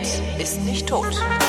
Welt ist nicht tot.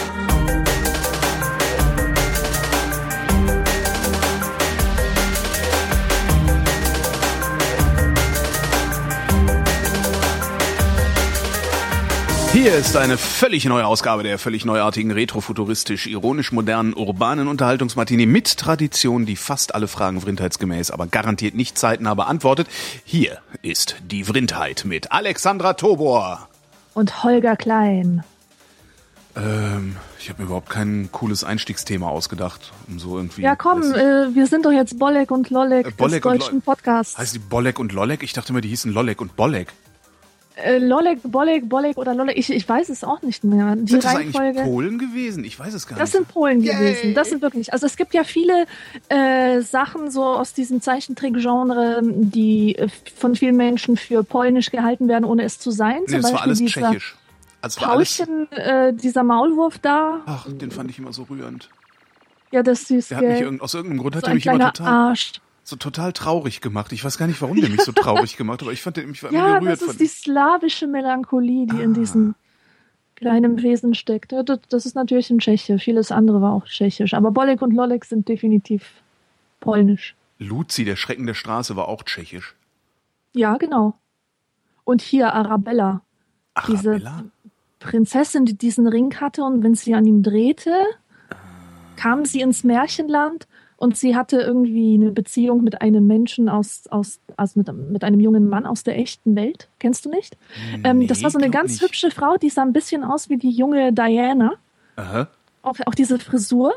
Hier ist eine völlig neue Ausgabe der völlig neuartigen, retrofuturistisch, ironisch modernen, urbanen Unterhaltungsmatinee mit Tradition, die fast alle Fragen vrindheitsgemäß, aber garantiert nicht zeitnah beantwortet. Hier ist die Vrindheit mit Alexandra Tobor. Und Holger Klein. Ich habe mir überhaupt kein cooles Einstiegsthema ausgedacht, um so irgendwie... Ja komm, wir sind doch jetzt Bollek und Lollek des deutschen Podcasts. Heißt die Bollek und Lollek? Ich dachte immer, die hießen Lollek und Bollek. Lollek, Bollek, Bollek oder Lollek, ich weiß es auch nicht mehr. Die Sind das Reihenfolge, eigentlich Polen gewesen? Ich weiß es gar nicht. Das sind Polen Yay. gewesen, das sind wirklich, also es gibt ja viele Sachen so aus diesem Zeichentrickgenre, die von vielen Menschen für polnisch gehalten werden, ohne es zu sein. Nee, das war alles tschechisch. Also Paulchen, dieser Maulwurf da. Ach, den fand ich immer so rührend. Ja, das ist süß. Der hat mich aus irgendeinem Grund so hat er mich immer total Arsch. traurig gemacht. Ich weiß gar nicht, warum der mich so traurig gemacht hat, aber ich fand den, ich war immer Ja, gerührt. das ist die slawische Melancholie, die in diesem kleinen Wesen steckt. Ja, das ist natürlich in Tschechisch. Vieles andere war auch tschechisch. Aber Bollek und Lollek sind definitiv polnisch. Luzi, der Schrecken der Straße, war auch tschechisch. Ja, genau. Und hier Arabella. Diese Prinzessin, die diesen Ring hatte, und wenn sie an ihm drehte, kam sie ins Märchenland. Und sie hatte irgendwie eine Beziehung mit einem Menschen mit einem jungen Mann aus der echten Welt. Kennst du nicht? Nee, das war so eine ganz hübsche Frau, die sah ein bisschen aus wie die junge Diana. Aha. Auch diese Frisur.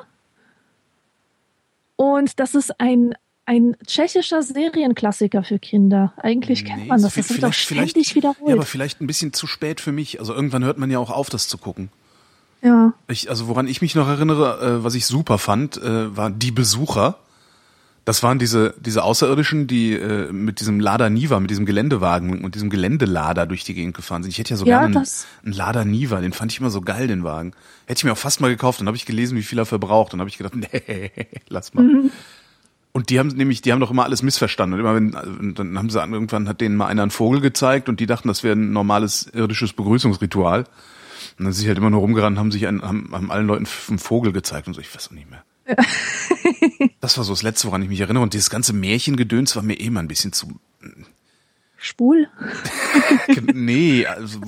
Und das ist ein tschechischer Serienklassiker für Kinder. Eigentlich kennt man das. Das wird doch ständig wiederholt. Ja, aber vielleicht ein bisschen zu spät für mich. Also irgendwann hört man ja auch auf, das zu gucken. Ja. Also woran ich mich noch erinnere, was ich super fand, waren die Besucher. Das waren diese Außerirdischen, die mit diesem Lada Niva, mit diesem Geländewagen und diesem Geländelader durch die Gegend gefahren sind. Ich hätte ja sogar einen Lada Niva, den fand ich immer so geil, den Wagen. Hätte ich mir auch fast mal gekauft. Dann habe ich gelesen, wie viel er verbraucht. Und habe ich gedacht, nee, lass mal. Mhm. Und die haben doch immer alles missverstanden. Und dann haben sie irgendwann hat denen mal einer einen Vogel gezeigt und die dachten, das wäre ein normales irdisches Begrüßungsritual. Und dann sind sie halt immer nur rumgerannt, haben allen Leuten einen Vogel gezeigt und so, ich weiß auch nicht mehr. Ja. Das war so das Letzte, woran ich mich erinnere. Und dieses ganze Märchengedöns war mir mal ein bisschen zu... Schwul? Nee, also...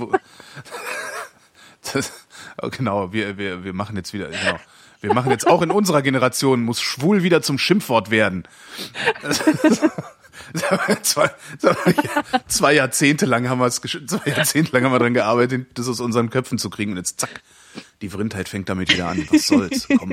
Genau, wir machen jetzt wieder... Genau. Wir machen jetzt auch in unserer Generation, muss schwul wieder zum Schimpfwort werden. Zwei Jahrzehnte lang haben wir dran gearbeitet, das aus unseren Köpfen zu kriegen. Und jetzt zack, die Vrindheit fängt damit wieder an. Was soll's? Komm.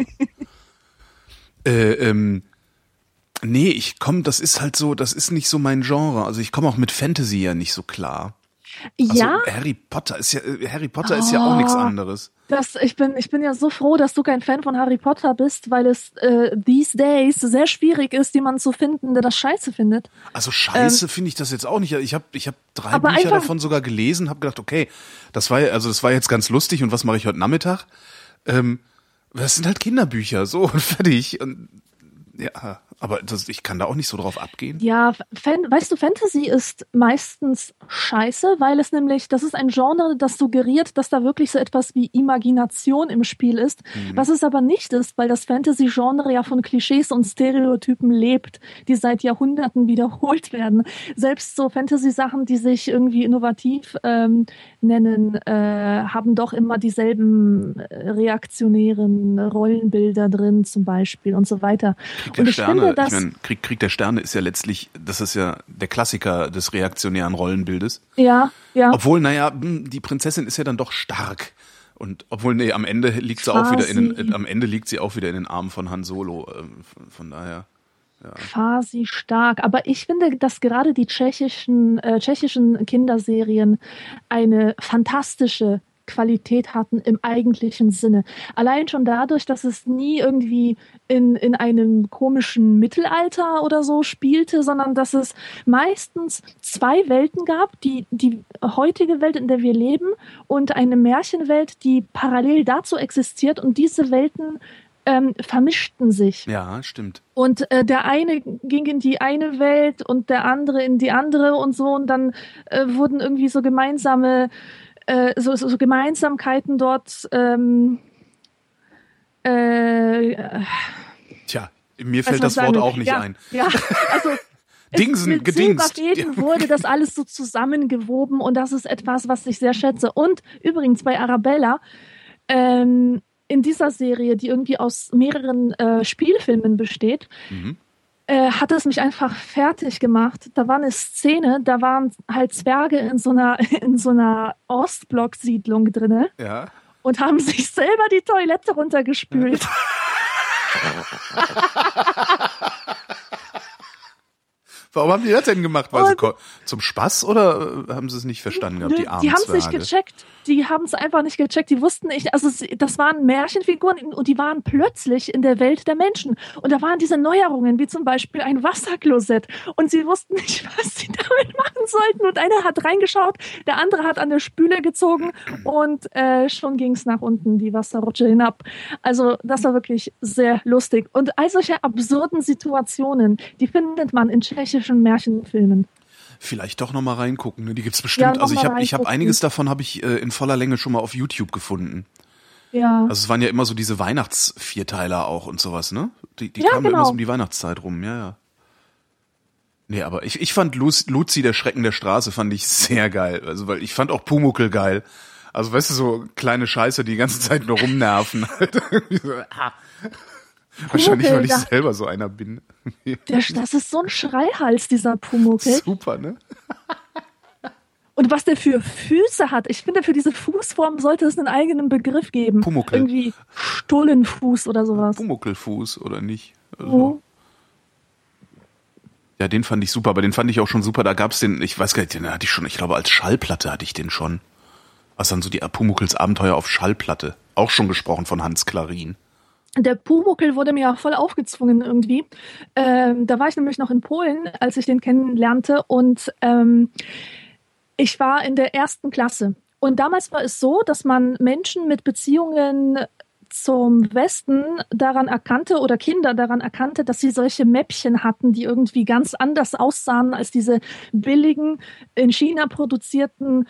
Das ist halt so, das ist nicht so mein Genre. Also ich komme auch mit Fantasy ja nicht so klar. Ja? Also Harry Potter ist ja auch nichts anderes. Ich bin ja so froh, dass du kein Fan von Harry Potter bist, weil es these days sehr schwierig ist, jemanden zu finden, der das scheiße findet. Also scheiße finde ich das jetzt auch nicht. Ich hab 3 Bücher davon sogar gelesen, habe gedacht, okay, das war jetzt ganz lustig und was mache ich heute Nachmittag? Das sind halt Kinderbücher, so und fertig. Und ja, aber ich kann da auch nicht so drauf abgehen. Ja, weißt du, Fantasy ist meistens scheiße, weil es nämlich, das ist ein Genre, das suggeriert, dass da wirklich so etwas wie Imagination im Spiel ist, was es aber nicht ist, weil das Fantasy-Genre ja von Klischees und Stereotypen lebt, die seit Jahrhunderten wiederholt werden. Selbst so Fantasy-Sachen, die sich irgendwie innovativ nennen, haben doch immer dieselben reaktionären Rollenbilder drin zum Beispiel und so weiter. Krieg der Sterne ist ja letztlich, das ist ja der Klassiker des reaktionären Rollenbildes. Ja. Obwohl, die Prinzessin ist ja dann doch stark. Und obwohl, am Ende liegt sie auch wieder in den Armen von Han Solo. Von daher. Ja. Quasi stark. Aber ich finde, dass gerade die tschechischen Kinderserien eine fantastische Qualität hatten im eigentlichen Sinne. Allein schon dadurch, dass es nie irgendwie in einem komischen Mittelalter oder so spielte, sondern dass es meistens 2 Welten gab, die heutige Welt, in der wir leben, und eine Märchenwelt, die parallel dazu existiert, und diese Welten vermischten sich. Ja, stimmt. Und der eine ging in die eine Welt und der andere in die andere und so, und dann wurden irgendwie so gemeinsame so Gemeinsamkeiten dort. Tja, mir fällt das Wort auch nicht ein. Ja, also Dingsen, gedingst. Silberfäden wurde das alles so zusammengewoben und das ist etwas, was ich sehr schätze. Und übrigens bei Arabella, in dieser Serie, die irgendwie aus mehreren Spielfilmen besteht, hat es mich einfach fertig gemacht. Da war eine Szene, da waren halt Zwerge in so einer Ostblock-Siedlung drinne. Ja. Und haben sich selber die Toilette runtergespült. Warum haben die das denn gemacht? Zum Spaß oder haben sie es nicht verstanden gehabt, die armen Die haben es Zwerge? nicht gecheckt. Die haben es einfach nicht gecheckt. Die wussten nicht, also das waren Märchenfiguren und die waren plötzlich in der Welt der Menschen. Und da waren diese Neuerungen, wie zum Beispiel ein Wasserklosett. Und sie wussten nicht, was sie damit machen sollten. Und einer hat reingeschaut, der andere hat an der Spüle gezogen und schon ging es nach unten, die Wasserrutsche hinab. Also das war wirklich sehr lustig. Und all solche absurden Situationen, die findet man in tschechischen Märchenfilmen. Vielleicht doch noch mal reingucken, ne? Die gibt's bestimmt. Ja, also ich habe einiges davon habe ich in voller Länge schon mal auf YouTube gefunden. Ja. Also es waren ja immer so diese Weihnachtsvierteiler auch und sowas, ne? Die Ja, kamen genau. immer so um die Weihnachtszeit rum, ja. Nee, aber ich fand Luzi, der Schrecken der Straße, fand ich sehr geil. Also weil ich fand auch Pumuckl geil. Also weißt du, so kleine Scheiße, die ganze Zeit nur rumnerven. Wahrscheinlich, weil ich selber so einer bin. Das ist so ein Schreihals, dieser Pumuckl. Super, ne? Und was der für Füße hat. Ich finde, für diese Fußform sollte es einen eigenen Begriff geben. Pumuckl. Irgendwie Stullenfuß oder sowas. Pumuckelfuß oder nicht? Also. Oh. Ja, den fand ich super, aber den fand ich auch schon super. Da gab's den, ich weiß gar nicht, den hatte ich schon, ich glaube als Schallplatte hatte ich den schon. Was dann so die Pumuckls Abenteuer auf Schallplatte. Auch schon gesprochen von Hans Klarin. Der Pumuckl wurde mir auch voll aufgezwungen irgendwie. Da war ich nämlich noch in Polen, als ich den kennenlernte und ich war in der 1. Klasse. Und damals war es so, dass man Menschen mit Beziehungen zum Westen daran erkannte oder Kinder daran erkannte, dass sie solche Mäppchen hatten, die irgendwie ganz anders aussahen als diese billigen, in China produzierten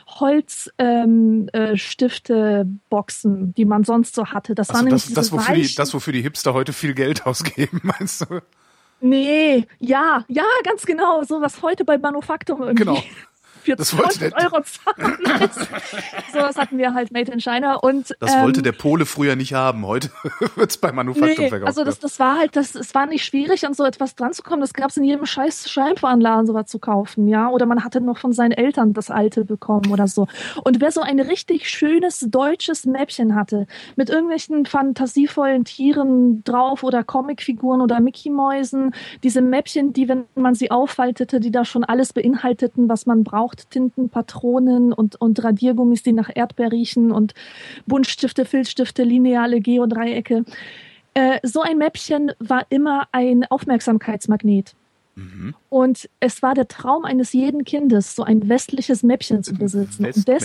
Holzstifte-Boxen, die man sonst so hatte. Das waren nämlich wofür die Hipster heute viel Geld ausgeben, meinst du? Nee, ja, ganz genau. So was heute bei Manufaktum irgendwie. Genau. Für 20 Euro zahlen. So was hatten wir halt Made in China. Und, das wollte der Pole früher nicht haben. Heute wird's bei Manufaktum verkauft. Also das war halt, es war nicht schwierig, an so etwas dran zu kommen. Das gab's in jedem scheiß Scheinwarenladen sowas zu kaufen, ja. Oder man hatte noch von seinen Eltern das alte bekommen oder so. Und wer so ein richtig schönes deutsches Mäppchen hatte, mit irgendwelchen fantasievollen Tieren drauf oder Comicfiguren oder Mickey-Mäusen, diese Mäppchen, die, wenn man sie auffaltete, die da schon alles beinhalteten, was man braucht, Tinten, Patronen und Radiergummis, die nach Erdbeer riechen und Buntstifte, Filzstifte, Lineale, Geodreiecke. So ein Mäppchen war immer ein Aufmerksamkeitsmagnet. Mhm. Und es war der Traum eines jeden Kindes, so ein westliches Mäppchen zu besitzen.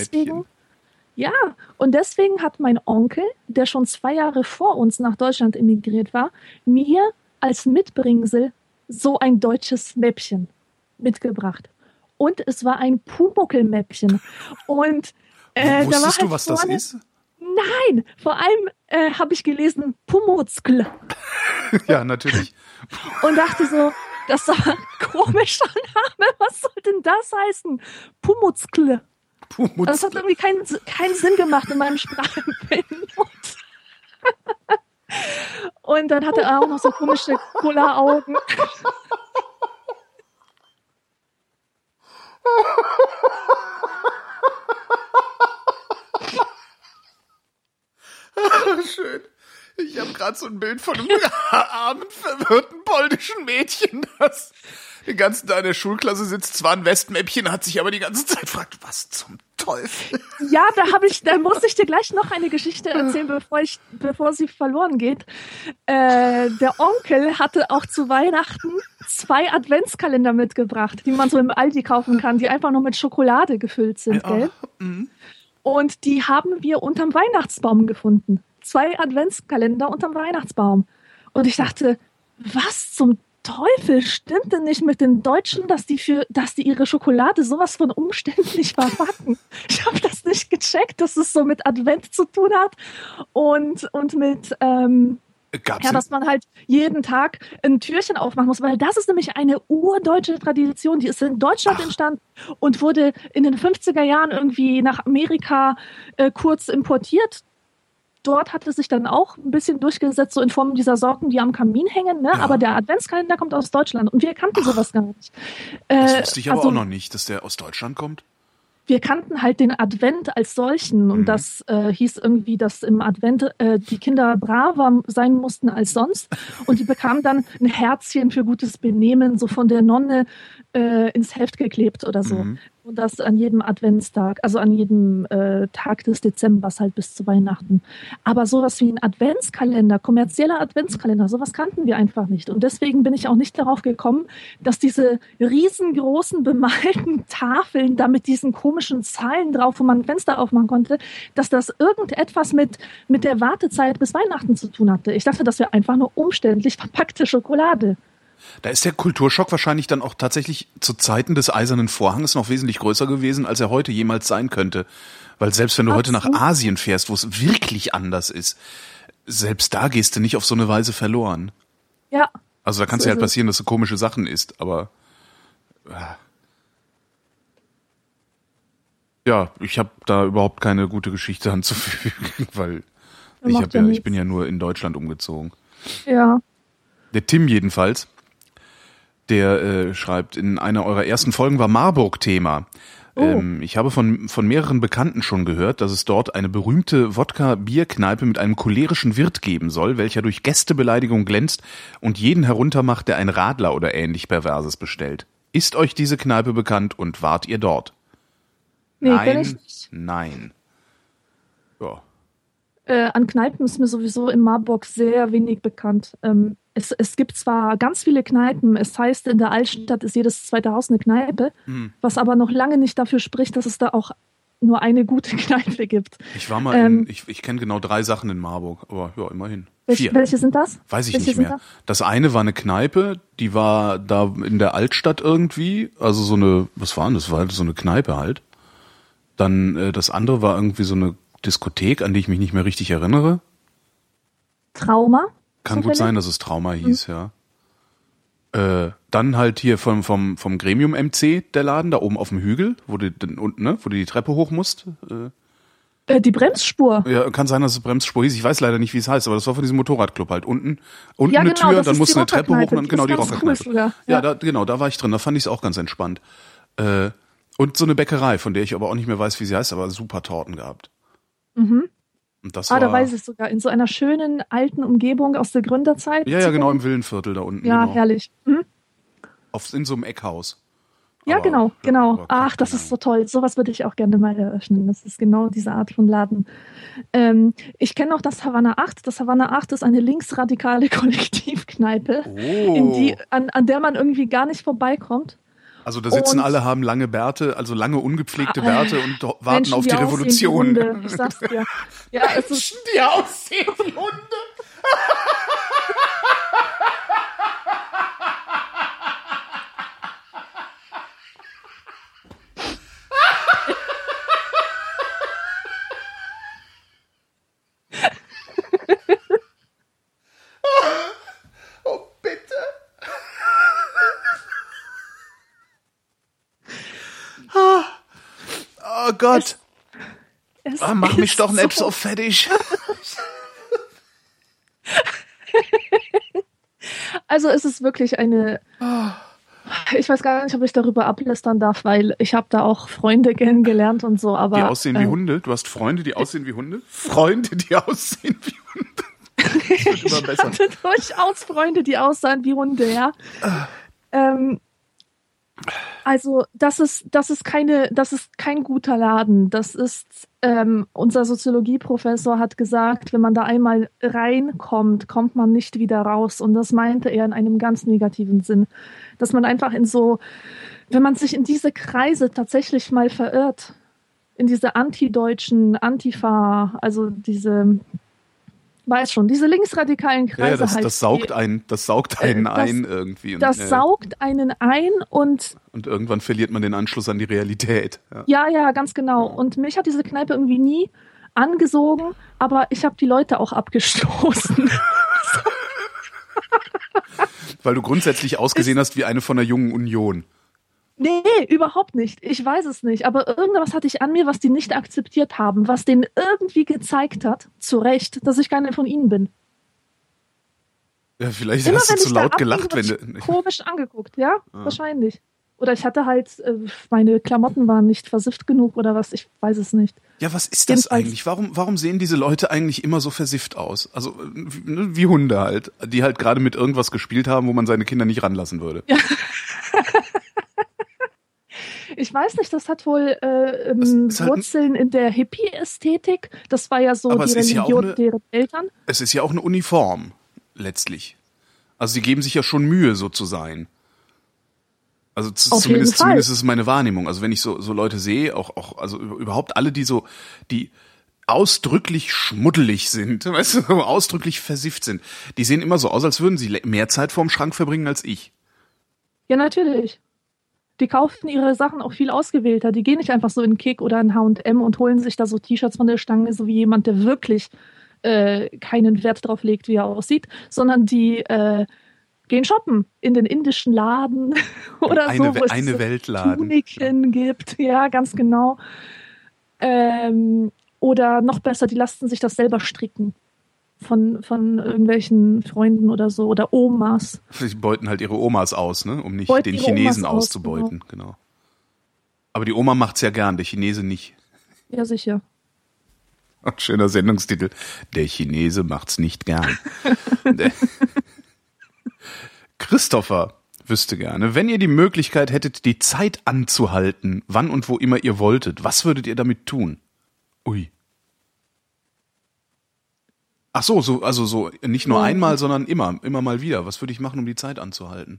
Und deswegen hat mein Onkel, der schon 2 Jahre vor uns nach Deutschland emigriert war, mir als Mitbringsel so ein deutsches Mäppchen mitgebracht. Und es war ein Pumuckl-Mäppchen. Und wusstest du, was das ist? Nein, vor allem habe ich gelesen Pumuckl. Ja, natürlich. Und dachte so, das ist aber ein komischer Name. Was soll denn das heißen? Pumuckl. Das hat irgendwie keinen Sinn gemacht in meinem Sprachempfinden. Und dann hatte er auch noch so komische Kulleraugen. Schön. Ich habe gerade so ein Bild von einem armen, verwirrten polnischen Mädchen, das den ganzen Tag in der Schulklasse sitzt, zwar ein Westmäppchen, hat sich aber die ganze Zeit gefragt, was zum Teufel? Ja, da muss ich dir gleich noch eine Geschichte erzählen, bevor sie verloren geht. Der Onkel hatte auch zu Weihnachten 2 Adventskalender mitgebracht, die man so im Aldi kaufen kann, die einfach nur mit Schokolade gefüllt sind, gell? Und die haben wir unterm Weihnachtsbaum gefunden. 2 Adventskalender unterm Weihnachtsbaum. Und ich dachte, was zum Teufel stimmt denn nicht mit den Deutschen, dass die ihre Schokolade sowas von umständlich verpacken? Ich habe das nicht gecheckt, dass es so mit Advent zu tun hat und mit dass man halt jeden Tag ein Türchen aufmachen muss, weil das ist nämlich eine urdeutsche Tradition, die ist in Deutschland entstanden und wurde in den 50er Jahren irgendwie nach Amerika kurz importiert. Dort hat es sich dann auch ein bisschen durchgesetzt, so in Form dieser Socken, die am Kamin hängen, ne? Ja. Aber der Adventskalender kommt aus Deutschland und wir kannten sowas gar nicht. Das wusste ich aber auch noch nicht, dass der aus Deutschland kommt. Wir kannten halt den Advent als solchen und das hieß irgendwie, dass im Advent die Kinder braver sein mussten als sonst und die bekamen dann ein Herzchen für gutes Benehmen, so von der Nonne ins Heft geklebt oder so. Und das an jedem Adventstag, also an jedem Tag des Dezembers halt bis zu Weihnachten. Aber sowas wie ein Adventskalender, kommerzieller Adventskalender, sowas kannten wir einfach nicht. Und deswegen bin ich auch nicht darauf gekommen, dass diese riesengroßen bemalten Tafeln da mit diesen komischen Zahlen drauf, wo man ein Fenster aufmachen konnte, dass das irgendetwas mit der Wartezeit bis Weihnachten zu tun hatte. Ich dachte, das wäre einfach nur umständlich verpackte Schokolade. Da ist der Kulturschock wahrscheinlich dann auch tatsächlich zu Zeiten des Eisernen Vorhangs noch wesentlich größer gewesen, als er heute jemals sein könnte. Weil selbst wenn du heute nach Asien fährst, wo es wirklich anders ist, selbst da gehst du nicht auf so eine Weise verloren. Ja. Also da kann es ja halt passieren, dass du komische Sachen isst, aber ja, ich habe da überhaupt keine gute Geschichte anzufügen, weil ich bin ja nur in Deutschland umgezogen. Ja. Der Tim jedenfalls, der schreibt, in einer eurer ersten Folgen war Marburg Thema. Ich habe von mehreren Bekannten schon gehört, dass es dort eine berühmte Wodka-Bierkneipe mit einem cholerischen Wirt geben soll, welcher durch Gästebeleidigung glänzt und jeden heruntermacht, der ein Radler oder ähnlich Perverses bestellt. Ist euch diese Kneipe bekannt und wart ihr dort? Nee, kenn ich nicht. Nein. Ja. An Kneipen ist mir sowieso in Marburg sehr wenig bekannt. Es gibt zwar ganz viele Kneipen, es heißt, in der Altstadt ist jedes zweite Haus eine Kneipe, was aber noch lange nicht dafür spricht, dass es da auch nur eine gute Kneipe gibt. Ich war mal ich kenne genau 3 Sachen in Marburg, aber ja, immerhin. 4. Welche sind das? Weiß ich nicht mehr. Das eine war eine Kneipe, die war da in der Altstadt irgendwie, also so eine, was war denn das? War halt so eine Kneipe halt. Dann das andere war irgendwie so eine Diskothek, an die ich mich nicht mehr richtig erinnere. Trauma? Kann gut sein, dass es Trauma hieß, ja. Dann halt hier vom Gremium MC, der Laden, da oben auf dem Hügel, wo du die Treppe hoch musst. Die Bremsspur. Ja, kann sein, dass es Bremsspur hieß. Ich weiß leider nicht, wie es heißt, aber das war von diesem Motorradclub halt. Unten ja, eine genau, Tür, dann musst du eine Treppe hoch und dann, genau, die Rockerkneipe. Cool, ja, da war ich drin, da fand ich es auch ganz entspannt. Und so eine Bäckerei, von der ich aber auch nicht mehr weiß, wie sie heißt, aber super Torten gehabt. Mhm. Und das da weiß ich sogar, in so einer schönen alten Umgebung aus der Gründerzeit. Ja, genau, im Villenviertel da unten. Ja, genau. Herrlich. Mhm. In so einem Eckhaus. Ja, aber, genau. Ach, das ist so toll. Sowas würde ich auch gerne mal eröffnen. Das ist genau diese Art von Laden. Ich kenne noch das Havanna 8. Das Havanna 8 ist eine linksradikale Kollektivkneipe, an der man irgendwie gar nicht vorbeikommt. Also da sitzen alle, haben lange Bärte, also lange ungepflegte Bärte und warten Menschen, auf die Revolution. Wie Hunde. Ich sag's dir. Ja, Menschen, die aussehen wie Hunde. Oh, bitte. Oh Gott. Mach mich doch nicht so fertig. Also es ist wirklich ich weiß gar nicht, ob ich darüber ablästern darf, weil ich habe da auch Freunde kennengelernt und so, aber... Die aussehen wie Hunde? Du hast Freunde, die aussehen wie Hunde? Freunde, die aussehen wie Hunde? Das wird immer besser. Ich hatte durchaus Freunde, die aussahen wie Hunde, ja. Also das ist kein guter Laden. Das ist unser Soziologieprofessor hat gesagt, wenn man da einmal reinkommt, kommt man nicht wieder raus. Und das meinte er in einem ganz negativen Sinn, dass man einfach wenn man sich in diese Kreise tatsächlich mal verirrt, in diese antideutschen Antifa, also diese weiß schon, diese linksradikalen Kreise Ja, halt. das saugt einen ein irgendwie. Das saugt einen ein und irgendwann verliert man den Anschluss an die Realität. Ja, ganz genau. Und mich hat diese Kneipe irgendwie nie angesogen, aber ich habe die Leute auch abgestoßen. Weil du grundsätzlich ausgesehen hast wie eine von der Jungen Union. Nee, überhaupt nicht. Ich weiß es nicht. Aber irgendwas hatte ich an mir, was die nicht akzeptiert haben, was denen irgendwie gezeigt hat, zu Recht, dass ich keine von ihnen bin. Ja, vielleicht hast du zu laut gelacht, wenn du. Komisch angeguckt, ja, wahrscheinlich. Oder ich hatte halt, meine Klamotten waren nicht versifft genug oder was, ich weiß es nicht. Ja, was ist das eigentlich? Warum sehen diese Leute eigentlich immer so versifft aus? Also wie Hunde halt, die halt gerade mit irgendwas gespielt haben, wo man seine Kinder nicht ranlassen würde. Ja. Ich weiß nicht, das hat wohl Wurzeln in der Hippie-Ästhetik. Das war ja so aber die Religion deren Eltern. Es ist ja auch eine Uniform, letztlich. Also sie geben sich ja schon Mühe, so zu sein. Also zumindest ist es meine Wahrnehmung. Also wenn ich so Leute sehe, auch also überhaupt alle, die ausdrücklich schmuddelig sind, weißt du, ausdrücklich versifft sind, die sehen immer so aus, als würden sie mehr Zeit vorm Schrank verbringen als ich. Ja, natürlich. Die kaufen ihre Sachen auch viel ausgewählter. Die gehen nicht einfach so in Kick oder in H&M und holen sich da so T-Shirts von der Stange, so wie jemand, der wirklich keinen Wert drauf legt, wie er aussieht, sondern die gehen shoppen in den indischen Laden oder so, wo es Weltladen. Tuniken gibt. Ja, ganz genau. Oder noch besser, die lassen sich das selber stricken. Von irgendwelchen Freunden oder so oder Omas. Die beuten halt ihre Omas aus, ne, um nicht den Chinesen auszubeuten, genau. Aber die Oma macht's ja gern, der Chinese nicht. Ja, sicher. Schöner Sendungstitel. Der Chinese macht's nicht gern. Christopher wüsste gerne, wenn ihr die Möglichkeit hättet, die Zeit anzuhalten, wann und wo immer ihr wolltet, was würdet ihr damit tun? Ui. Ach so, so nicht nur einmal, sondern immer mal wieder. Was würde ich machen, um die Zeit anzuhalten?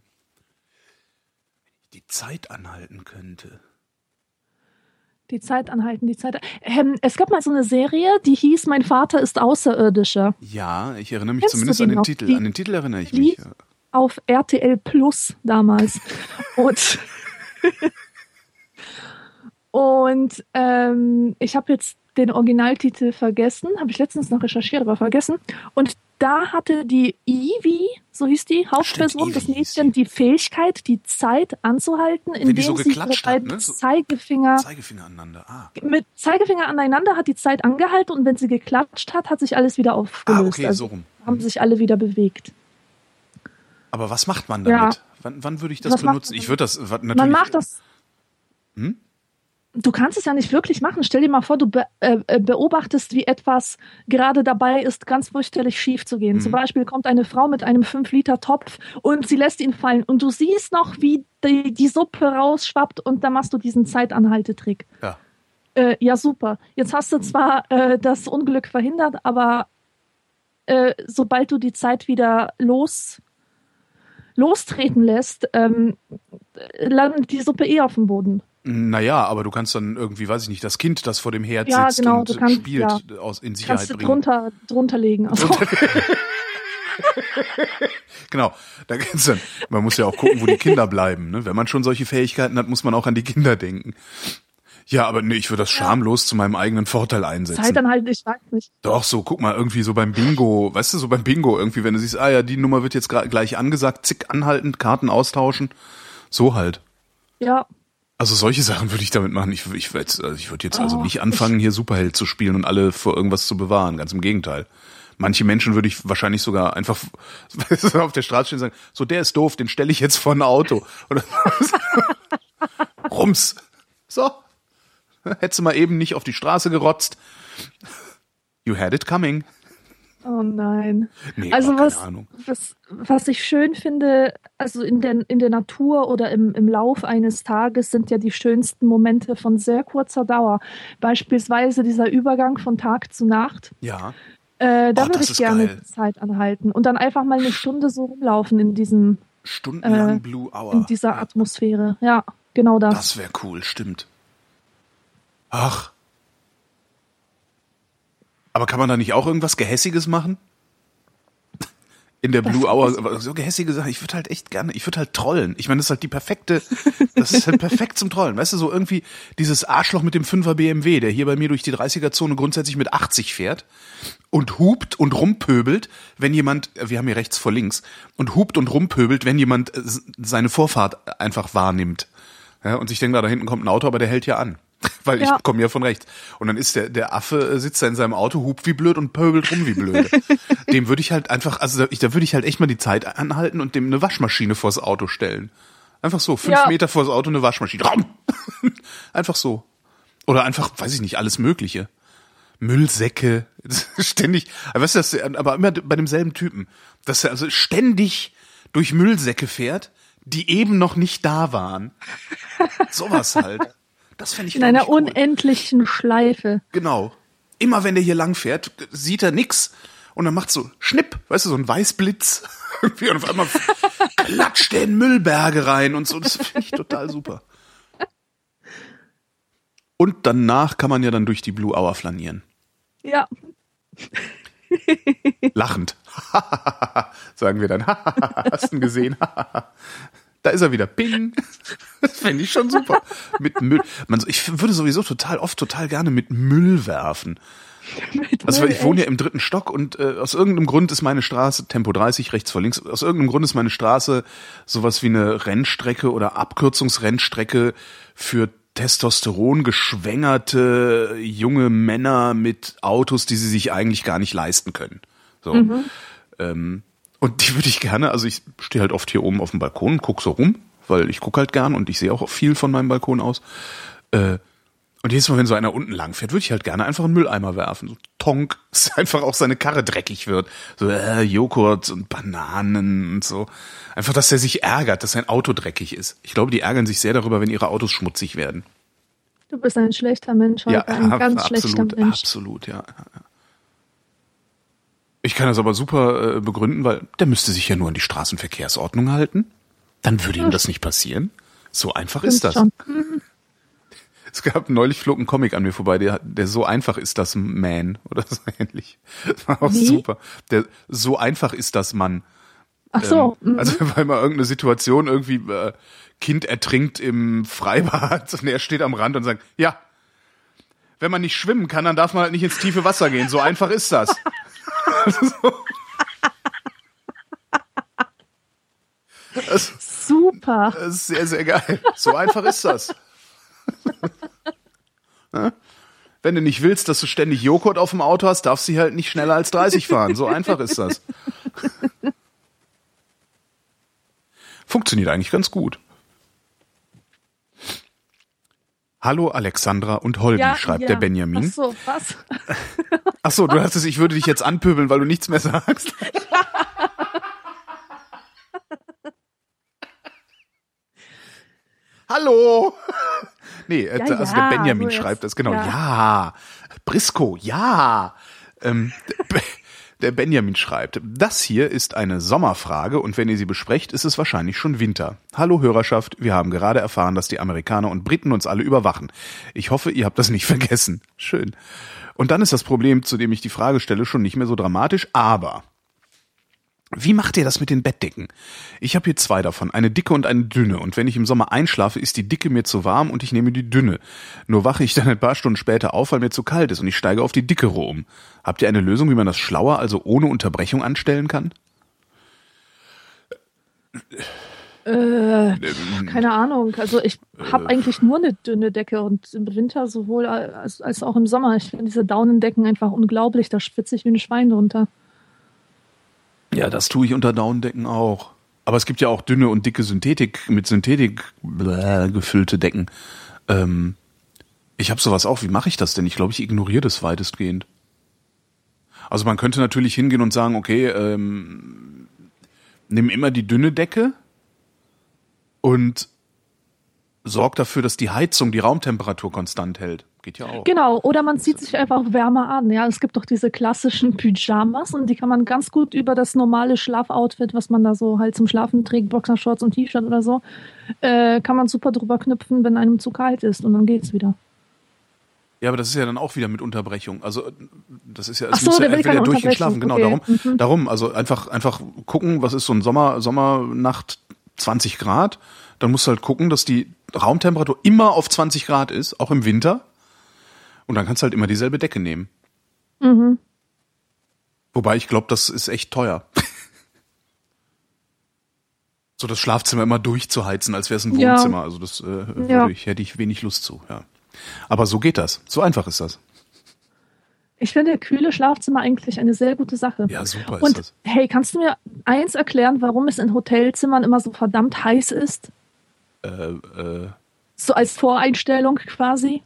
Die Zeit anhalten könnte. Die Zeit anhalten, die Zeit. Es gab mal so eine Serie, die hieß Mein Vater ist Außerirdischer. Ja, ich erinnere mich zumindest an den Titel. An den Titel erinnere ich mich. Ja. Auf RTL Plus damals. Und ich habe jetzt den Originaltitel vergessen, habe ich letztens noch recherchiert, aber vergessen. Und da hatte die Ivy, so hieß die Hauptperson, das Mädchen, die Fähigkeit, die Zeit anzuhalten, indem so sie ihre beiden Zeigefinger aneinander. Mit Zeigefinger aneinander hat die Zeit angehalten und wenn sie geklatscht hat, hat sich alles wieder aufgelöst. Okay, so rum. Haben sich alle wieder bewegt. Aber was macht man damit? Ja. Wann würde ich das benutzen? Ich würde das natürlich. Man macht das. Du kannst es ja nicht wirklich machen. Stell dir mal vor, du beobachtest, wie etwas gerade dabei ist, ganz fürchterlich schief zu gehen. Zum Beispiel kommt eine Frau mit einem 5-Liter-Topf und sie lässt ihn fallen. Und du siehst noch, wie die Suppe rausschwappt und dann machst du diesen Zeitanhaltetrick. Ja. Ja, super. Jetzt hast du zwar das Unglück verhindert, aber sobald du die Zeit wieder lostreten lässt, landet die Suppe auf dem Boden. Naja, aber du kannst dann irgendwie, weiß ich nicht, das Kind, das vor dem Herd sitzt und spielt, in Sicherheit bringen. Kannst du drunter legen. Also. Genau, man muss ja auch gucken, wo die Kinder bleiben. Ne? Wenn man schon solche Fähigkeiten hat, muss man auch an die Kinder denken. Ja, aber nee, ich würde das schamlos zu meinem eigenen Vorteil einsetzen. Zeit dann halt, ich weiß nicht. Doch, so, guck mal, irgendwie so beim Bingo, weißt du, so beim Bingo irgendwie, wenn du siehst, die Nummer wird jetzt gleich angesagt, zick anhalten, Karten austauschen, so halt. Ja. Also solche Sachen würde ich damit machen. Ich würde jetzt also nicht anfangen, hier Superheld zu spielen und alle vor irgendwas zu bewahren. Ganz im Gegenteil. Manche Menschen würde ich wahrscheinlich sogar einfach auf der Straße stehen und sagen, so, der ist doof, den stelle ich jetzt vor ein Auto. Oder Rums. So. Hättest du mal eben nicht auf die Straße gerotzt. You had it coming. Oh nein. Nee, also keine was ich schön finde, also in der Natur oder im Lauf eines Tages sind ja die schönsten Momente von sehr kurzer Dauer. Beispielsweise dieser Übergang von Tag zu Nacht. Ja. Da würde ich gerne die Zeit anhalten und dann einfach mal eine Stunde so rumlaufen in diesem stundenlang Blue Hour. In dieser Atmosphäre. Ja, genau das. Das wäre cool, stimmt. Ach. Aber kann man da nicht auch irgendwas Gehässiges machen? in der Blue Hour, aber so gehässige Sachen. Ich würde halt trollen. Ich meine, das ist halt perfekt zum Trollen. Weißt du, so irgendwie dieses Arschloch mit dem 5er BMW, der hier bei mir durch die 30er-Zone grundsätzlich mit 80 fährt und hupt und rumpöbelt, wenn jemand, wir haben hier rechts vor links, und hupt und rumpöbelt, wenn jemand seine Vorfahrt einfach wahrnimmt. Ja, und sich denkt, da hinten kommt ein Auto, aber der hält ja an. Weil ich komme ja von rechts. Und dann ist der Affe sitzt da in seinem Auto, hupt wie blöd und pöbelt rum wie blöd. Dem würde ich halt einfach, da würde ich halt echt mal die Zeit anhalten und dem eine Waschmaschine vors Auto stellen. Einfach so, 5 Meter vors Auto eine Waschmaschine. Einfach so. Oder einfach, weiß ich nicht, alles Mögliche. Müllsäcke, ständig, weißt du, dass der, aber immer bei demselben Typen, dass er also ständig durch Müllsäcke fährt, die eben noch nicht da waren. Sowas halt. Das fände ich in einer cool. Unendlichen Schleife. Genau. Immer wenn der hier lang fährt, sieht er nix und dann macht so Schnipp, weißt du, so ein Weißblitz. Und auf einmal klatscht der in Müllberge rein und so. Das finde ich total super. Und danach kann man ja dann durch die Blue Hour flanieren. Ja. Lachend. Sagen wir dann. Hast du ihn gesehen? Da ist er wieder. Ping. Das fände ich schon super. Mit Müll. Ich würde sowieso total gerne mit Müll werfen. Also ich wohne ja im 3. Stock und aus irgendeinem Grund ist meine Straße, Tempo 30 rechts vor links, aus irgendeinem Grund ist meine Straße sowas wie eine Rennstrecke oder Abkürzungsrennstrecke für Testosteron geschwängerte junge Männer mit Autos, die sie sich eigentlich gar nicht leisten können. So. Und die würde ich gerne, also ich stehe halt oft hier oben auf dem Balkon und gucke so rum, weil ich gucke halt gern und ich sehe auch viel von meinem Balkon aus. Und jedes Mal, wenn so einer unten lang fährt, würde ich halt gerne einfach einen Mülleimer werfen. So Tonk, dass einfach auch seine Karre dreckig wird. So Joghurt und Bananen und so. Einfach, dass er sich ärgert, dass sein Auto dreckig ist. Ich glaube, die ärgern sich sehr darüber, wenn ihre Autos schmutzig werden. Du bist ein schlechter Mensch heute, ein ganz schlechter Mensch. Absolut, ja. Ich kann das aber super begründen, weil der müsste sich ja nur an die Straßenverkehrsordnung halten. Dann würde ihm das nicht passieren. So einfach ist das. Es gab neulich flog ein Comic an mir vorbei, der so einfach ist das Man oder so ähnlich. Das war auch super. Der so einfach ist das Mann. Ach so. Also weil mal irgendeine Situation irgendwie Kind ertrinkt im Freibad und er steht am Rand und sagt, ja, wenn man nicht schwimmen kann, dann darf man halt nicht ins tiefe Wasser gehen. So einfach ist das. Super. Das ist sehr, sehr geil. So einfach ist das. Wenn du nicht willst, dass du ständig Joghurt auf dem Auto hast, darfst du halt nicht schneller als 30 fahren. So einfach ist das. Funktioniert eigentlich ganz gut. Hallo Alexandra und Holgi, schreibt der Benjamin. Ach so, was? Ach so, du hast es, ich würde dich jetzt anpöbeln, weil du nichts mehr sagst. Hallo! Nee, also der Benjamin schreibt das, genau. Ja. Briscoe, ja. Der Benjamin schreibt, das hier ist eine Sommerfrage und wenn ihr sie besprecht, ist es wahrscheinlich schon Winter. Hallo Hörerschaft, wir haben gerade erfahren, dass die Amerikaner und Briten uns alle überwachen. Ich hoffe, ihr habt das nicht vergessen. Schön. Und dann ist das Problem, zu dem ich die Frage stelle, schon nicht mehr so dramatisch, aber wie macht ihr das mit den Bettdecken? Ich habe hier 2 davon, eine dicke und eine dünne. Und wenn ich im Sommer einschlafe, ist die dicke mir zu warm und ich nehme die dünne. Nur wache ich dann ein paar Stunden später auf, weil mir zu kalt ist und ich steige auf die dickere um. Habt ihr eine Lösung, wie man das schlauer, also ohne Unterbrechung anstellen kann? Keine Ahnung. Also ich habe eigentlich nur eine dünne Decke und im Winter sowohl als auch im Sommer. Ich finde diese Daunendecken einfach unglaublich. Da schwitze ich wie ein Schwein drunter. Ja, das tue ich unter Daunendecken auch. Aber es gibt ja auch dünne und dicke Synthetik gefüllte Decken. Ich habe sowas auch. Wie mache ich das denn? Ich glaube, ich ignoriere das weitestgehend. Also man könnte natürlich hingehen und sagen, okay, nimm immer die dünne Decke und sorg dafür, dass die Heizung die Raumtemperatur konstant hält. Geht ja auch. Genau, oder man zieht sich einfach wärmer an. Ja, es gibt doch diese klassischen Pyjamas und die kann man ganz gut über das normale Schlafoutfit, was man da so halt zum Schlafen trägt, Boxershorts und T-Shirt oder so, kann man super drüber knüpfen, wenn einem zu kalt ist und dann geht's wieder. Ja, aber das ist ja dann auch wieder mit Unterbrechung. Also das ist ja, Ach so, muss ja, der will keine durch ihn schlafen. Genau, okay. darum. Also einfach gucken, was ist so ein Sommernacht 20 Grad. Dann musst du halt gucken, dass die Raumtemperatur immer auf 20 Grad ist, auch im Winter. Und dann kannst du halt immer dieselbe Decke nehmen. Mhm. Wobei ich glaube, das ist echt teuer. So das Schlafzimmer immer durchzuheizen, als wäre es ein Wohnzimmer. Ja. Also das hätte ich wenig Lust zu, ja. Aber so geht das. So einfach ist das. Ich finde kühle Schlafzimmer eigentlich eine sehr gute Sache. Ja, super ist das. Und hey, kannst du mir eins erklären, warum es in Hotelzimmern immer so verdammt heiß ist? So als Voreinstellung quasi?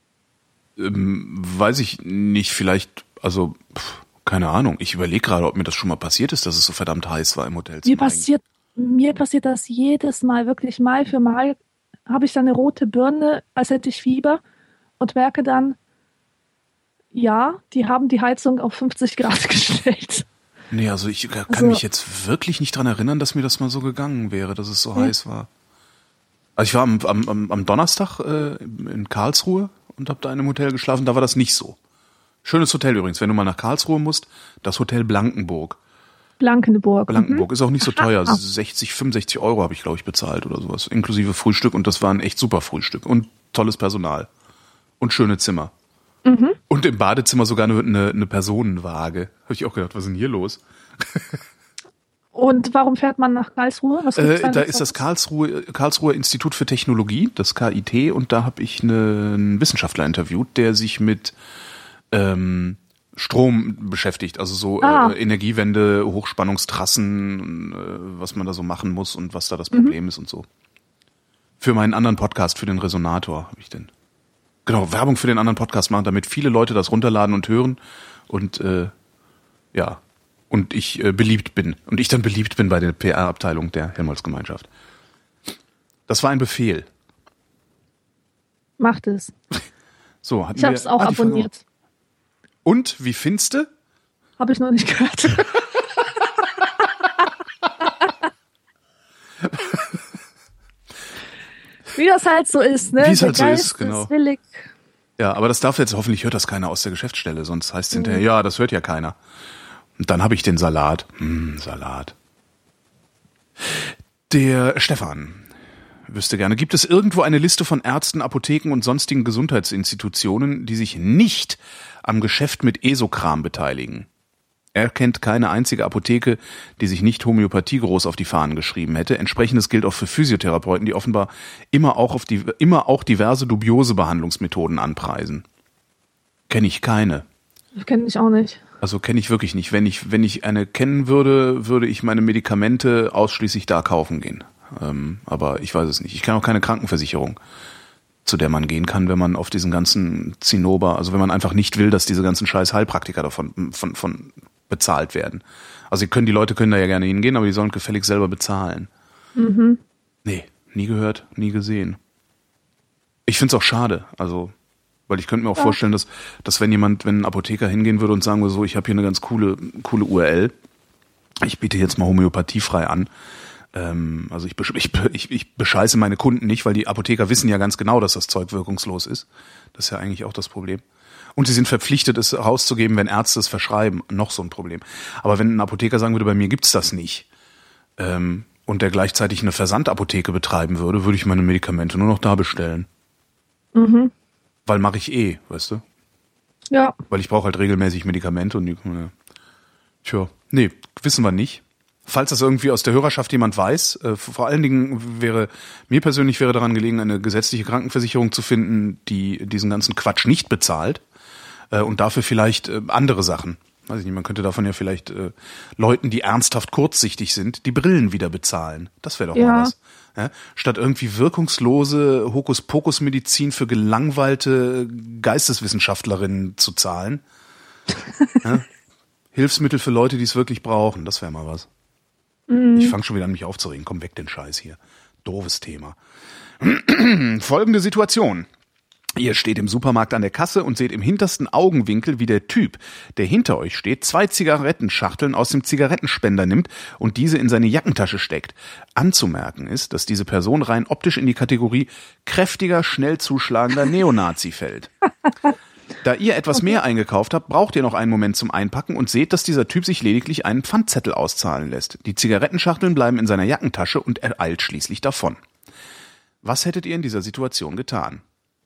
Weiß ich nicht, vielleicht, also keine Ahnung. Ich überlege gerade, ob mir das schon mal passiert ist, dass es so verdammt heiß war im Hotelzimmer. Mir passiert das jedes Mal, wirklich Mal für Mal habe ich dann eine rote Birne, als hätte ich Fieber und merke dann, ja, die haben die Heizung auf 50 Grad gestellt. Nee, also ich kann mich jetzt wirklich nicht dran erinnern, dass mir das mal so gegangen wäre, dass es so heiß war. Also ich war am Donnerstag in Karlsruhe und habe da in einem Hotel geschlafen, da war das nicht so. Schönes Hotel übrigens, wenn du mal nach Karlsruhe musst, das Hotel Blankenburg. Blankenburg ist auch nicht so teuer, 60, 65 Euro habe ich, glaube ich, bezahlt oder sowas, inklusive Frühstück und das war ein echt super Frühstück und tolles Personal und schöne Zimmer. Mhm. Und im Badezimmer sogar eine Personenwaage. Habe ich auch gedacht, was ist denn hier los? Und warum fährt man nach Karlsruhe? Da ist das Karlsruher Institut für Technologie, das KIT, und da habe ich einen Wissenschaftler interviewt, der sich mit Strom beschäftigt, also so Energiewende, Hochspannungstrassen, was man da so machen muss und was da das Problem ist und so. Für meinen anderen Podcast, für den Resonator, habe ich denn. Genau, Werbung für den anderen Podcast machen, damit viele Leute das runterladen und hören und und ich beliebt bin. Und ich dann beliebt bin bei der PR-Abteilung der Helmholtz-Gemeinschaft. Das war ein Befehl. Macht es. So, ich habe es auch abonniert. Und, wie findest du? Habe ich noch nicht gehört. Wie das halt so ist, ne? Wie es halt so ist, genau. Ist willig. Ja, aber das darf jetzt, hoffentlich hört das keiner aus der Geschäftsstelle, sonst heißt es hinterher, ja, das hört ja keiner. Und dann habe ich den Salat. Salat. Der Stefan wüsste gerne, gibt es irgendwo eine Liste von Ärzten, Apotheken und sonstigen Gesundheitsinstitutionen, die sich nicht am Geschäft mit Esokram beteiligen? Er kennt keine einzige Apotheke, die sich nicht Homöopathie groß auf die Fahnen geschrieben hätte. Entsprechendes gilt auch für Physiotherapeuten, die offenbar immer auch diverse dubiose Behandlungsmethoden anpreisen. Kenne ich keine. Kenne ich auch nicht. Also kenne ich wirklich nicht. Wenn ich eine kennen würde, würde ich meine Medikamente ausschließlich da kaufen gehen. Aber ich weiß es nicht. Ich kenne auch keine Krankenversicherung, zu der man gehen kann, wenn man auf diesen ganzen Zinnober, also wenn man einfach nicht will, dass diese ganzen scheiß Heilpraktiker davon von bezahlt werden. Also die Leute können da ja gerne hingehen, aber die sollen gefällig selber bezahlen. Mhm. Nee, nie gehört, nie gesehen. Ich find's auch schade, also, weil ich könnte mir auch vorstellen, dass wenn ein Apotheker hingehen würde und sagen würde so, ich habe hier eine ganz coole URL, ich biete jetzt mal homöopathiefrei an. Also ich bescheiße meine Kunden nicht, weil die Apotheker wissen ja ganz genau, dass das Zeug wirkungslos ist. Das ist ja eigentlich auch das Problem. Und sie sind verpflichtet, es rauszugeben, wenn Ärzte es verschreiben. Noch so ein Problem. Aber wenn ein Apotheker sagen würde, bei mir gibt's das nicht, und der gleichzeitig eine Versandapotheke betreiben würde, würde ich meine Medikamente nur noch da bestellen. Mhm. Weil mache ich weißt du? Ja. Weil ich brauche halt regelmäßig Medikamente und wissen wir nicht. Falls das irgendwie aus der Hörerschaft jemand weiß, vor allen Dingen mir persönlich wäre daran gelegen, eine gesetzliche Krankenversicherung zu finden, die diesen ganzen Quatsch nicht bezahlt und dafür vielleicht andere Sachen. Weiß ich nicht, man könnte davon ja vielleicht Leuten, die ernsthaft kurzsichtig sind, die Brillen wieder bezahlen. Das wäre doch mal was. Ja? Statt irgendwie wirkungslose Hokuspokus-Medizin für gelangweilte Geisteswissenschaftlerinnen zu zahlen. Ja? Hilfsmittel für Leute, die es wirklich brauchen. Das wäre mal was. Ich fange schon wieder an, mich aufzuregen. Komm weg, den Scheiß hier. Doofes Thema. Folgende Situation. Ihr steht im Supermarkt an der Kasse und seht im hintersten Augenwinkel, wie der Typ, der hinter euch steht, 2 Zigarettenschachteln aus dem Zigarettenspender nimmt und diese in seine Jackentasche steckt. Anzumerken ist, dass diese Person rein optisch in die Kategorie kräftiger, schnell zuschlagender Neonazi fällt. Da ihr etwas mehr eingekauft habt, braucht ihr noch einen Moment zum Einpacken und seht, dass dieser Typ sich lediglich einen Pfandzettel auszahlen lässt. Die Zigarettenschachteln bleiben in seiner Jackentasche und er eilt schließlich davon. Was hättet ihr in dieser Situation getan?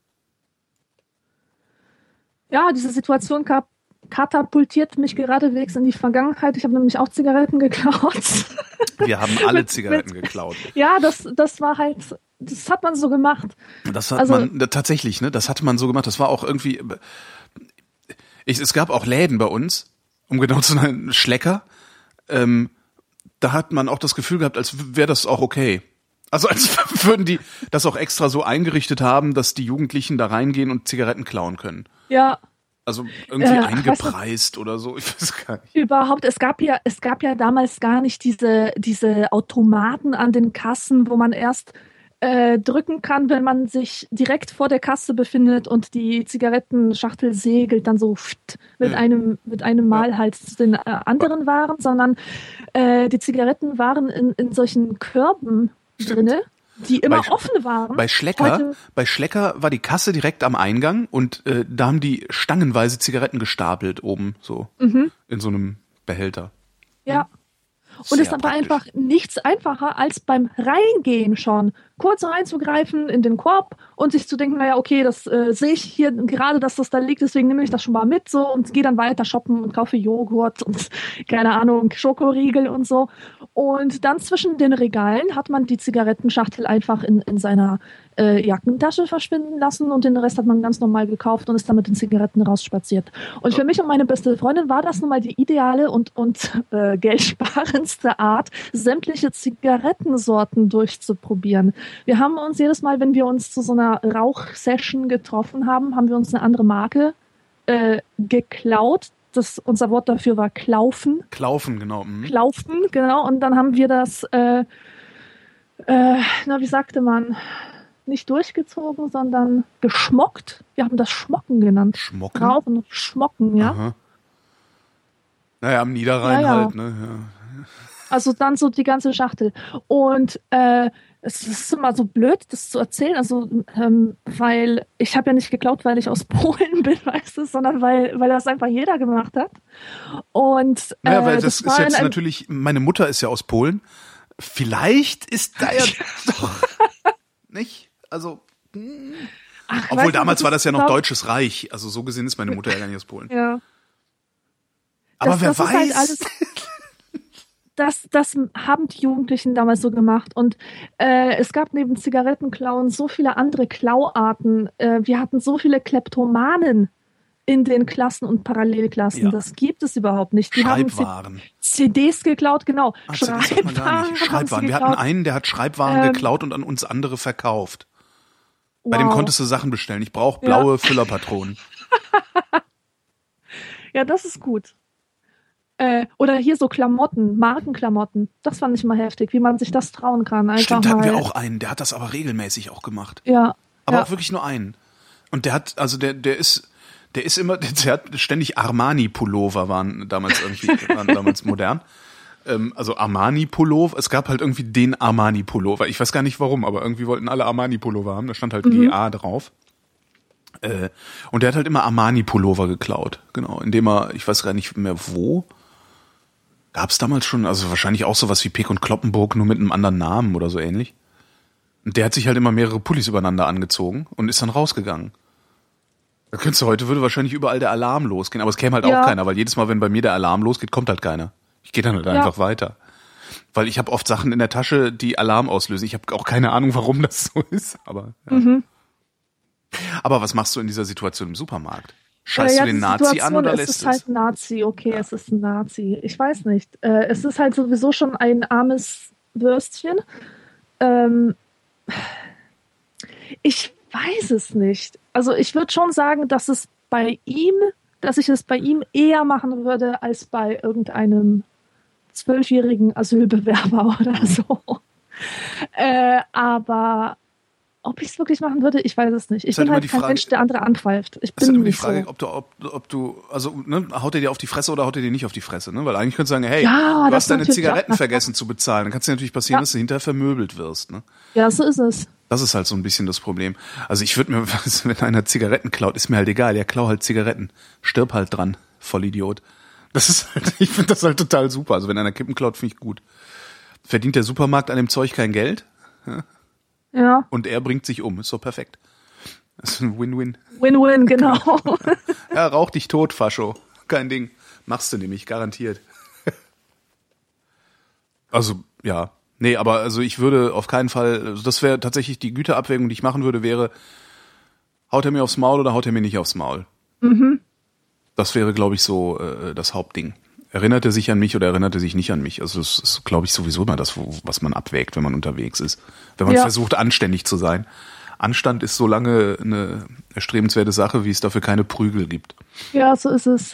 Ja, diese Situation katapultiert mich geradewegs in die Vergangenheit. Ich habe nämlich auch Zigaretten geklaut. Wir haben alle Zigaretten geklaut. Ja, das war halt, das hat man so gemacht. Das hat man tatsächlich, ne? Das hat man so gemacht. Das war auch irgendwie. Es gab auch Läden bei uns, um genau zu sein, Schlecker. Da hat man auch das Gefühl gehabt, als wäre das auch okay. Also als würden die das auch extra so eingerichtet haben, dass die Jugendlichen da reingehen und Zigaretten klauen können. Ja. Also irgendwie eingepreist oder so, ich weiß gar nicht. Überhaupt, es gab ja damals gar nicht diese Automaten an den Kassen, wo man erst drücken kann, wenn man sich direkt vor der Kasse befindet und die Zigarettenschachtel segelt dann so mit einem Mal halt zu den anderen Waren, sondern die Zigaretten waren in solchen Körben drinne, die immer offen waren. Bei Schlecker war die Kasse direkt am Eingang und da haben die stangenweise Zigaretten gestapelt oben so in so einem Behälter. Ja. Und es war einfach nichts einfacher, als beim Reingehen schon kurz reinzugreifen in den Korb und sich zu denken, naja, okay, das sehe ich hier gerade, dass das da liegt, deswegen nehme ich das schon mal mit so und gehe dann weiter shoppen und kaufe Joghurt und keine Ahnung, Schokoriegel und so. Und dann zwischen den Regalen hat man die Zigarettenschachtel einfach in seiner Jackentasche verschwinden lassen und den Rest hat man ganz normal gekauft und ist dann mit den Zigaretten rausspaziert. Und für mich und meine beste Freundin war das nun mal die ideale und geldsparendste Art, sämtliche Zigarettensorten durchzuprobieren. Wir haben uns jedes Mal, wenn wir uns zu so einer Rauchsession getroffen haben, haben wir uns eine andere Marke geklaut. Unser Wort dafür war Klaufen. Klaufen, genau. Klaufen, genau. Und dann haben wir das, wie sagte man, nicht durchgezogen, sondern geschmockt. Wir haben das Schmocken genannt. Schmocken? Rauchen, Schmocken, ja. Aha. Naja, am Niederrhein halt, ne? Ja. Also dann so die ganze Schachtel. Und es ist immer so blöd, das zu erzählen, also weil ich habe ja nicht geklaut, weil ich aus Polen bin, weißt du, sondern weil das einfach jeder gemacht hat. Und naja, weil das ist jetzt natürlich, meine Mutter ist ja aus Polen. Vielleicht ist da ja doch nicht, also obwohl damals war das ja noch Deutsches Reich, also so gesehen ist meine Mutter ja gar nicht aus Polen. Ja. Aber wer weiß. Halt alles, das haben die Jugendlichen damals so gemacht. Und es gab neben Zigarettenklauen so viele andere Klauarten. Wir hatten so viele Kleptomanen in den Klassen und Parallelklassen. Ja. Das gibt es überhaupt nicht. Die Schreibwaren. haben CDs geklaut, genau. Schreibwaren. Wir hatten einen, der hat Schreibwaren geklaut und an uns andere verkauft. Wow. Bei dem konntest du Sachen bestellen. Ich brauche blaue Füllerpatronen. Ja, das ist gut. Oder hier so Klamotten, Markenklamotten. Das fand ich mal heftig, wie man sich das trauen kann. Einfach stimmt, da hatten wir auch einen, der hat das aber regelmäßig auch gemacht. Ja. Aber auch wirklich nur einen. Und der hat, also der ist immer, der hat ständig Armani-Pullover waren damals modern. Also Armani-Pullover, es gab halt irgendwie den Armani-Pullover. Ich weiß gar nicht warum, aber irgendwie wollten alle Armani-Pullover haben. Da stand halt GA drauf. Und der hat halt immer Armani-Pullover geklaut. Genau, indem er, ich weiß gar nicht mehr wo. Gab's damals schon, also wahrscheinlich auch sowas wie Peek und Kloppenburg, nur mit einem anderen Namen oder so ähnlich. Und der hat sich halt immer mehrere Pullis übereinander angezogen und ist dann rausgegangen. Da würde wahrscheinlich überall der Alarm losgehen, aber es käme halt auch keiner, weil jedes Mal, wenn bei mir der Alarm losgeht, kommt halt keiner. Ich gehe dann halt einfach weiter. Weil ich habe oft Sachen in der Tasche, die Alarm auslösen. Ich habe auch keine Ahnung, warum das so ist, aber ja. Aber was machst du in dieser Situation im Supermarkt? Scheißt du den Nazi an oder lässt es? Es ist halt Nazi, okay, es ist ein Nazi. Ich weiß nicht. Es ist halt sowieso schon ein armes Würstchen. Ich weiß es nicht. Also ich würde schon sagen, dass ich es bei ihm eher machen würde, als bei irgendeinem 12-jährigen Asylbewerber oder so. Aber ob ich es wirklich machen würde, ich weiß es nicht. Ich bin halt kein Mensch, der andere anpfeift. Ich bin immer die Frage, so. ob du, also ne, haut er dir auf die Fresse oder haut er dir nicht auf die Fresse, ne? Weil eigentlich könntest du sagen, hey, du hast deine Zigaretten vergessen zu bezahlen. Dann kann es dir natürlich passieren, dass du hinterher vermöbelt wirst, ne? Ja, so ist es. Das ist halt so ein bisschen das Problem. Also ich würde mir, wenn einer Zigaretten klaut, ist mir halt egal. Ja, klau halt Zigaretten. Stirb halt dran, Vollidiot. Das ist halt, ich finde das halt total super. Also wenn einer Kippen klaut, finde ich gut. Verdient der Supermarkt an dem Zeug kein Geld? Ja. Und er bringt sich um. Ist doch perfekt. Das ist ein Win-Win. Win-Win, genau. Ja, rauch dich tot, Fascho. Kein Ding. Machst du nämlich, garantiert. Also, ja. Nee, aber also ich würde auf keinen Fall, also das wäre tatsächlich die Güterabwägung, die ich machen würde, wäre, haut er mir aufs Maul oder haut er mir nicht aufs Maul? Mhm. Das wäre, glaube ich, so das Hauptding. Erinnert er sich an mich oder erinnert er sich nicht an mich? Also das ist, glaube ich, sowieso immer das, was man abwägt, wenn man unterwegs ist. Wenn man versucht, anständig zu sein. Anstand ist so lange eine erstrebenswerte Sache, wie es dafür keine Prügel gibt. Ja, so ist es.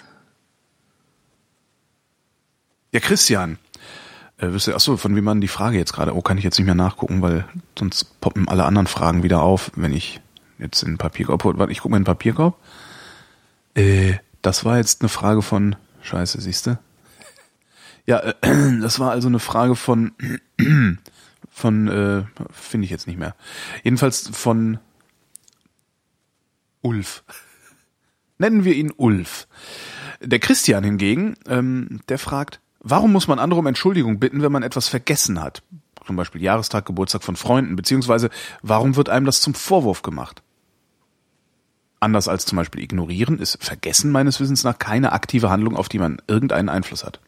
Ja, Christian. Achso, von wem man die Frage jetzt gerade? Oh, kann ich jetzt nicht mehr nachgucken, weil sonst poppen alle anderen Fragen wieder auf, wenn ich jetzt in den Papierkorb hole. Warte, ich gucke mal in den Papierkorb. Das war jetzt eine Frage von... Scheiße, siehste. Ja, das war also eine Frage von finde ich jetzt nicht mehr. Jedenfalls von Ulf. Nennen wir ihn Ulf. Der Christian hingegen, der fragt, warum muss man andere um Entschuldigung bitten, wenn man etwas vergessen hat? Zum Beispiel Jahrestag, Geburtstag von Freunden, beziehungsweise warum wird einem das zum Vorwurf gemacht? Anders als zum Beispiel ignorieren, ist Vergessen meines Wissens nach keine aktive Handlung, auf die man irgendeinen Einfluss hat.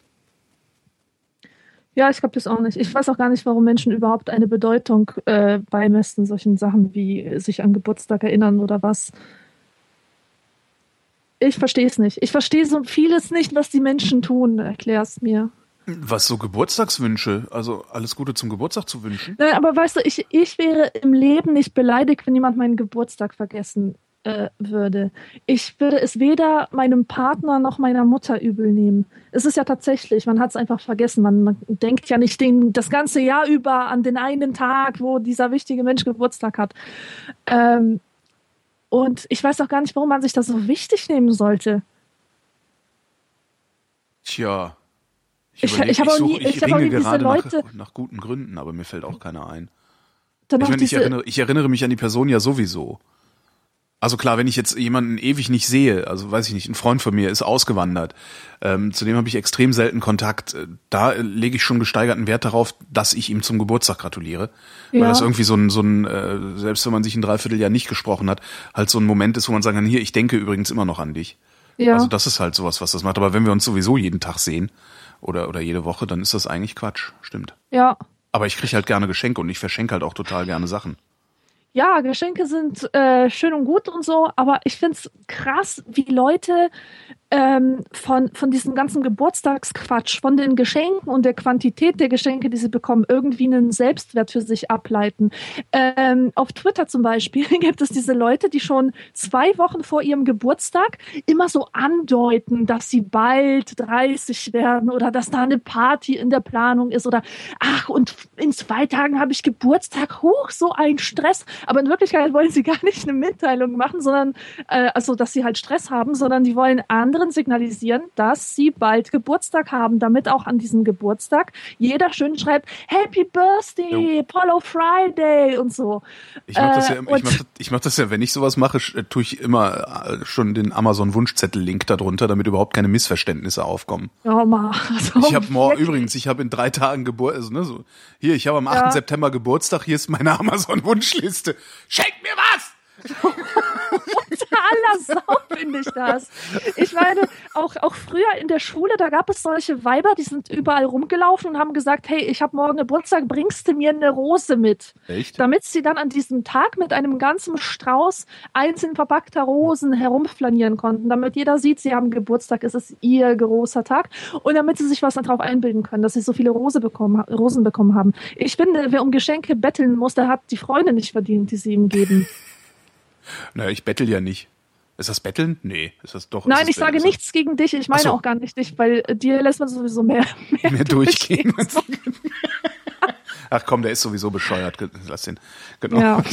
Ja, ich glaube das auch nicht. Ich weiß auch gar nicht, warum Menschen überhaupt eine Bedeutung beimessen, solchen Sachen wie sich an Geburtstag erinnern oder was. Ich verstehe es nicht. Ich verstehe so vieles nicht, was die Menschen tun. Erklär's mir. Was so Geburtstagswünsche, also alles Gute zum Geburtstag zu wünschen? Nein, aber weißt du, ich wäre im Leben nicht beleidigt, wenn jemand meinen Geburtstag vergessen würde. Ich würde es weder meinem Partner noch meiner Mutter übel nehmen. Es ist ja tatsächlich, man hat es einfach vergessen. Man denkt ja nicht das ganze Jahr über an den einen Tag, wo dieser wichtige Mensch Geburtstag hat. Und ich weiß auch gar nicht, warum man sich das so wichtig nehmen sollte. Tja. Ich ringe gerade nach guten Gründen, aber mir fällt auch keiner ein. Ich erinnere mich an die Person ja sowieso. Also klar, wenn ich jetzt jemanden ewig nicht sehe, also weiß ich nicht, ein Freund von mir ist ausgewandert, zu dem habe ich extrem selten Kontakt, da lege ich schon gesteigerten Wert darauf, dass ich ihm zum Geburtstag gratuliere. Ja. Weil das irgendwie so ein selbst wenn man sich ein Dreivierteljahr nicht gesprochen hat, halt so ein Moment ist, wo man sagen kann, hier, ich denke übrigens immer noch an dich. Ja. Also das ist halt sowas, was das macht. Aber wenn wir uns sowieso jeden Tag sehen oder jede Woche, dann ist das eigentlich Quatsch, stimmt. Ja. Aber ich kriege halt gerne Geschenke und ich verschenke halt auch total gerne Sachen. Ja, Geschenke sind schön und gut und so, aber ich find's krass, wie Leute von diesem ganzen Geburtstagsquatsch, von den Geschenken und der Quantität der Geschenke, die sie bekommen, irgendwie einen Selbstwert für sich ableiten. Auf Twitter zum Beispiel gibt es diese Leute, die schon 2 Wochen vor ihrem Geburtstag immer so andeuten, dass sie bald 30 werden oder dass da eine Party in der Planung ist oder ach, und in 2 Tagen habe ich Geburtstag, so ein Stress. Aber in Wirklichkeit wollen sie gar nicht eine Mitteilung machen, sondern also, dass sie halt Stress haben, sondern die wollen anderen signalisieren, dass sie bald Geburtstag haben, damit auch an diesem Geburtstag jeder schön schreibt, Happy Birthday, Apollo Friday und so. Ich mache das ja, wenn ich sowas mache, tue ich immer schon den Amazon-Wunschzettel-Link darunter, damit überhaupt keine Missverständnisse aufkommen. Ja, mal. Also, ich habe in 3 Tagen Geburtstag, also, ne, hier, ich habe am 8. September Geburtstag, hier ist meine Amazon-Wunschliste. Schenk mir was! Totaler Sau finde ich das. Ich meine, auch früher in der Schule, da gab es solche Weiber, die sind überall rumgelaufen und haben gesagt, hey, ich habe morgen Geburtstag, bringst du mir eine Rose mit? Echt? Damit sie dann an diesem Tag mit einem ganzen Strauß einzeln verpackter Rosen herumflanieren konnten, damit jeder sieht, sie haben Geburtstag, es ist ihr großer Tag und damit sie sich was darauf einbilden können, dass sie so viele Rosen bekommen haben. Ich finde, wer um Geschenke betteln muss, der hat die Freunde nicht verdient, die sie ihm geben. Naja, ich bettel ja nicht. Ist das Betteln? Nee, ist das doch. Nein, ich sage nichts gegen dich. Ich meine auch gar nicht dich, weil dir lässt man sowieso mehr durchgehen. Ach komm, der ist sowieso bescheuert. Lass den. Genau. Ja.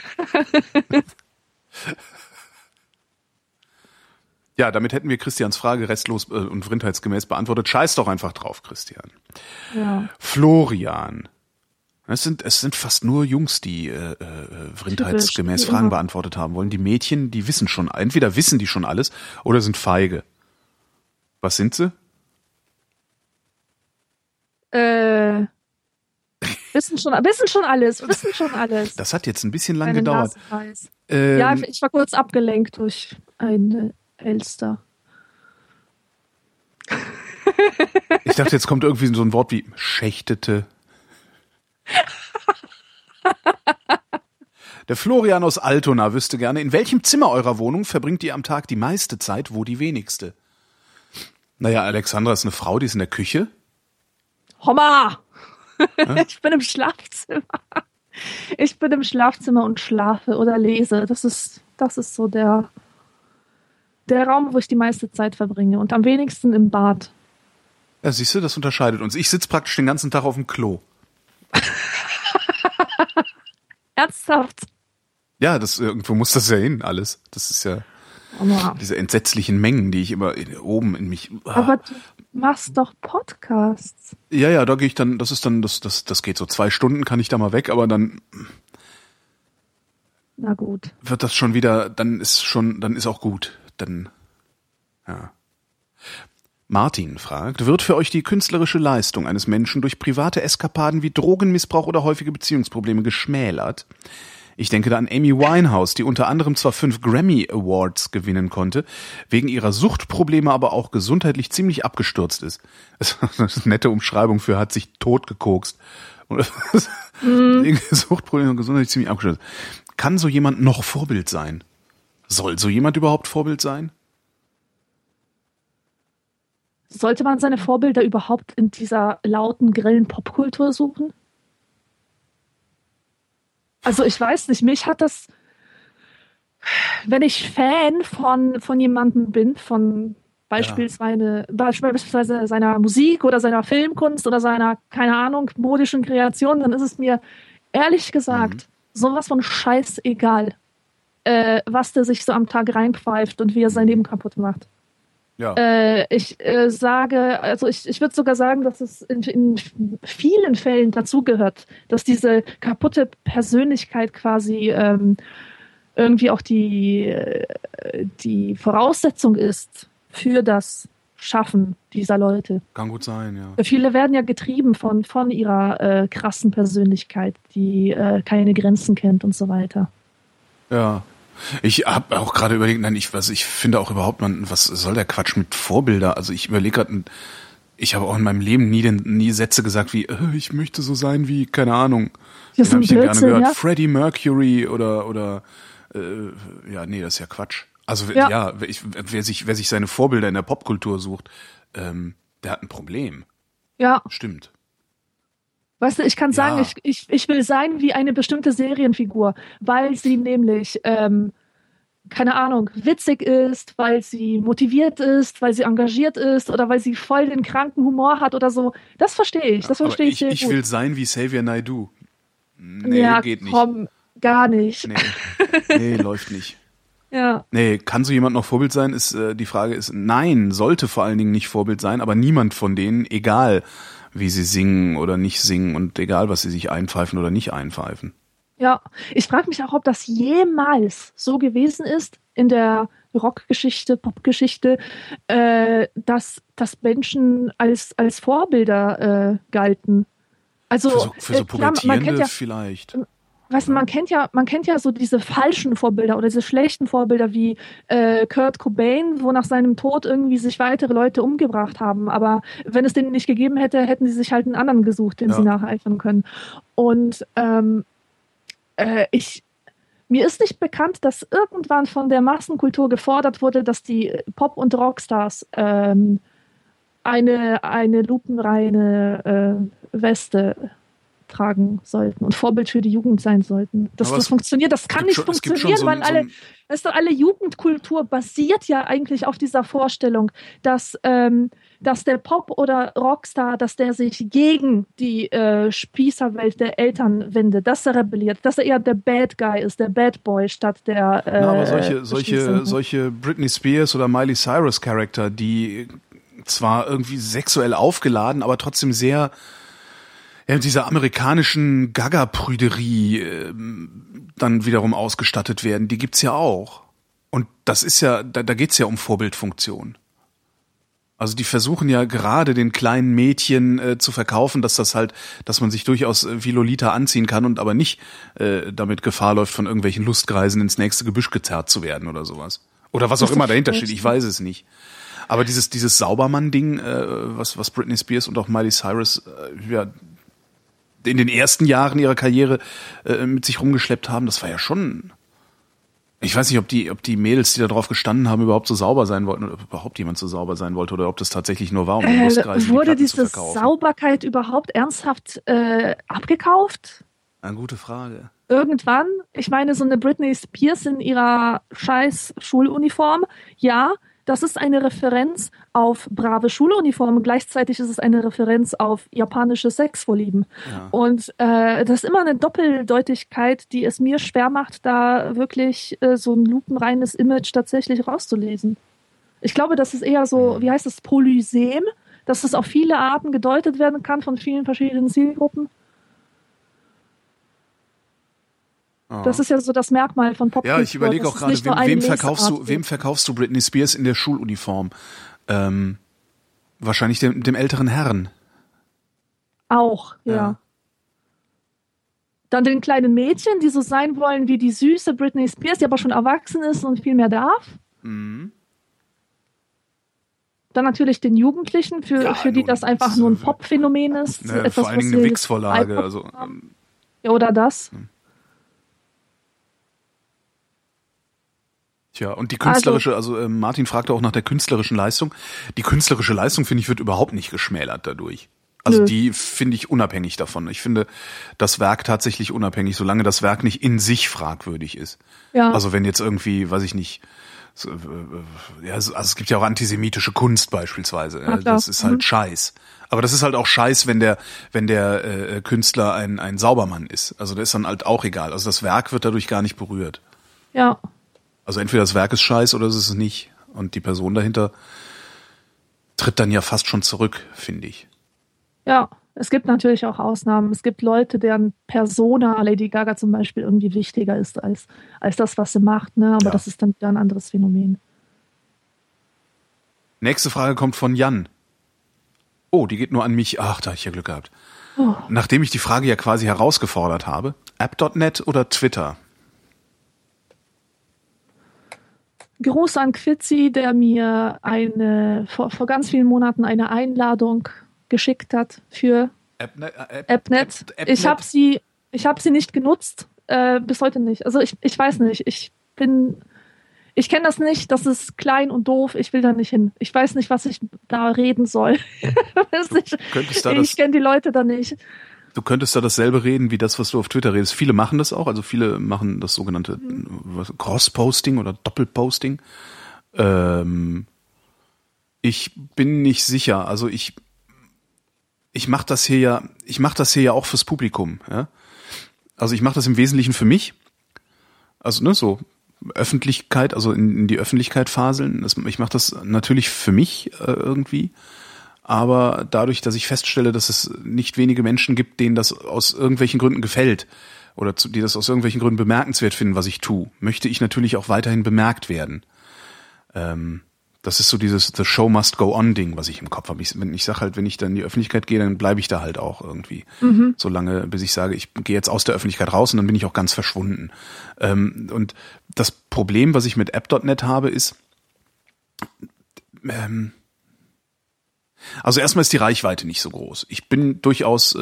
Ja, damit hätten wir Christians Frage restlos und vrindheitsgemäß beantwortet. Scheiß doch einfach drauf, Christian. Ja. Florian. Es sind fast nur Jungs, die vrindheitsgemäß Fragen beantwortet haben wollen. Die Mädchen, die wissen schon, entweder wissen die schon alles oder sind feige. Was sind sie? Wissen schon alles. Das hat jetzt ein bisschen lang gedauert. Ja, ich war kurz abgelenkt durch eine Elster. Ich dachte, jetzt kommt irgendwie so ein Wort wie schächtete. Der Florian aus Altona wüsste gerne, in welchem Zimmer eurer Wohnung verbringt ihr am Tag die meiste Zeit, wo die wenigste? Naja, Alexandra ist eine Frau, die ist in der Küche. Homma! Ich bin im Schlafzimmer. Ich bin im Schlafzimmer und schlafe oder lese. Das ist so der Raum, wo ich die meiste Zeit verbringe. Und am wenigsten im Bad. Ja, siehst du, das unterscheidet uns. Ich sitze praktisch den ganzen Tag auf dem Klo. Ernsthaft? Ja, irgendwo muss das ja hin, alles. Das ist ja diese entsetzlichen Mengen, die ich immer oben in mich... Aber du machst doch Podcasts. Ja, da gehe ich dann, das geht so 2 Stunden, kann ich da mal weg, aber dann... Na gut. Wird das schon wieder, dann ist auch gut. Dann, ja. Martin fragt, wird für euch die künstlerische Leistung eines Menschen durch private Eskapaden wie Drogenmissbrauch oder häufige Beziehungsprobleme geschmälert? Ich denke da an Amy Winehouse, die unter anderem zwar 5 Grammy Awards gewinnen konnte, wegen ihrer Suchtprobleme aber auch gesundheitlich ziemlich abgestürzt ist. Das ist eine nette Umschreibung für hat sich totgekokst. Wegen Suchtprobleme und gesundheitlich ziemlich abgestürzt. Kann so jemand noch Vorbild sein? Soll so jemand überhaupt Vorbild sein? Sollte man seine Vorbilder überhaupt in dieser lauten, grellen Popkultur suchen? Also ich weiß nicht, mich hat das, wenn ich Fan von jemandem bin, von beispielsweise seiner Musik oder seiner Filmkunst oder seiner, keine Ahnung, modischen Kreation, dann ist es mir ehrlich gesagt sowas von scheißegal, was der sich so am Tag reinpfeift und wie er sein Leben kaputt macht. Ja. Ich würde sogar sagen, dass es in vielen Fällen dazugehört, dass diese kaputte Persönlichkeit quasi irgendwie auch die Voraussetzung ist für das Schaffen dieser Leute. Kann gut sein, ja. Viele werden ja getrieben von ihrer krassen Persönlichkeit, die keine Grenzen kennt und so weiter. Ja. Ich habe auch gerade überlegt, ich finde auch überhaupt, was soll der Quatsch mit Vorbilder? Also ich überlege gerade, ich habe auch in meinem Leben nie Sätze gesagt wie, ich möchte so sein wie, keine Ahnung. Das habe ich denn gerne gehört. Ja? Freddie Mercury oder nee, das ist ja Quatsch. Also wer sich seine Vorbilder in der Popkultur sucht, der hat ein Problem. Ja. Stimmt. Weißt du, ich kann sagen, ich will sein wie eine bestimmte Serienfigur, weil sie nämlich, keine Ahnung, witzig ist, weil sie motiviert ist, weil sie engagiert ist oder weil sie voll den kranken Humor hat oder so. Das verstehe ich. Das verstehe ich sehr gut. Ich will sein wie Xavier Naidoo. Nee, geht nicht. Komm, gar nicht. Nee, läuft nicht. Ja. Nee, kann so jemand noch Vorbild sein? Die Frage ist, nein, sollte vor allen Dingen nicht Vorbild sein, aber niemand von denen, egal wie sie singen oder nicht singen und egal, was sie sich einpfeifen oder nicht einpfeifen. Ja, ich frage mich auch, ob das jemals so gewesen ist in der Rockgeschichte, Popgeschichte, dass Menschen als Vorbilder galten. Also für so Pubertierende vielleicht. Weißt du, man kennt ja so diese falschen Vorbilder oder diese schlechten Vorbilder wie Kurt Cobain, wo nach seinem Tod irgendwie sich weitere Leute umgebracht haben. Aber wenn es den nicht gegeben hätte, hätten sie sich halt einen anderen gesucht, den sie nacheifern können. Und mir ist nicht bekannt, dass irgendwann von der Massenkultur gefordert wurde, dass die Pop- und Rockstars eine lupenreine Weste tragen sollten und Vorbild für die Jugend sein sollten. Das funktioniert, das kann nicht funktionieren, weil alle Jugendkultur basiert ja eigentlich auf dieser Vorstellung, dass der Pop- oder Rockstar, dass der sich gegen die Spießerwelt der Eltern wendet, dass er rebelliert, dass er eher der Bad Guy ist, der Bad Boy statt der aber solche Britney Spears oder Miley Cyrus Charakter, die zwar irgendwie sexuell aufgeladen, aber trotzdem sehr Ja, mit dieser amerikanischen Gaga-Prüderie dann wiederum ausgestattet werden, die gibt's ja auch. Und das ist ja, da geht's ja um Vorbildfunktion. Also die versuchen ja gerade den kleinen Mädchen zu verkaufen, dass man sich durchaus wie Lolita anziehen kann und aber nicht damit Gefahr läuft, von irgendwelchen Lustkreisen ins nächste Gebüsch gezerrt zu werden oder sowas. Oder was auch immer dahinter steht, ich weiß es nicht. Aber dieses Saubermann-Ding, was Britney Spears und auch Miley Cyrus ja in den ersten Jahren ihrer Karriere mit sich rumgeschleppt haben, das war ja schon. Ich weiß nicht, ob die Mädels, die da drauf gestanden haben, überhaupt so sauber sein wollten oder ob überhaupt jemand so sauber sein wollte oder ob das tatsächlich nur war, um den Lustkreis wurde diese Sauberkeit überhaupt ernsthaft abgekauft? Eine gute Frage. Irgendwann, ich meine, so eine Britney Spears in ihrer scheiß Schuluniform, ja, das ist eine Referenz auf brave Schuluniformen. Gleichzeitig ist es eine Referenz auf japanische Sexvorlieben. Ja. Und das ist immer eine Doppeldeutigkeit, die es mir schwer macht, da wirklich so ein lupenreines Image tatsächlich rauszulesen. Ich glaube, das ist eher so, wie heißt das, Polysem, dass es auf viele Arten gedeutet werden kann von vielen verschiedenen Zielgruppen. Das ist ja so das Merkmal von Popkultur. Ja, ich überlege auch gerade, wem verkaufst du Britney Spears in der Schuluniform? Wahrscheinlich dem älteren Herrn. Auch, ja. Dann den kleinen Mädchen, die so sein wollen wie die süße Britney Spears, die aber schon erwachsen ist und viel mehr darf. Mhm. Dann natürlich den Jugendlichen, für die das einfach nur ein Pop-Phänomen ist. Ne, etwas, vor allen Dingen eine Wix-Vorlage. Also, ja, oder das. Tja, und die künstlerische, Martin fragte auch nach der künstlerischen Leistung. Die künstlerische Leistung, finde ich, wird überhaupt nicht geschmälert dadurch. Also die finde ich unabhängig davon. Ich finde das Werk tatsächlich unabhängig, solange das Werk nicht in sich fragwürdig ist. Ja. Also wenn jetzt irgendwie, weiß ich nicht, also es gibt ja auch antisemitische Kunst beispielsweise. Ja, das ist halt Scheiß. Aber das ist halt auch Scheiß, wenn der Künstler ein Saubermann ist. Also der ist dann halt auch egal. Also das Werk wird dadurch gar nicht berührt. Ja. Also entweder das Werk ist scheiß oder es ist es nicht. Und die Person dahinter tritt dann ja fast schon zurück, finde ich. Ja, es gibt natürlich auch Ausnahmen. Es gibt Leute, deren Persona, Lady Gaga zum Beispiel, irgendwie wichtiger ist als das, was sie macht. Ne? Aber das ist dann wieder ein anderes Phänomen. Nächste Frage kommt von Jan. Oh, die geht nur an mich. Ach, da habe ich ja Glück gehabt. Oh. Nachdem ich die Frage ja quasi herausgefordert habe, App.net oder Twitter? Gruß an Quitzi, der mir vor ganz vielen Monaten eine Einladung geschickt hat für Appnet. Ich habe sie nicht genutzt, bis heute nicht. Also ich weiß nicht, ich kenne das nicht, das ist klein und doof, ich will da nicht hin. Ich weiß nicht, was ich da reden soll. Ich kenne die Leute da nicht. Du könntest da dasselbe reden wie das, was du auf Twitter redest. Viele machen das auch, also viele machen das sogenannte Cross-Posting oder Doppelposting. Ich bin nicht sicher. Also ich mache das hier ja auch fürs Publikum. Ja? Also ich mache das im Wesentlichen für mich. Also so Öffentlichkeit, also in die Öffentlichkeit faseln. Ich mache das natürlich für mich irgendwie. Aber dadurch, dass ich feststelle, dass es nicht wenige Menschen gibt, denen das aus irgendwelchen Gründen gefällt oder die das aus irgendwelchen Gründen bemerkenswert finden, was ich tue, möchte ich natürlich auch weiterhin bemerkt werden. Das ist so dieses The Show Must Go On Ding, was ich im Kopf habe. Ich sage halt, wenn ich dann in die Öffentlichkeit gehe, dann bleibe ich da halt auch irgendwie. Solange, bis ich sage, ich gehe jetzt aus der Öffentlichkeit raus und dann bin ich auch ganz verschwunden. Und das Problem, was ich mit App.net habe, ist, also erstmal ist die Reichweite nicht so groß. Ich bin durchaus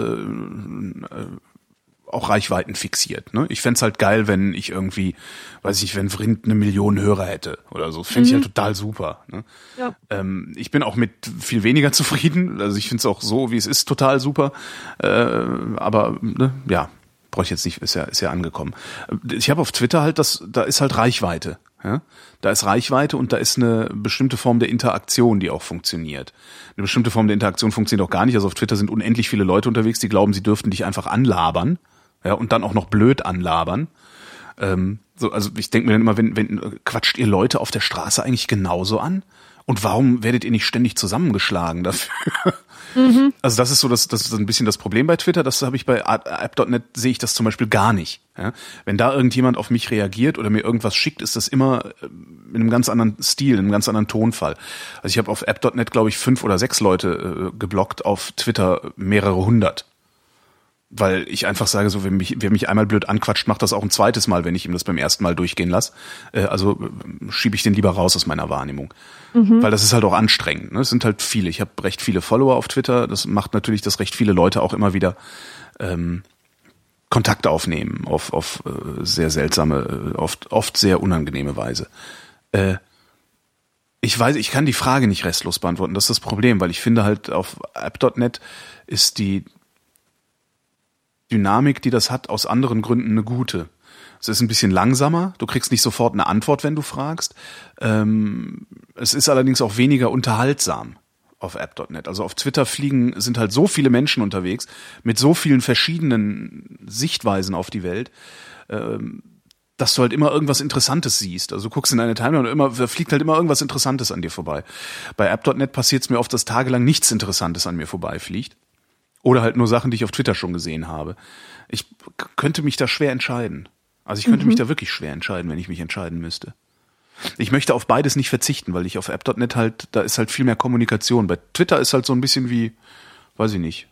auch Reichweiten fixiert. Ne? Ich fänd's halt geil, wenn ich irgendwie, weiß ich nicht, wenn Vrind 1 Million Hörer hätte oder so. Fände ich halt total super. Ne? Ja. Ich bin auch mit viel weniger zufrieden. Also ich find's auch so, wie es ist, total super. Aber ne, ja, brauche ich jetzt nicht, ist ja angekommen. Ich habe auf Twitter halt da ist halt Reichweite. Ja? Da ist Reichweite und da ist eine bestimmte Form der Interaktion, die auch funktioniert. Eine bestimmte Form der Interaktion funktioniert auch gar nicht. Also auf Twitter sind unendlich viele Leute unterwegs, die glauben, sie dürften dich einfach anlabern, ja, und dann auch noch blöd anlabern. Also ich denke mir dann immer, wenn quatscht ihr Leute auf der Straße eigentlich genauso an? Und warum werdet ihr nicht ständig zusammengeschlagen dafür? Also das ist so, das ist ein bisschen das Problem bei Twitter. Das habe ich bei App.net, sehe ich das zum Beispiel gar nicht. Ja? Wenn da irgendjemand auf mich reagiert oder mir irgendwas schickt, ist das immer in einem ganz anderen Stil, in einem ganz anderen Tonfall. Also ich habe auf App.net, glaube ich, 5 oder 6 Leute geblockt, auf Twitter mehrere hundert. Weil ich einfach sage, so, wer mich einmal blöd anquatscht, macht das auch ein zweites Mal, wenn ich ihm das beim ersten Mal durchgehen lasse. Also schiebe ich den lieber raus aus meiner Wahrnehmung. Weil das ist halt auch anstrengend. Ne? Es sind halt viele. Ich habe recht viele Follower auf Twitter. Das macht natürlich, dass recht viele Leute auch immer wieder Kontakt aufnehmen auf sehr seltsame, oft sehr unangenehme Weise. Ich weiß, ich kann die Frage nicht restlos beantworten. Das ist das Problem, weil ich finde halt auf App.net ist die Dynamik, die das hat, aus anderen Gründen eine gute. Es ist ein bisschen langsamer, du kriegst nicht sofort eine Antwort, wenn du fragst. Es ist allerdings auch weniger unterhaltsam auf App.net. Also auf Twitter sind halt so viele Menschen unterwegs, mit so vielen verschiedenen Sichtweisen auf die Welt, dass du halt immer irgendwas Interessantes siehst. Also du guckst in deine Timeline und da fliegt halt immer irgendwas Interessantes an dir vorbei. Bei App.net passiert es mir oft, dass tagelang nichts Interessantes an mir vorbeifliegt. Oder halt nur Sachen, die ich auf Twitter schon gesehen habe. Ich könnte mich da schwer entscheiden. Also ich könnte mich da wirklich schwer entscheiden, wenn ich mich entscheiden müsste. Ich möchte auf beides nicht verzichten, weil ich auf App.net halt, da ist halt viel mehr Kommunikation. Bei Twitter ist halt so ein bisschen wie, weiß ich nicht.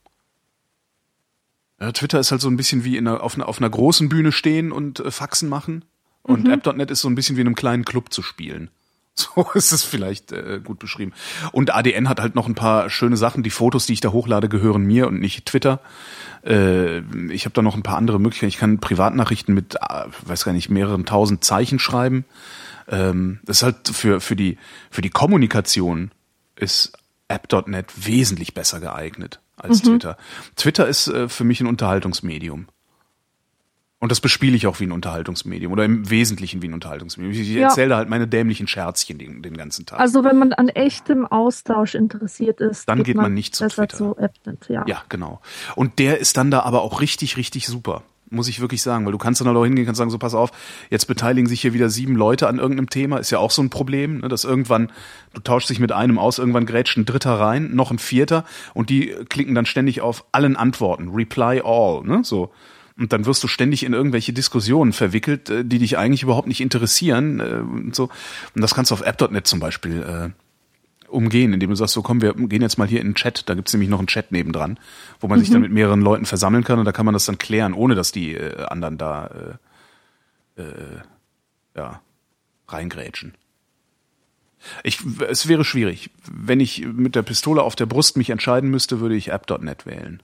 Ja, Twitter ist halt so ein bisschen wie auf einer großen Bühne stehen und Faxen machen. Und App.net ist so ein bisschen wie in einem kleinen Club zu spielen. So ist es vielleicht gut beschrieben. Und ADN hat halt noch ein paar schöne Sachen. Die Fotos, die ich da hochlade, gehören mir und nicht Twitter. Ich habe da noch ein paar andere Möglichkeiten. Ich kann Privatnachrichten mit, weiß gar nicht, mehreren tausend Zeichen schreiben. Das ist halt für die Kommunikation ist App.net wesentlich besser geeignet als Twitter. Twitter ist für mich ein Unterhaltungsmedium. Und das bespiele ich auch wie ein Unterhaltungsmedium oder im Wesentlichen wie ein Unterhaltungsmedium. Ich erzähle da halt meine dämlichen Scherzchen den ganzen Tag. Also wenn man an echtem Austausch interessiert ist, dann geht man nicht zu Twitter. Zu App.net, ja, genau. Und der ist dann da aber auch richtig, richtig super. Muss ich wirklich sagen, weil du kannst dann halt auch hingehen, kannst sagen, so pass auf, jetzt beteiligen sich hier wieder 7 Leute an irgendeinem Thema, ist ja auch so ein Problem, ne, dass irgendwann, du tauschst dich mit einem aus, irgendwann grätscht ein Dritter rein, noch ein Vierter und die klicken dann ständig auf allen Antworten, reply all, ne, so. Und dann wirst du ständig in irgendwelche Diskussionen verwickelt, die dich eigentlich überhaupt nicht interessieren und so. Und das kannst du auf App.net zum Beispiel umgehen, indem du sagst, so komm, wir gehen jetzt mal hier in den Chat, da gibt's nämlich noch einen Chat nebendran, wo man sich dann mit mehreren Leuten versammeln kann und da kann man das dann klären, ohne dass die anderen da reingrätschen. Es wäre schwierig. Wenn ich mit der Pistole auf der Brust mich entscheiden müsste, würde ich App.net wählen.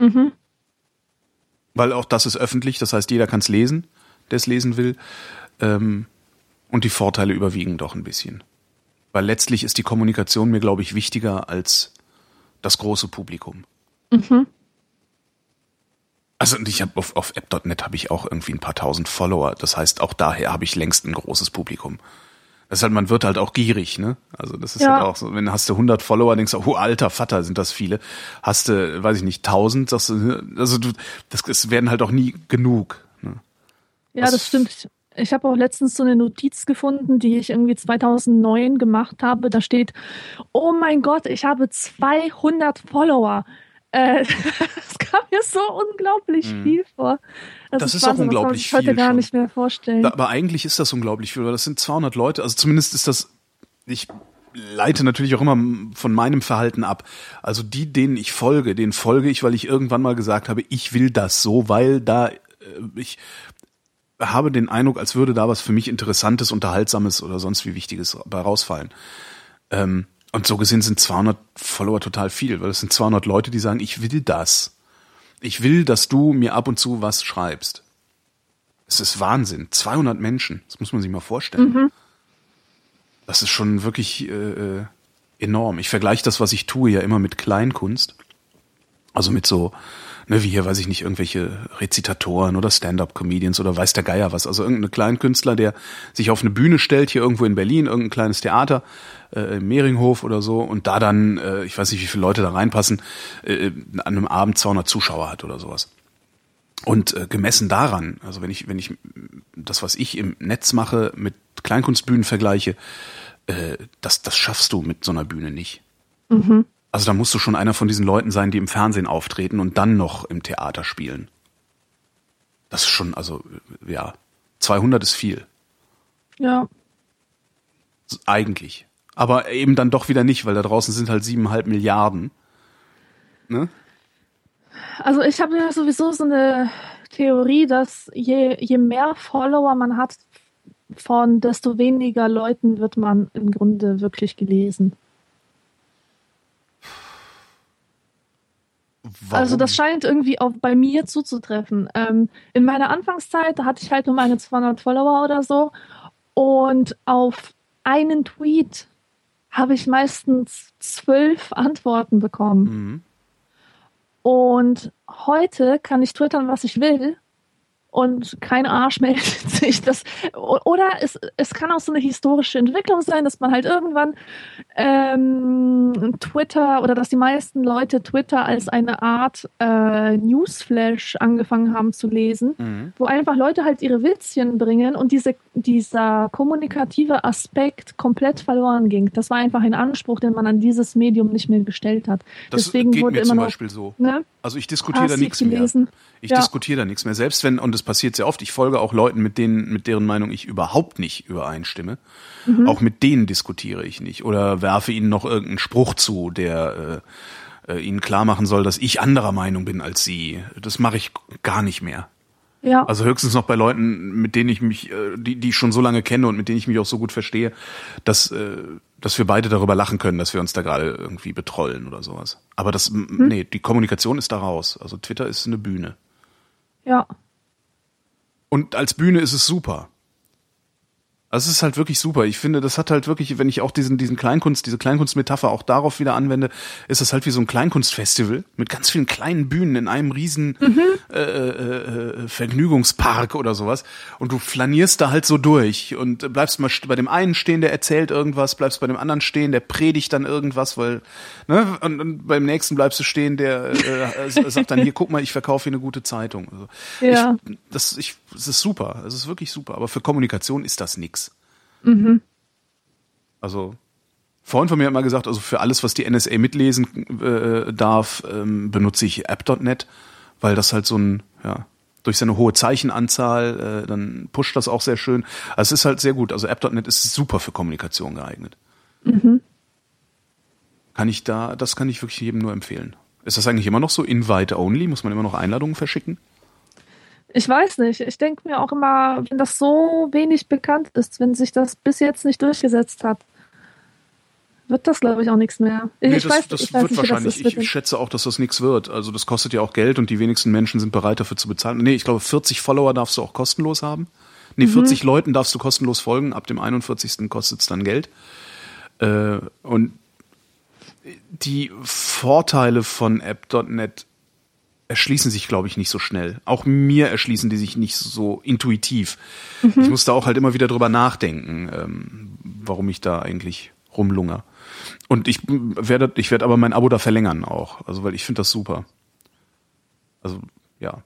Weil auch das ist öffentlich, das heißt, jeder kann es lesen, der es lesen will. Und die Vorteile überwiegen doch ein bisschen. Weil letztlich ist die Kommunikation mir, glaube ich, wichtiger als das große Publikum. Also und ich habe auf App.net habe ich auch irgendwie ein paar tausend Follower. Das heißt, auch daher habe ich längst ein großes Publikum. Das ist halt, man wird halt auch gierig, ne? Also das ist halt auch so, wenn hast du 100 Follower, denkst du, oh alter Vater, sind das viele. Hast du, weiß ich nicht, 1000, sagst du, also das werden halt auch nie genug. Ne? Ja, das stimmt. Ich habe auch letztens so eine Notiz gefunden, die ich irgendwie 2009 gemacht habe. Da steht, oh mein Gott, ich habe 200 Follower. Das kam mir so unglaublich viel vor. Das ist auch unglaublich viel. Ich heute gar nicht mehr vorstellen. Aber eigentlich ist das unglaublich viel, weil das sind 200 Leute. Also zumindest ist das, ich leite natürlich auch immer von meinem Verhalten ab. Also denen ich folge, denen folge ich, weil ich irgendwann mal gesagt habe, ich will das so, weil ich habe den Eindruck, als würde da was für mich Interessantes, Unterhaltsames oder sonst wie Wichtiges bei rausfallen. Und so gesehen sind 200 Follower total viel, weil es sind 200 Leute, die sagen, ich will das. Ich will, dass du mir ab und zu was schreibst. Es ist Wahnsinn. 200 Menschen, das muss man sich mal vorstellen. Das ist schon wirklich enorm. Ich vergleiche das, was ich tue, ja immer mit Kleinkunst. Also mit so, ne, wie hier, weiß ich nicht, irgendwelche Rezitatoren oder Stand-up-Comedians oder weiß der Geier was. Also irgendein Kleinkünstler, der sich auf eine Bühne stellt, hier irgendwo in Berlin, irgendein kleines Theater, im Mehringhof oder so, und da dann, ich weiß nicht, wie viele Leute da reinpassen, an einem Abend 200 Zuschauer hat oder sowas. Und gemessen daran, also wenn ich das, was ich im Netz mache, mit Kleinkunstbühnen vergleiche, das schaffst du mit so einer Bühne nicht. Mhm. Also da musst du schon einer von diesen Leuten sein, die im Fernsehen auftreten und dann noch im Theater spielen. Das ist schon, also, ja, 200 ist viel. Ja. Eigentlich. Aber eben dann doch wieder nicht, weil da draußen sind halt 7,5 Milliarden. Ne? Also ich habe ja sowieso so eine Theorie, dass je mehr Follower man hat, desto weniger Leuten wird man im Grunde wirklich gelesen. Warum? Also das scheint irgendwie auch bei mir zuzutreffen. In meiner Anfangszeit, da hatte ich halt nur meine 200 Follower oder so. Und auf einen Tweet habe ich meistens 12 Antworten bekommen. Mhm. Und heute kann ich twittern, was ich will. Und kein Arsch meldet sich. Oder es kann auch so eine historische Entwicklung sein, dass man halt irgendwann Twitter oder dass die meisten Leute Twitter als eine Art Newsflash angefangen haben zu lesen, wo einfach Leute halt ihre Witzchen bringen und dieser kommunikative Aspekt komplett verloren ging. Das war einfach ein Anspruch, den man an dieses Medium nicht mehr gestellt hat. Das Deswegen geht wurde mir immer zum noch, Beispiel so. Ne? Also ich diskutiere da Passiv nichts mehr. gelesen. Ich Ja. diskutiere da nichts mehr. Selbst wenn, und das passiert sehr oft, ich folge auch Leuten, mit deren Meinung ich überhaupt nicht übereinstimme. Auch mit denen diskutiere ich nicht. Oder werfe ihnen noch irgendeinen Spruch zu, der ihnen klar machen soll, dass ich anderer Meinung bin als sie. Das mache ich gar nicht mehr. Ja. Also höchstens noch bei Leuten, mit denen ich mich, die ich schon so lange kenne und mit denen ich mich auch so gut verstehe, dass wir beide darüber lachen können, dass wir uns da gerade irgendwie betrollen oder sowas. Aber nee, die Kommunikation ist da raus. Also Twitter ist eine Bühne. Ja. Und als Bühne ist es super. Also es ist halt wirklich super. Ich finde, das hat halt wirklich, wenn ich auch diese Kleinkunstmetapher auch darauf wieder anwende, ist das halt wie so ein Kleinkunstfestival mit ganz vielen kleinen Bühnen in einem riesen Vergnügungspark oder sowas. Und du flanierst da halt so durch und bleibst mal bei dem einen stehen, der erzählt irgendwas, bleibst bei dem anderen stehen, der predigt dann irgendwas, weil, ne, und beim nächsten bleibst du stehen, der sagt dann, hier, guck mal, ich verkaufe hier eine gute Zeitung. Also Ja. das ist super. Es ist wirklich super. Aber für Kommunikation ist das nix. Also, Freund von mir hat mal gesagt, also für alles, was die NSA mitlesen darf, benutze ich app.net, weil das halt so durch seine hohe Zeichenanzahl, dann pusht das auch sehr schön. Also es ist halt sehr gut. Also app.net ist super für Kommunikation geeignet. Das kann ich wirklich jedem nur empfehlen. Ist das eigentlich immer noch so Invite only? Muss man immer noch Einladungen verschicken? Ich weiß nicht. Ich denke mir auch immer, wenn das so wenig bekannt ist, wenn sich das bis jetzt nicht durchgesetzt hat, wird das, glaube ich, auch nichts mehr. Das Ich weiß wird nicht, wahrscheinlich. Ich schätze auch, dass das nichts wird. Also das kostet ja auch Geld und die wenigsten Menschen sind bereit dafür zu bezahlen. Nee, ich glaube 40 Follower darfst du auch kostenlos haben. Nee, 40 Leuten darfst du kostenlos folgen. Ab dem 41. kostet es dann Geld. Und die Vorteile von app.net erschließen sich, glaube ich, nicht so schnell. Auch mir erschließen die sich nicht so intuitiv. Ich muss da auch halt immer wieder drüber nachdenken, warum ich da eigentlich rumlunger. Und ich werde aber mein Abo da verlängern auch. Also, weil ich finde das super. Also, ja.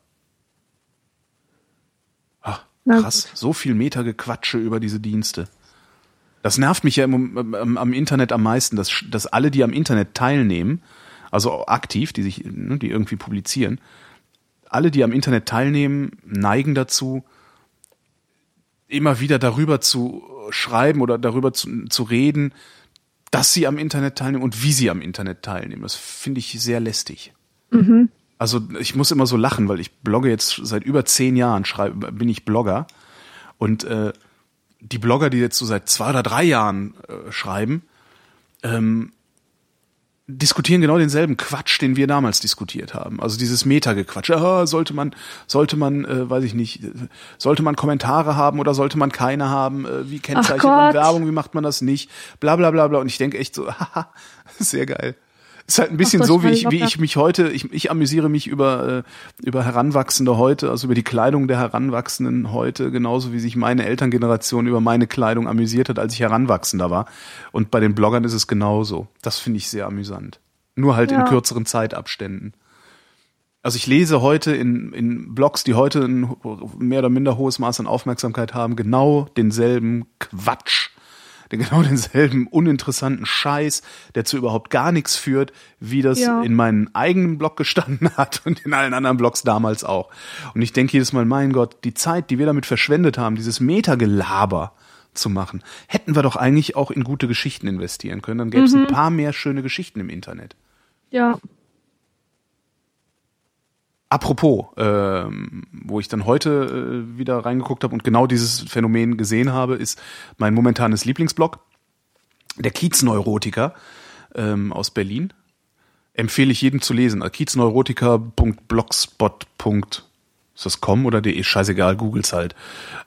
Ach, krass. So viel Metagequatsche über diese Dienste. Das nervt mich ja am Internet am meisten, dass alle, die am Internet teilnehmen, also aktiv, die irgendwie publizieren, alle, die am Internet teilnehmen, neigen dazu, immer wieder darüber zu schreiben oder darüber zu reden, dass sie am Internet teilnehmen und wie sie am Internet teilnehmen. Das finde ich sehr lästig. Also ich muss immer so lachen, weil ich blogge jetzt seit über 10 Jahren, bin ich Blogger. Und die Blogger, die jetzt so seit 2 oder 3 Jahren schreiben, diskutieren genau denselben Quatsch, den wir damals diskutiert haben. Also dieses Meta-Gequatsch. Sollte man, weiß ich nicht, sollte man Kommentare haben oder sollte man keine haben? Wie kennzeichnet man Werbung? Wie macht man das nicht? Bla bla bla bla. Und ich denke echt so, haha, sehr geil. Ist halt ein bisschen so, wie ich mich heute, ich amüsiere mich über Heranwachsende heute, also über die Kleidung der Heranwachsenden heute, genauso wie sich meine Elterngeneration über meine Kleidung amüsiert hat, als ich Heranwachsender war. Und bei den Bloggern ist es genauso. Das finde ich sehr amüsant. Nur halt in kürzeren Zeitabständen. Also ich lese heute in Blogs, die heute ein mehr oder minder hohes Maß an Aufmerksamkeit haben, genau denselben Quatsch, genau denselben uninteressanten Scheiß, der zu überhaupt gar nichts führt, wie das in meinem eigenen Blog gestanden hat und in allen anderen Blogs damals auch. Und ich denke jedes Mal, mein Gott, die Zeit, die wir damit verschwendet haben, dieses Metagelaber zu machen, hätten wir doch eigentlich auch in gute Geschichten investieren können. Dann gäbe es ein paar mehr schöne Geschichten im Internet. Ja. Apropos, wo ich dann heute wieder reingeguckt habe und genau dieses Phänomen gesehen habe, ist mein momentanes Lieblingsblog, der Kiezneurotiker aus Berlin. Empfehle ich jedem zu lesen. kiezneurotiker.blogspot.com oder de, scheißegal, googles halt.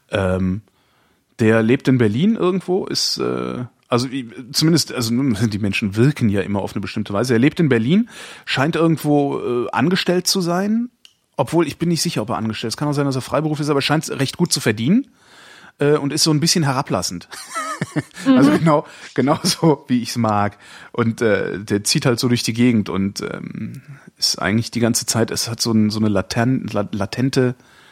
Der lebt in Berlin irgendwo, ist zumindest die Menschen wirken ja immer auf eine bestimmte Weise. Er lebt in Berlin, scheint irgendwo angestellt zu sein, obwohl ich bin nicht sicher, ob er angestellt ist. Es kann auch sein, dass er Freiberuf ist, aber scheint recht gut zu verdienen und ist so ein bisschen herablassend. Also genau so, wie ich es mag. Und der zieht halt so durch die Gegend und ist eigentlich die ganze Zeit, es hat so eine latente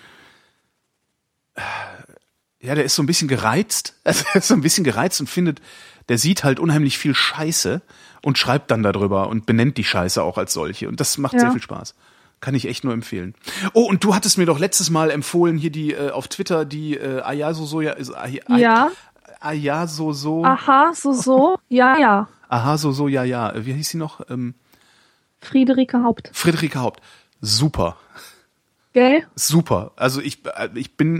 ja, der ist so ein bisschen gereizt. Also er ist so ein bisschen gereizt und findet, der sieht halt unheimlich viel Scheiße und schreibt dann darüber und benennt die Scheiße auch als solche. Und das macht sehr viel Spaß. Kann ich echt nur empfehlen. Oh, und du hattest mir doch letztes Mal empfohlen, hier die auf Twitter, die Ayasoso. Ja. Ayasoso. Aha, so. Ja. Aha, so, ja. Wie hieß sie noch? Friederike Haupt. Friederike Haupt. Super. Gell? Super. Also ich bin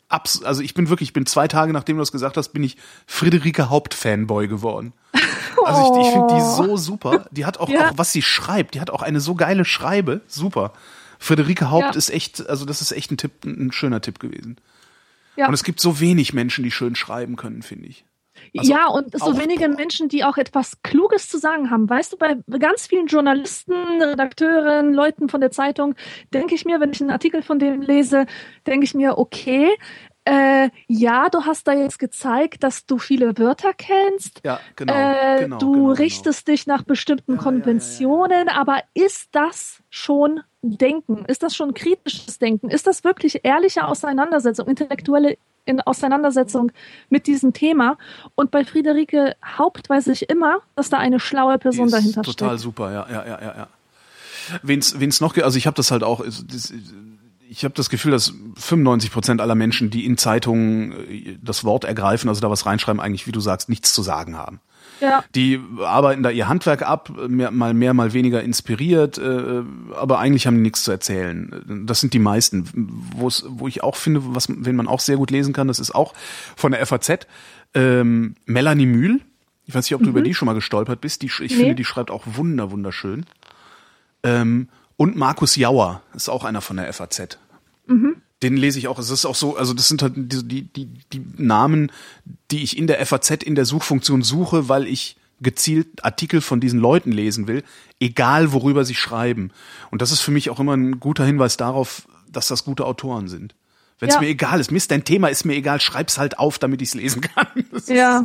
2 Tage, nachdem du das gesagt hast, bin ich Friederike Haupt-Fanboy geworden. Also ich finde die so super. Die hat auch, was sie schreibt, die hat auch eine so geile Schreibe. Super. Friederike Haupt ist echt, also das ist echt ein schöner Tipp gewesen. Ja. Und es gibt so wenig Menschen, die schön schreiben können, finde ich. Also und so wenige Menschen, die auch etwas Kluges zu sagen haben. Weißt du, bei ganz vielen Journalisten, Redakteuren, Leuten von der Zeitung, denke ich mir, wenn ich einen Artikel von denen lese, denke ich mir, okay, du hast da jetzt gezeigt, dass du viele Wörter kennst. Ja, genau. Du richtest dich nach bestimmten Konventionen, aber ist das schon Denken? Ist das schon kritisches Denken? Ist das wirklich ehrliche Auseinandersetzung, intellektuelle Auseinandersetzung mit diesem Thema? Und bei Friederike Haupt weiß ich immer, dass da eine schlaue Person dahinter steht. Total super, ja. Wen's noch, also ich habe das halt auch, ich habe das Gefühl, dass 95% aller Menschen, die in Zeitungen das Wort ergreifen, also da was reinschreiben, eigentlich, wie du sagst, nichts zu sagen haben. Ja. Die arbeiten da ihr Handwerk ab, mal mehr, mal weniger inspiriert, aber eigentlich haben die nichts zu erzählen. Das sind die meisten. Wo ich auch finde, wen man auch sehr gut lesen kann, das ist auch von der FAZ, Melanie Mühl. Ich weiß nicht, ob du über die schon mal gestolpert bist. Ich finde, die schreibt auch wunderschön. Und Markus Jauer ist auch einer von der FAZ. Den lese ich auch. Es ist auch so, also das sind halt die Namen, die ich in der FAZ in der Suchfunktion suche, weil ich gezielt Artikel von diesen Leuten lesen will, egal worüber sie schreiben. Und das ist für mich auch immer ein guter Hinweis darauf, dass das gute Autoren sind. Wenn es mir egal ist, Mist, dein Thema ist mir egal, schreib's halt auf, damit ich es lesen kann. Das ist,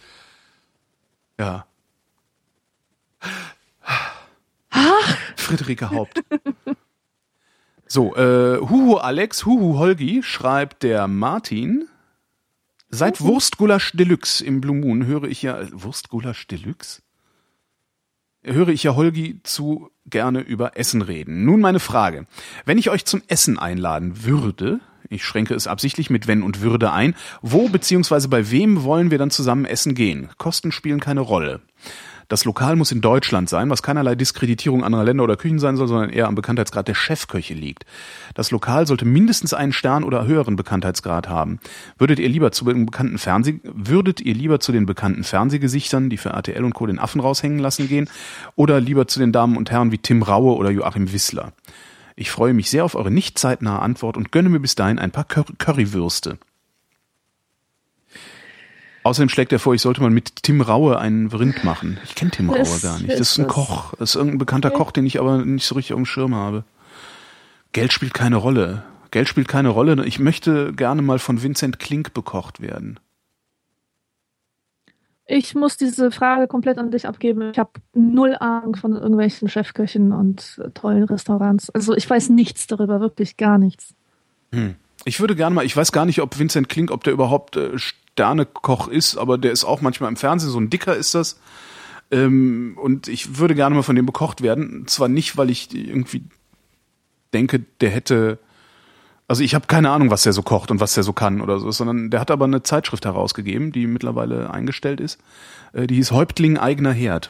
Friederike Haupt. So, Huhu Alex, Huhu Holgi, schreibt der Martin. Seit Wurstgulasch Deluxe im Blue Moon höre ich ja, Wurstgulasch Deluxe? Höre ich ja Holgi zu gerne über Essen reden. Nun meine Frage. Wenn ich euch zum Essen einladen würde, ich schränke es absichtlich mit wenn und würde ein, wo bzw. bei wem wollen wir dann zusammen essen gehen? Kosten spielen keine Rolle. Das Lokal muss in Deutschland sein, was keinerlei Diskreditierung anderer Länder oder Küchen sein soll, sondern eher am Bekanntheitsgrad der Chefköche liegt. Das Lokal sollte mindestens einen Stern oder höheren Bekanntheitsgrad haben. Würdet ihr lieber zu den bekannten Fernsehgesichtern, die für RTL und Co. den Affen raushängen lassen, gehen, oder lieber zu den Damen und Herren wie Tim Raue oder Joachim Wissler? Ich freue mich sehr auf eure nicht zeitnahe Antwort und gönne mir bis dahin ein paar Currywürste. Außerdem schlägt er vor, ich sollte mal mit Tim Raue einen Rind machen. Ich kenne Tim Raue gar nicht. Das ist ein Koch. Das ist irgendein bekannter Koch, den ich aber nicht so richtig auf dem Schirm habe. Geld spielt keine Rolle. Ich möchte gerne mal von Vincent Klink bekocht werden. Ich muss diese Frage komplett an dich abgeben. Ich habe null Ahnung von irgendwelchen Chefköchen und tollen Restaurants. Also ich weiß nichts darüber, wirklich gar nichts. Ich würde gerne mal, ich weiß gar nicht, ob Vincent Klink, ob der überhaupt Sternekoch ist, aber der ist auch manchmal im Fernsehen, so ein Dicker ist das. Und ich würde gerne mal von dem bekocht werden. Zwar nicht, weil ich irgendwie denke, der hätte, also ich habe keine Ahnung, was der so kocht und was der so kann oder so, sondern der hat aber eine Zeitschrift herausgegeben, die mittlerweile eingestellt ist. Die hieß Häuptling eigener Herd.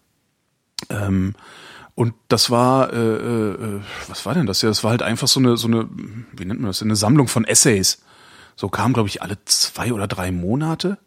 Und das war, was war denn das? Ja, das war halt einfach so eine, wie nennt man das? Eine Sammlung von Essays. So kam, glaube ich, alle 2 oder 3 Monate.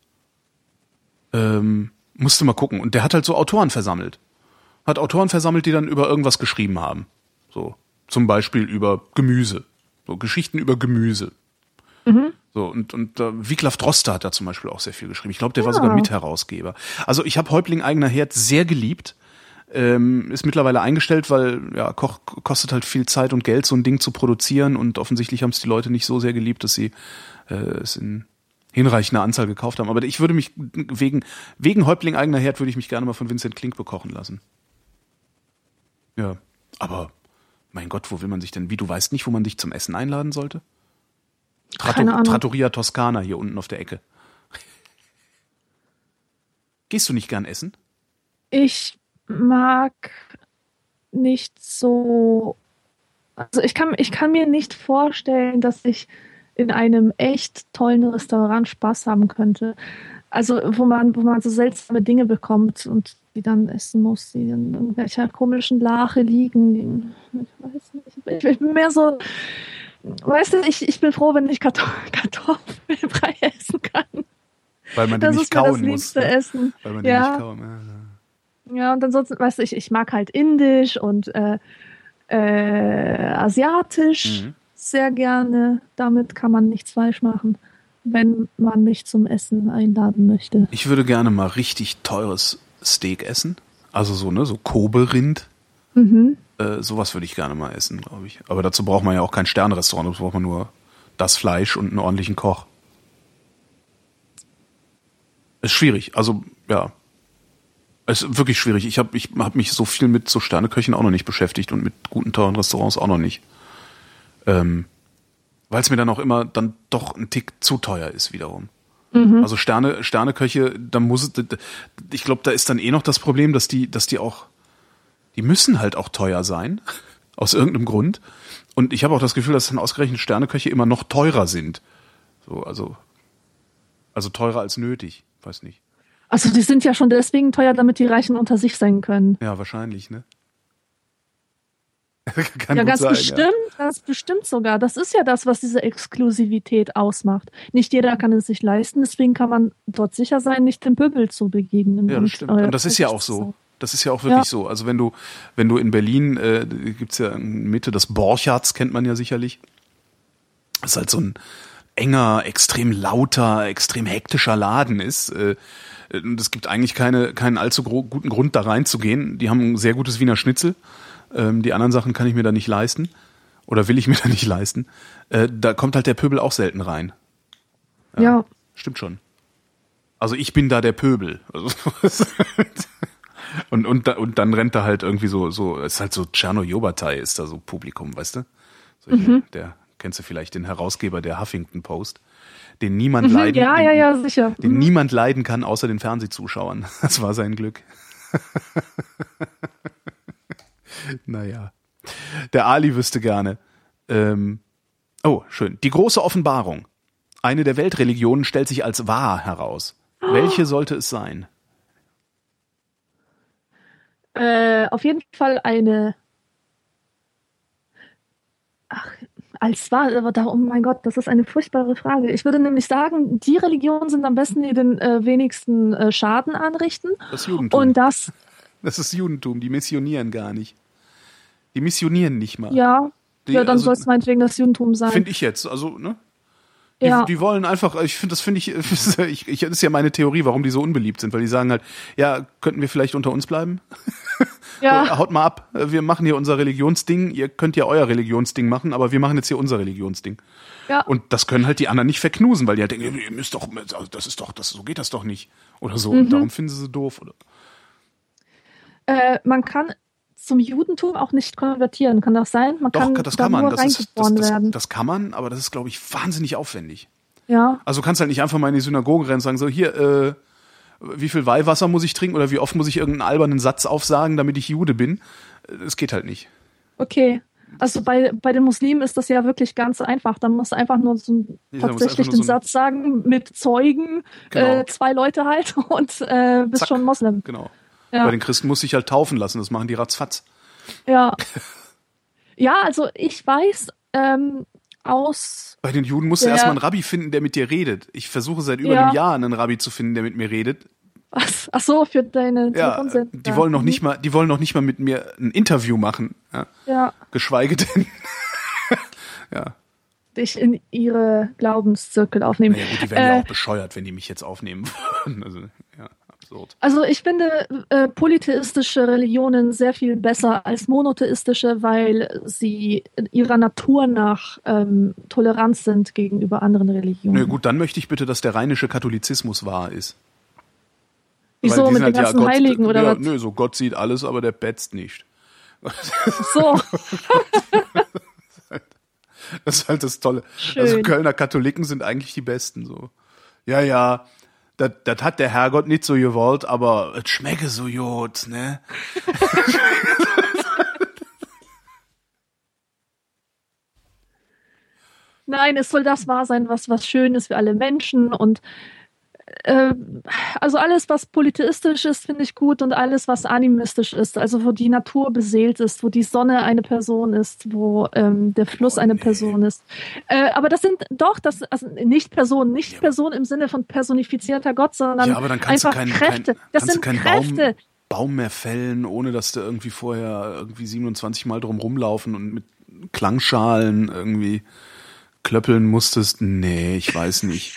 Musste mal gucken. Und der hat halt so Autoren versammelt. Hat Autoren versammelt, die dann über irgendwas geschrieben haben. So, zum Beispiel über Gemüse. So Geschichten über Gemüse. Mhm. So, und Wiglaf Droste hat da zum Beispiel auch sehr viel geschrieben. Ich glaube, der war sogar Mitherausgeber. Also ich habe Häuptling eigener Herd sehr geliebt. Ist mittlerweile eingestellt, weil ja Koch kostet halt viel Zeit und Geld, so ein Ding zu produzieren, und offensichtlich haben es die Leute nicht so sehr geliebt, dass sie es in hinreichender Anzahl gekauft haben. Aber ich würde mich wegen Häuptling eigener Herd würde ich mich gerne mal von Vincent Klink bekochen lassen. Ja, aber mein Gott, wo will man sich denn, wie, du weißt nicht, wo man dich zum Essen einladen sollte? Trattoria Toscana hier unten auf der Ecke. Gehst du nicht gern essen? Ich mag nicht so, also ich kann mir nicht vorstellen, dass ich in einem echt tollen Restaurant Spaß haben könnte. Also wo man so seltsame Dinge bekommt und die dann essen muss, die in irgendwelcher komischen Lache liegen. Ich weiß nicht. Ich bin mehr so, weißt du, ich bin froh, wenn ich Kartoffelbrei essen kann. Weil man den nicht kauen muss. Das ist mir das liebste Essen. Weil man den nicht kauen. Ja, und ansonsten, weißt du, ich mag halt Indisch und Asiatisch sehr gerne. Damit kann man nichts falsch machen, wenn man mich zum Essen einladen möchte. Ich würde gerne mal richtig teures Steak essen. Also so Kobe-Rind. Mhm. Sowas würde ich gerne mal essen, glaube ich. Aber dazu braucht man ja auch kein Sternrestaurant. Dazu braucht man nur das Fleisch und einen ordentlichen Koch. Ist schwierig. Also, ja. Es ist wirklich schwierig. Ich hab mich so viel mit so Sterneköchen auch noch nicht beschäftigt und mit guten, teuren Restaurants auch noch nicht. Weil es mir dann auch immer dann doch ein Tick zu teuer ist wiederum. Mhm. Also Sterneköche, ich glaube, da ist dann noch das Problem, dass die auch, die müssen halt auch teuer sein, aus irgendeinem Grund. Und ich habe auch das Gefühl, dass dann ausgerechnet Sterneköche immer noch teurer sind. So, also teurer als nötig. Weiß nicht. Also die sind ja schon deswegen teuer, damit die Reichen unter sich sein können. Ja, wahrscheinlich, ne? Kann ja, ganz sein, bestimmt, ja. Ganz bestimmt sogar. Das ist ja das, was diese Exklusivität ausmacht. Nicht jeder kann es sich leisten, deswegen kann man dort sicher sein, nicht dem Pöbel zu begegnen. Ja, das stimmt. Und das ist ja auch so. Das ist ja auch wirklich so. Also wenn du in Berlin, gibt's ja in Mitte das Borchards, kennt man ja sicherlich. Das ist halt so ein enger, extrem lauter, extrem hektischer Laden ist. Und es gibt eigentlich keinen allzu guten Grund, da reinzugehen. Die haben ein sehr gutes Wiener Schnitzel. Die anderen Sachen kann ich mir da nicht leisten. Oder will ich mir da nicht leisten. Da kommt halt der Pöbel auch selten rein. Ja. Stimmt schon. Also ich bin da der Pöbel. Also, und dann rennt da halt irgendwie so, es ist halt so Tscherno-Jobatai ist da so Publikum, weißt du? So der, kennst du vielleicht den Herausgeber der Huffington Post, den niemand leiden, sicher. Den niemand leiden kann, außer den Fernsehzuschauern. Das war sein Glück. Naja. Der Ali wüsste gerne. Schön. Die große Offenbarung. Eine der Weltreligionen stellt sich als wahr heraus. Welche sollte es sein? Auf jeden Fall eine. Als wahr, aber oh mein Gott, das ist eine furchtbare Frage. Ich würde nämlich sagen, die Religionen sind am besten, die den wenigsten Schaden anrichten. Das Judentum. Und das ist das Judentum, die missionieren gar nicht. Die missionieren nicht mal. Ja, dann soll es meinetwegen das Judentum sein. Finde ich jetzt, also, ne? Die wollen einfach, das ist ja meine Theorie, warum die so unbeliebt sind, weil die sagen halt, ja, könnten wir vielleicht unter uns bleiben? Ja. So, haut mal ab, wir machen hier unser Religionsding, ihr könnt ja euer Religionsding machen, aber wir machen jetzt hier unser Religionsding. Ja. Und das können halt die anderen nicht verknusen, weil die halt denken, ihr müsst doch, so geht das doch nicht. Oder so, und darum finden sie doof, oder? Man kann zum Judentum auch nicht konvertieren, kann das sein? Das kann man, aber das ist, glaube ich, wahnsinnig aufwendig. Ja. Also du kannst halt nicht einfach mal in die Synagoge rennen und sagen, so hier, wie viel Weihwasser muss ich trinken oder wie oft muss ich irgendeinen albernen Satz aufsagen, damit ich Jude bin. Das geht halt nicht. Okay. Also bei den Muslimen ist das ja wirklich ganz einfach. Da musst du einfach nur tatsächlich den Satz sagen mit Zeugen, Genau. 2 Leute halt und bist Zack. schon Moslem. Genau. Ja. Bei den Christen muss ich halt taufen lassen, das machen die ratzfatz. Ja. Ja, also ich weiß aus... Bei den Juden musst du erstmal einen Rabbi finden, der mit dir redet. Ich versuche seit über einem Jahr einen Rabbi zu finden, der mit mir redet. Ach so, für deine Telefonsendung. Die wollen noch nicht mal mit mir ein Interview machen. Ja. Geschweige denn. Ja. Dich in ihre Glaubenszirkel aufnehmen. Naja, gut, die werden ja auch bescheuert, wenn die mich jetzt aufnehmen würden. Also, ja, absurd. Also ich finde polytheistische Religionen sehr viel besser als monotheistische, weil sie ihrer Natur nach tolerant sind gegenüber anderen Religionen. Na gut, dann möchte ich bitte, dass der rheinische Katholizismus wahr ist. Wieso, mit den ganzen Gott, Heiligen oder was? Nö, so Gott sieht alles, aber der betzt nicht. So. Das ist halt das Tolle. Schön. Also Kölner Katholiken sind eigentlich die Besten. So. Ja, das hat der Herrgott nicht so gewollt, aber es schmecke so gut, ne? Nein, es soll das wahr sein, was schön ist für alle Menschen und also alles, was polytheistisch ist, finde ich gut und alles, was animistisch ist, also wo die Natur beseelt ist, wo die Sonne eine Person ist, wo der Fluss eine Person ist. Aber das sind doch, also nicht Person im Sinne von personifizierter Gott, sondern ja, aber dann kannst einfach Kräfte. Das sind Kräfte. Baum mehr fällen, ohne dass du irgendwie vorher irgendwie 27 Mal drum rumlaufen und mit Klangschalen irgendwie klöppeln musstest. Nee, ich weiß nicht.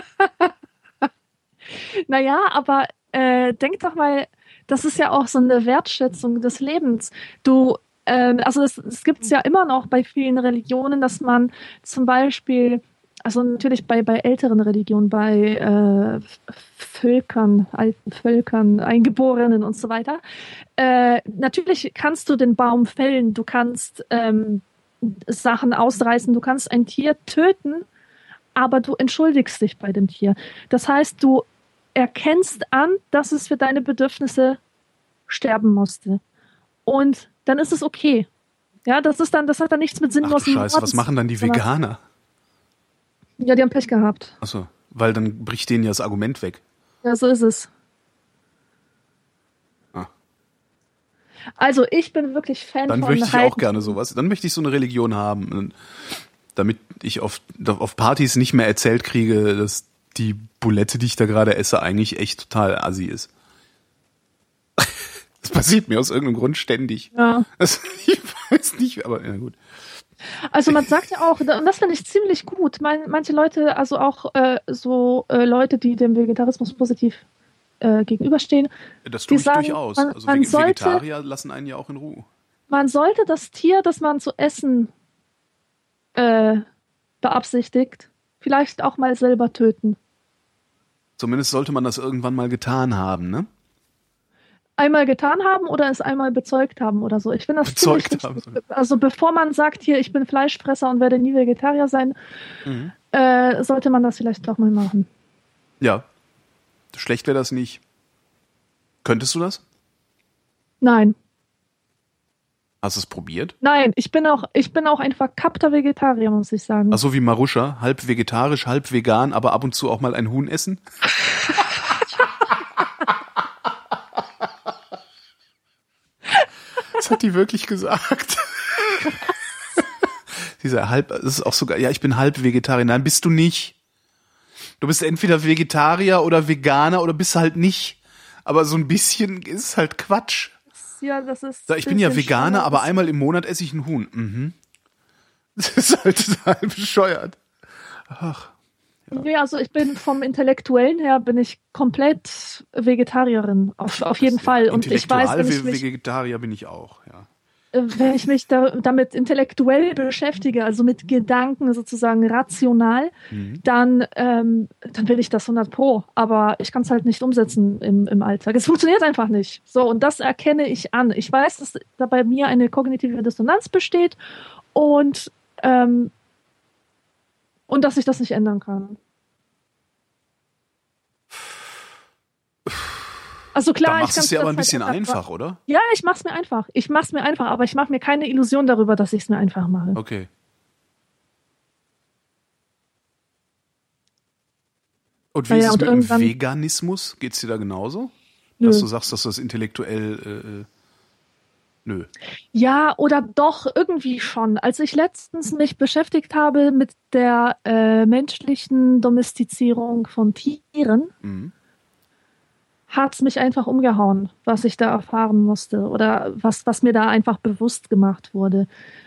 Naja, aber denk doch mal, das ist ja auch so eine Wertschätzung des Lebens. Also es gibt es ja immer noch bei vielen Religionen, dass man zum Beispiel, also natürlich bei älteren Religionen, bei Völkern, alten Völkern, Eingeborenen und so weiter, natürlich kannst du den Baum fällen, du kannst Sachen ausreißen, du kannst ein Tier töten, aber du entschuldigst dich bei dem Tier. Das heißt, du erkennst an, dass es für deine Bedürfnisse sterben musste. Und dann ist es okay. Ja, das hat dann nichts mit sinnlosen Ach du Scheiße, was machen dann die Veganer? Ja, die haben Pech gehabt. Achso, weil dann bricht denen ja das Argument weg. Ja, so ist es. Also, ich bin wirklich Fan dann von möchte ich auch gerne sowas. Dann möchte ich so eine Religion haben, damit ich auf Partys nicht mehr erzählt kriege, dass die Bulette, die ich da gerade esse, eigentlich echt total assi ist. Das passiert mir aus irgendeinem Grund ständig. Ja. Ich weiß nicht, aber ja gut. Also man sagt ja auch, und das finde ich ziemlich gut, manche Leute, also auch Leute, die dem Vegetarismus positiv gegenüberstehen. Das tue ich sagen, durchaus. Also man Vegetarier lassen einen ja auch in Ruhe. Man sollte das Tier, das man zu essen beabsichtigt, vielleicht auch mal selber töten. Zumindest sollte man das irgendwann mal getan haben, ne? Einmal getan haben oder es einmal bezeugt haben oder so. Ich finde das ziemlich wichtig. Also bevor man sagt, hier, ich bin Fleischfresser und werde nie Vegetarier sein, sollte man das vielleicht doch mal machen. Ja. Schlecht wäre das nicht. Könntest du das? Nein. Hast du es probiert? Nein, ich bin auch ein verkappter Vegetarier, muss ich sagen. Ach so wie Maruscha, halb vegetarisch, halb vegan, aber ab und zu auch mal ein Huhn essen? Das hat die wirklich gesagt. Das ist auch sogar, ja, ich bin halb Vegetarier. Nein, bist du nicht. Du bist entweder Vegetarier oder Veganer oder bist halt nicht. Aber so ein bisschen ist halt Quatsch. Ja, das ist. Ich bin ja Veganer, aber einmal im Monat esse ich ein Huhn. Mhm. Das ist halt total bescheuert. Ach. Ja. Nee, also ich bin vom Intellektuellen her bin ich komplett Vegetarierin, auf jeden Fall. Und ich weiß, Vegetarier bin ich auch, ja. Wenn ich mich damit intellektuell beschäftige, also mit Gedanken sozusagen rational, dann will ich das 100%. Aber ich kann es halt nicht umsetzen im Alltag. Es funktioniert einfach nicht. So, und das erkenne ich an. Ich weiß, dass da bei mir eine kognitive Dissonanz besteht und Und dass ich das nicht ändern kann. Also klar, da machst du es dir aber ein bisschen einfach, oder? Ja, ich mach's mir einfach. Aber ich mache mir keine Illusion darüber, dass ich es mir einfach mache. Okay. Und wie ist es mit dem Veganismus? Geht's dir da genauso? Nö. Dass du sagst, dass das intellektuell nö. Ja, oder doch, irgendwie schon. Als ich letztens mich beschäftigt habe mit der menschlichen Domestizierung von Tieren, hat's mich einfach umgehauen, was ich da erfahren musste oder was mir da einfach bewusst gemacht wurde.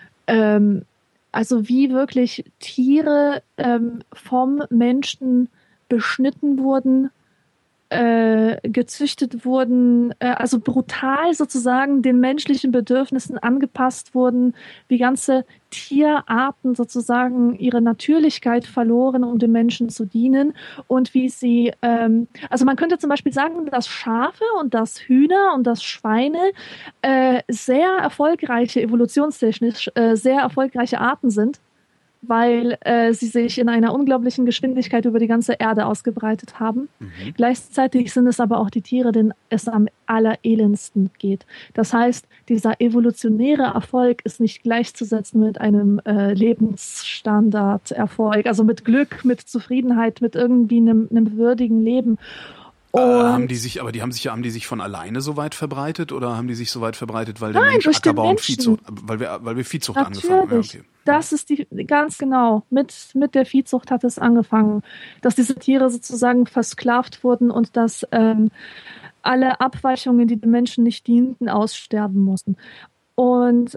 Also wie wirklich Tiere vom Menschen beschnitten wurden, gezüchtet wurden, also brutal sozusagen den menschlichen Bedürfnissen angepasst wurden, wie ganze Tierarten sozusagen ihre Natürlichkeit verloren, um den Menschen zu dienen und wie sie, also man könnte zum Beispiel sagen, dass Schafe und dass Hühner und dass Schweine sehr erfolgreiche, evolutionstechnisch sehr erfolgreiche Arten sind, weil sie sich in einer unglaublichen Geschwindigkeit über die ganze Erde ausgebreitet haben. Gleichzeitig sind es aber auch die Tiere, denen es am allerelendsten geht. Das heißt, dieser evolutionäre Erfolg ist nicht gleichzusetzen mit einem Lebensstandarderfolg, also mit Glück, mit Zufriedenheit, mit irgendwie einem würdigen Leben. Haben die sich von alleine so weit verbreitet oder haben die sich so weit verbreitet, weil der Mensch Ackerbau und Viehzucht, weil wir Viehzucht angefangen haben? Okay. Das ist ganz genau. Mit der Viehzucht hat es angefangen, dass diese Tiere sozusagen versklavt wurden und dass alle Abweichungen, die den Menschen nicht dienten, aussterben mussten. Und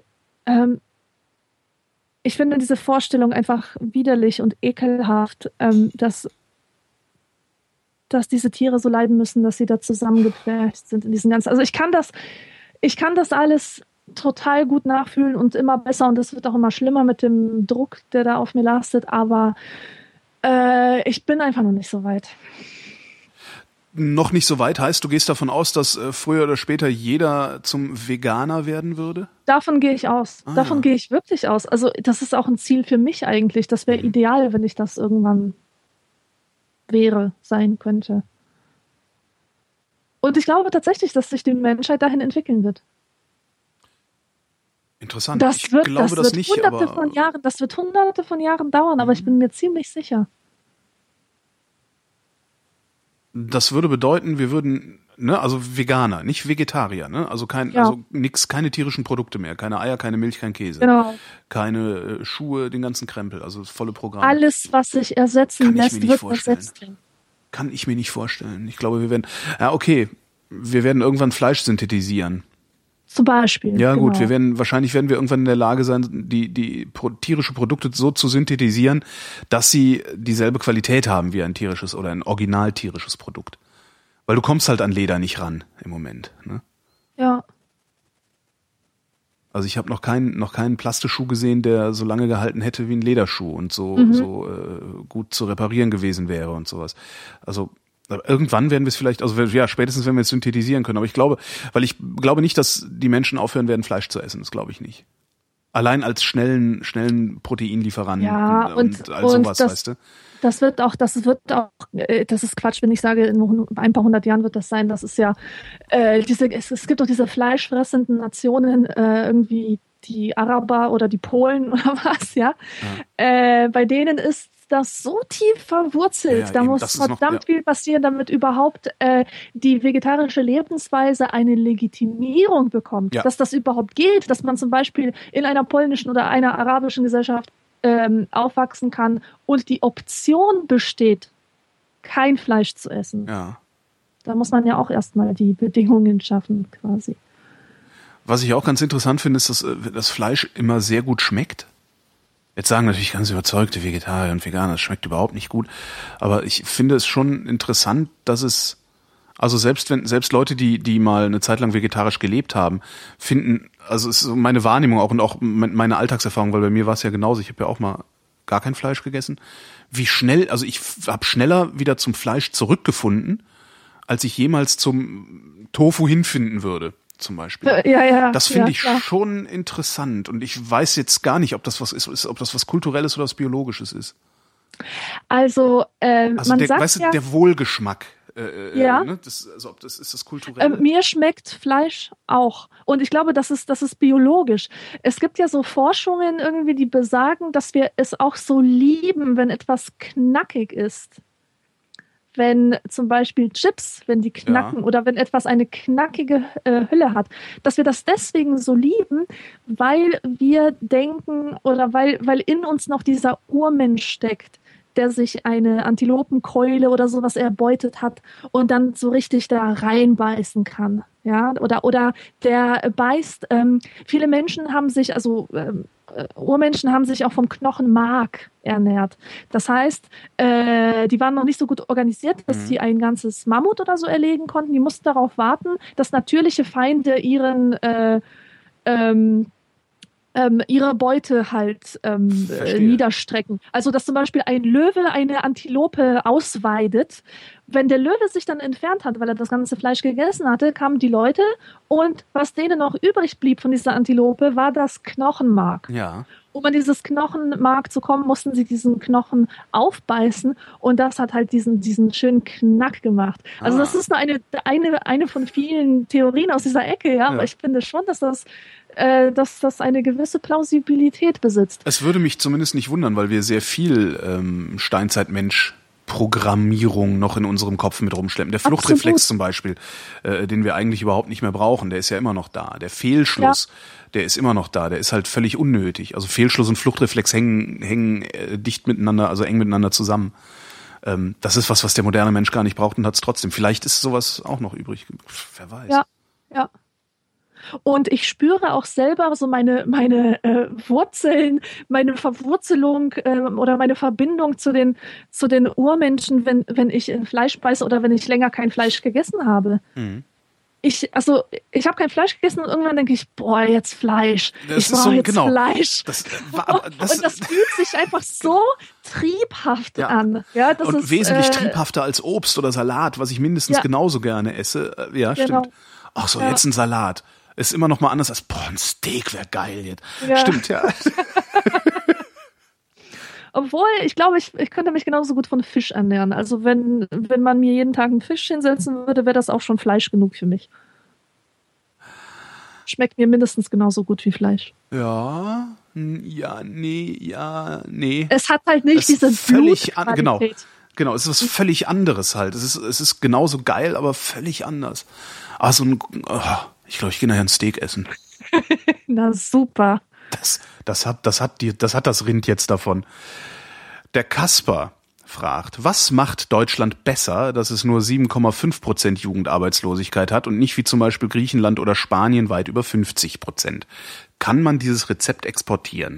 ich finde diese Vorstellung einfach widerlich und ekelhaft, dass diese Tiere so leiden müssen, dass sie da zusammengepfercht sind in diesen ganzen. Also ich kann das alles total gut nachfühlen und immer besser und es wird auch immer schlimmer mit dem Druck, der da auf mir lastet, aber ich bin einfach noch nicht so weit. Noch nicht so weit heißt, du gehst davon aus, dass früher oder später jeder zum Veganer werden würde? Davon gehe ich aus. Davon gehe ich wirklich aus. Also das ist auch ein Ziel für mich eigentlich. Das wäre ideal, wenn ich das irgendwann sein könnte. Und ich glaube tatsächlich, dass sich die Menschheit dahin entwickeln wird. Interessant. Ich glaube das nicht, das wird hunderte von Jahren dauern, aber ich bin mir ziemlich sicher. Das würde bedeuten, wir würden, also Veganer, nicht Vegetarier, also keine tierischen Produkte mehr, keine Eier, keine Milch, kein Käse, keine Schuhe, den ganzen Krempel, also das volle Programm. Alles, was sich ersetzen lässt, wird ersetzt. Kann ich mir nicht vorstellen. Ich glaube, wir werden irgendwann Fleisch synthetisieren. Zum Beispiel. Ja, gut, wahrscheinlich werden wir irgendwann in der Lage sein, die tierische Produkte so zu synthetisieren, dass sie dieselbe Qualität haben wie ein tierisches oder ein original tierisches Produkt. Weil du kommst halt an Leder nicht ran im Moment, ne? Ja. Also ich habe noch keinen Plasteschuh gesehen, der so lange gehalten hätte wie ein Lederschuh und so gut zu reparieren gewesen wäre und sowas. Also irgendwann werden wir es vielleicht, spätestens wenn wir es synthetisieren können. Aber ich glaube nicht, dass die Menschen aufhören werden, Fleisch zu essen. Das glaube ich nicht. Allein als schnellen Proteinlieferanten und all sowas, weißt du? Das ist Quatsch, wenn ich sage, in ein paar hundert Jahren wird das sein. Das ist ja, es gibt doch diese fleischfressenden Nationen, irgendwie die Araber oder die Polen oder was, ja. Bei denen ist das so tief verwurzelt. Da muss verdammt viel passieren, damit überhaupt die vegetarische Lebensweise eine Legitimierung bekommt. Dass das überhaupt geht, dass man zum Beispiel in einer polnischen oder einer arabischen Gesellschaft aufwachsen kann und die Option besteht, kein Fleisch zu essen. Ja. Da muss man ja auch erstmal die Bedingungen schaffen, quasi. Was ich auch ganz interessant finde, ist, dass das Fleisch immer sehr gut schmeckt. Jetzt sagen natürlich ganz überzeugte Vegetarier und Veganer, das schmeckt überhaupt nicht gut. Aber ich finde es schon interessant, dass es, also selbst Leute, die mal eine Zeit lang vegetarisch gelebt haben, finden, also es ist so meine Wahrnehmung auch und auch meine Alltagserfahrung, weil bei mir war es ja genauso, ich habe ja auch mal gar kein Fleisch gegessen, wie schnell, also ich habe schneller wieder zum Fleisch zurückgefunden, als ich jemals zum Tofu hinfinden würde, zum Beispiel. Das finde ich schon interessant und ich weiß jetzt gar nicht, ob das was ist, ob das was Kulturelles oder was Biologisches ist. Also, Also man der, sagt weißt du, ja, der Wohlgeschmack. ja, Ne? Ist das kulturell? mir schmeckt Fleisch auch. Und ich glaube, das ist biologisch. Es gibt ja so Forschungen irgendwie, die besagen, dass wir es auch so lieben, wenn etwas knackig ist. Wenn zum Beispiel Chips, wenn die Ja. knacken oder wenn etwas eine knackige Hülle hat, dass wir das deswegen so lieben, weil wir denken oder weil in uns noch dieser Urmensch steckt, der sich eine Antilopenkeule oder sowas erbeutet hat und dann so richtig da reinbeißen kann. Ja, oder der beißt. Viele Menschen haben sich, also Urmenschen haben sich auch vom Knochenmark ernährt. Das heißt, die waren noch nicht so gut organisiert, dass Mhm. sie ein ganzes Mammut oder so erlegen konnten. Die mussten darauf warten, dass natürliche Feinde ähm, ihre Beute halt Verstehe. niederstrecken. Also, dass zum Beispiel ein Löwe eine Antilope ausweidet. Wenn der Löwe sich dann entfernt hat, weil er das ganze Fleisch gegessen hatte, kamen die Leute und was denen noch übrig blieb von dieser Antilope, war das Knochenmark. Ja. Um an dieses Knochenmark zu kommen, mussten sie diesen Knochen aufbeißen und das hat halt diesen schönen Knack gemacht. Also das Ah. ist nur eine von vielen Theorien aus dieser Ecke, ja, aber Ja. ich finde schon, dass das eine gewisse Plausibilität besitzt. Es würde mich zumindest nicht wundern, weil wir sehr viel Steinzeitmensch-Programmierung noch in unserem Kopf mit rumschleppen. Der Fluchtreflex Absolut. zum Beispiel, den wir eigentlich überhaupt nicht mehr brauchen, der ist ja immer noch da. Der Fehlschluss, der ist immer noch da. Der ist halt völlig unnötig. Also Fehlschluss und Fluchtreflex hängen dicht miteinander, also eng miteinander zusammen. Das ist was der moderne Mensch gar nicht braucht und hat es trotzdem. Vielleicht ist sowas auch noch übrig. Wer weiß. Ja, ja. Und ich spüre auch selber so meine Wurzeln, meine Verwurzelung oder meine Verbindung zu den Urmenschen, wenn ich Fleisch beiße oder wenn ich länger kein Fleisch gegessen habe. Mhm. Ich habe kein Fleisch gegessen und irgendwann denke ich, boah, jetzt Fleisch. Das Ich ist so, brauche jetzt genau. Fleisch. Das Und das fühlt sich einfach so triebhaft Ja. an. Ja, das und ist wesentlich triebhafter als Obst oder Salat, was ich mindestens Ja. genauso gerne esse. Ja, Genau. stimmt. Ach so, Ja. jetzt ein Salat. Ist immer noch mal anders als, boah, ein Steak wäre geil jetzt. Ja. Stimmt, ja. Obwohl, ich glaube, ich könnte mich genauso gut von Fisch ernähren. Also wenn man mir jeden Tag einen Fisch hinsetzen würde, wäre das auch schon Fleisch genug für mich. Schmeckt mir mindestens genauso gut wie Fleisch. Ja, nee. Es hat halt nicht Es ist diese völlig genau. Blutqualität. Genau, es ist was völlig anderes halt. Es ist genauso geil, aber völlig anders. Ah, ich glaube, ich gehe nachher ein Steak essen. Na super. Das hat das Rind jetzt davon. Der Kasper fragt, was macht Deutschland besser, dass es nur 7,5% Jugendarbeitslosigkeit hat und nicht wie zum Beispiel Griechenland oder Spanien weit über 50%? Kann man dieses Rezept exportieren?